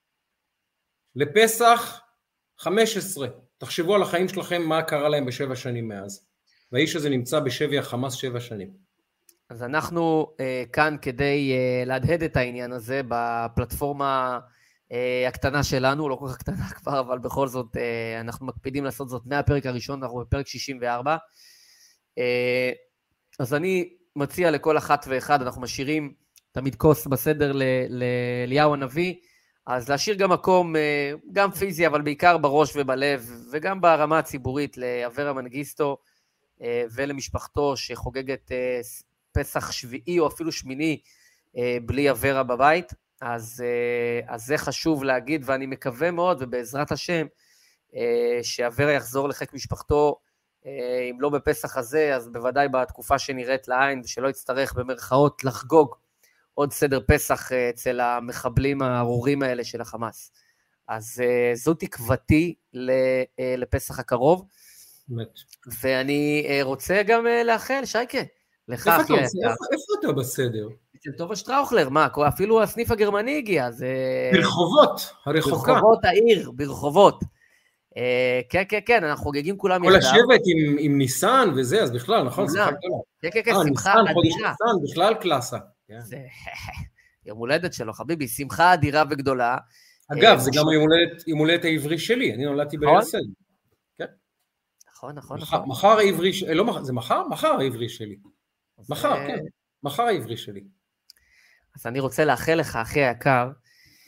לפסח חמש עשרה. תחשבו על החיים שלכם, מה קרה להם בשבע שנים מאז. והאיש הזה נמצא בשבי החמאס שבע שנים. אז אנחנו uh, כאן כדי uh, להדהד את העניין הזה, בפלטפורמה uh, הקטנה שלנו, לא כל כך קטנה כבר, אבל בכל זאת uh, אנחנו מקפידים לעשות זאת מהפרק הראשון, אנחנו בפרק שישים וארבע. Uh, אז אני מציע לכל אחת ואחד, אנחנו משאירים תמיד כוס בסדר לאליהו הנביא, אז להשאיר גם מקום, גם פיזי, אבל בעיקר בראש ובלב, וגם ברמה הציבורית לאברה מנגיסטו, ולמשפחתו שחוגגת פסח שביעי או אפילו שמיני, בלי אברה בבית, אז, אז זה חשוב להגיד, ואני מקווה מאוד, ובעזרת השם, שאברה יחזור לחיק משפחתו, אם לא בפסח הזה, אז בוודאי בתקופה שנראית לעין, ושלא יצטרך במרכאות לחגוג, עוד סדר פסח אצל המחבלים הארורים האלה של החמאס. אז זו תקוותי לפסח הקרוב. באמת. ואני רוצה גם לאחל, שייקה, לך אחי. איפה אתה בסדר? אצל טובה שטראוכלר, מה? אפילו הסניף הגרמני הגיע. ברחובות, הרחוקה. ברחובות העיר, ברחובות. כן, כן, כן, אנחנו חוגגים כולם יחדיו. כל השבט עם ניסן וזה, אז בכלל, נכון? כן, כן, כן, שמחה אדירה. בכלל קלאסה. זה יום הולדת שלו, חביבי, שמחה אדירה וגדולה. אגב, זה גם יום הולדת העברי שלי, אני נולדתי בהרצל. נכון, נכון, נכון. מחר העברי, לא, זה מחר? מחר העברי שלי. מחר, כן, מחר העברי שלי. אז אני רוצה לאחל לך, אחי היקר,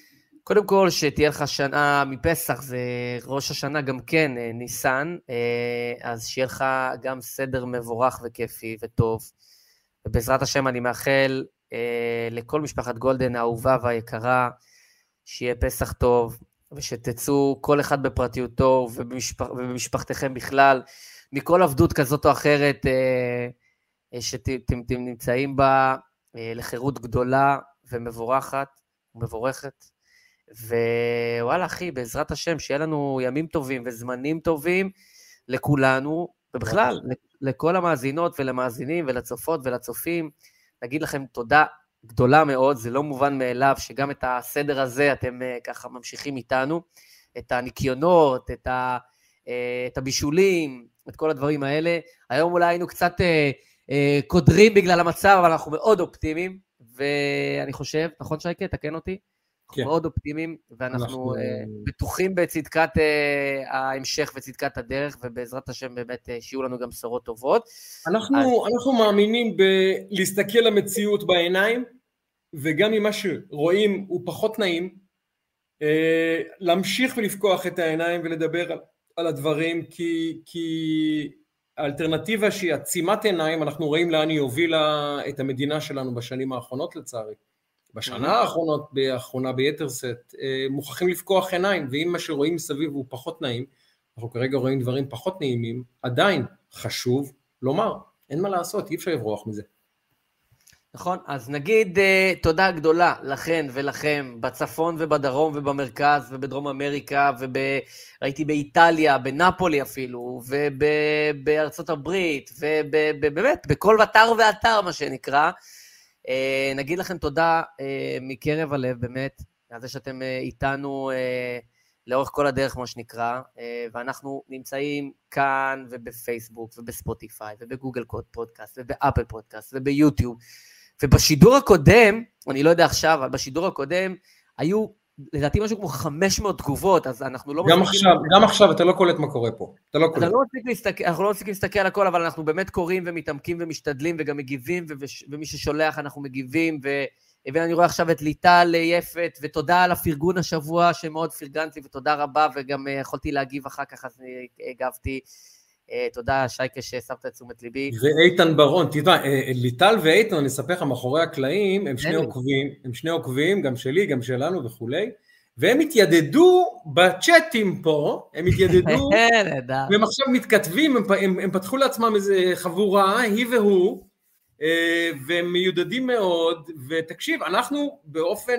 קודם כל, שתהיה לך שנה מפסח, זה ראש השנה גם כן, ניסן, אז שיהיה לך גם סדר מבורך וכיפי וטוב, ובעזרת השם אני מאחל לכל משפחת גולדן האהובה והיקרה, שיהיה פסח טוב, ושתצאו כל אחד בפרטיותו ובמשפח, ובמשפחתכם בכלל, מכל עבדות כזאת או אחרת שאתם נמצאים בה, לחירות גדולה ומבורכת ומבורכת, ווואלה אחי, בעזרת השם, שיהיה לנו ימים טובים וזמנים טובים לכולנו, ובכלל, לכל המאזינות ולמאזינים ולצופות ולצופים, נגיד לכם תודה גדולה מאוד, זה לא מובן מאליו שגם את הסדר הזה אתם ככה ממשיכים איתנו, את הניקיונות, את, ה, את הבישולים, את כל הדברים האלה. היום אולי היינו קצת קודרים בגלל המצב, אבל אנחנו מאוד אופטימיים, ואני חושב, נכון שייקה, תקן אותי? אנחנו כן. מאוד אופטימיים, ואנחנו אנחנו... בטוחים בצדקת ההמשך וצדקת הדרך, ובעזרת השם באמת שיהיו לנו גם בשורות טובות. אנחנו, אז... אנחנו מאמינים בלהסתכל למציאות בעיניים, וגם אם מה שרואים הוא פחות נעים, להמשיך ולפקוח את העיניים ולדבר על, על הדברים, כי, כי האלטרנטיבה שהיא עצימת עיניים, אנחנו רואים לאן היא הובילה את המדינה שלנו בשנים האחרונות לצערי. בשנה האחרונות, באחרונה ביתר סט, מוכרחים לפקוח עיניים, ואם מה שרואים מסביב הוא פחות נעים, אנחנו כרגע רואים דברים פחות נעימים, עדיין חשוב לומר, אין מה לעשות, אי אפשר לברוח מזה. נכון, אז נגיד uh, תודה גדולה לכן ולכם, בצפון ובדרום ובמרכז ובדרום אמריקה, וראיתי באיטליה, בנפולי אפילו, ובארצות הברית, ובאמת, בכל אתר ואתר מה שנקרא, uh, נגיד לכם תודה uh, מקרב הלב באמת, על זה שאתם uh, איתנו uh, לאורך כל הדרך מה שנקרא, uh, ואנחנו נמצאים כאן ובפייסבוק ובספוטיפיי ובגוגל פודקאסט ובאפל פודקאסט וביוטיוב, ובשידור הקודם, אני לא יודע עכשיו, אבל בשידור הקודם, היו, לדעתי משהו כמו חמש מאות תגובות, אז אנחנו לא... גם עכשיו, גם עכשיו, אתה לא קולט מה קורה פה. אתה לא קולט. אנחנו לא מפסיקים להסתכל על הכל, אבל אנחנו באמת קוראים ומתעמקים ומשתדלים, וגם מגיבים, ומי ששולח אנחנו מגיבים, ואני רואה עכשיו את ליטל יפת, ותודה על הפרגון השבוע, שמאוד פרגנתי, ותודה רבה, וגם יכולתי להגיב אחר כך, אז הגבתי. תודה שייקה ששמת את תשומת ליבי. ואיתן ברון, תדע, ליטל ואיתן, אני אספר לך, מאחורי הקלעים, הם שני עוקבים, הם שני עוקבים, גם שלי, גם שלנו וכולי, והם התיידדו בצ'אטים פה, הם התיידדו, והם עכשיו מתכתבים, הם, הם, הם פתחו לעצמם איזה חבורה, היא והוא, והם מיודדים מאוד, ותקשיב, אנחנו באופן,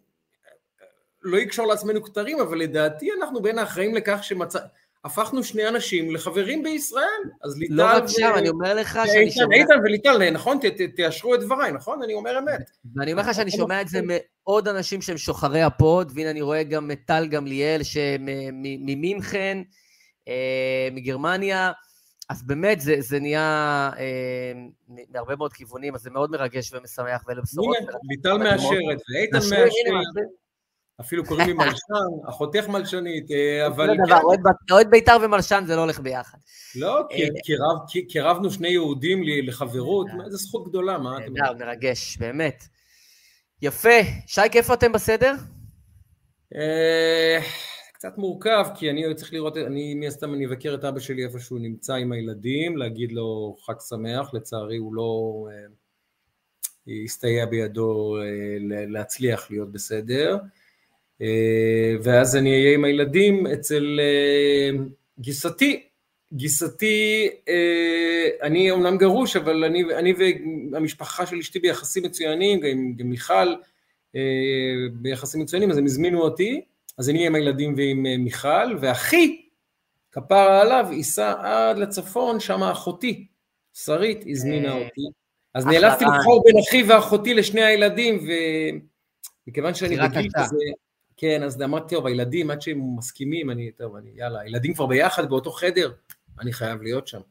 לא יקשור לעצמנו כתרים, אבל לדעתי אנחנו בין האחראים לכך שמצא, הפכנו שני אנשים לחברים בישראל, אז ליטל... לא רק שם, אני אומר לך שאני שומע... איתן וליטל, נכון? תאשרו את דבריי, נכון? אני אומר אמת. ואני אומר לך שאני שומע את זה מעוד אנשים שהם שוחרי הפוד, והנה אני רואה גם את טל גמליאל, ממינכן, מגרמניה, אז באמת זה נהיה מהרבה מאוד כיוונים, אז זה מאוד מרגש ומשמח ולבשורות. הנה, ליטל מאשרת, ואיתן מאשרת. אפילו קוראים לי מלשן, אחותך מלשנית, אבל... אוהד בית"ר ומלשן זה לא הולך ביחד. לא, כי רבנו שני יהודים לחברות, איזו זכות גדולה, מה אתם... מרגש, באמת. יפה. שייק, איפה אתם בסדר? קצת מורכב, כי אני צריך לראות, אני מהסתם אני אבקר את אבא שלי איפה שהוא נמצא עם הילדים, להגיד לו חג שמח, לצערי הוא לא יסתייע בידו להצליח להיות בסדר. ואז אני אהיה עם הילדים אצל גיסתי, גיסתי, אני אומנם גרוש, אבל אני, אני והמשפחה של אשתי ביחסים מצוינים, גם מיכל ביחסים מצוינים, אז הם הזמינו אותי, אז אני אהיה עם הילדים ועם מיכל, ואחי, כפרה עליו, ייסע עד לצפון, שם אחותי, שרית, הזמינה אותי, אז נאלצתי לבחור בין אחי ואחותי לשני הילדים, ומכיוון שאני בגיל כזה, כן, אז אמרתי, טוב, הילדים, עד שהם מסכימים, אני, טוב, אני, יאללה, הילדים כבר ביחד באותו חדר, אני חייב להיות שם.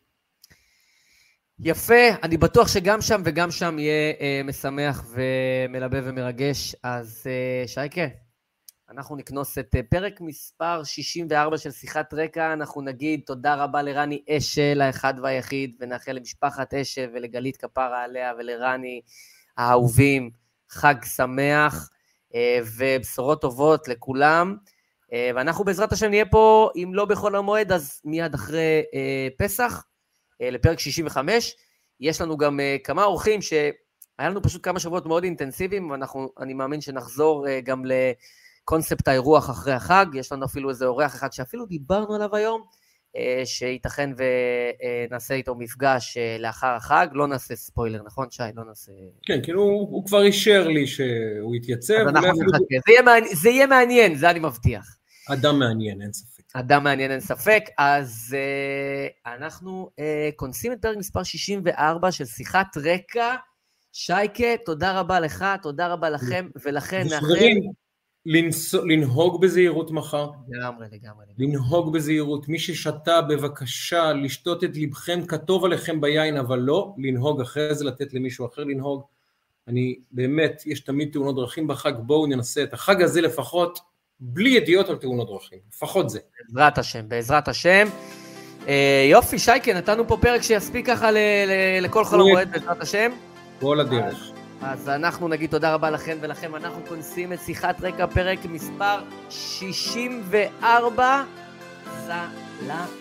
יפה, אני בטוח שגם שם וגם שם יהיה אה, משמח ומלבב ומרגש, אז אה, שייקה, אנחנו נקנוס את אה, פרק מספר שישים וארבע של שיחת רקע, אנחנו נגיד תודה רבה לרני אשל, האחד והיחיד, ונאחל למשפחת אשל ולגלית כפרה עליה ולרני האהובים, חג שמח, ובשורות טובות לכולם, ואנחנו בעזרת השם נהיה פה, אם לא בכל המועד, אז מיד אחרי פסח, לפרק שישים וחמש, יש לנו גם כמה אורחים שהיה לנו פשוט כמה שבועות מאוד אינטנסיביים, ואני מאמין שנחזור גם לקונספט האירוח אחרי החג, יש לנו אפילו איזה אורח אחד שאפילו דיברנו עליו היום, שייתכן ונעשה איתו מפגש לאחר החג, לא נעשה ספוילר, נכון שי? לא נעשה... כן, כאילו הוא כבר אישר לי שהוא יתייצב. אז אנחנו נחכה, זה יהיה מעניין, זה אני מבטיח. אדם מעניין, אין ספק. אדם מעניין, אין ספק, אז אנחנו כונסים את פרק מספר שישים וארבע של שיחת רקע. שייקה, תודה רבה לך, תודה רבה לכם, ולכן נאחל... לנהוג בזהירות מחר. לגמרי, לגמרי. לנהוג בזהירות. מי ששתה בבקשה לשתות את לבכם, כתוב עליכם ביין, אבל לא לנהוג אחרי זה, לתת למישהו אחר לנהוג. אני באמת, יש תמיד תאונות דרכים בחג, בואו ננסה את החג הזה לפחות, בלי ידיעות על תאונות דרכים. לפחות זה. בעזרת השם, בעזרת השם. יופי, שייקה, נתנו פה פרק שיספיק ככה לכל חול המועד, בעזרת השם. כל הדרך. אז אנחנו נגיד תודה רבה לכם ולכם, אנחנו כונסים את שיחת רקע פרק מספר שישים וארבע, סלאם.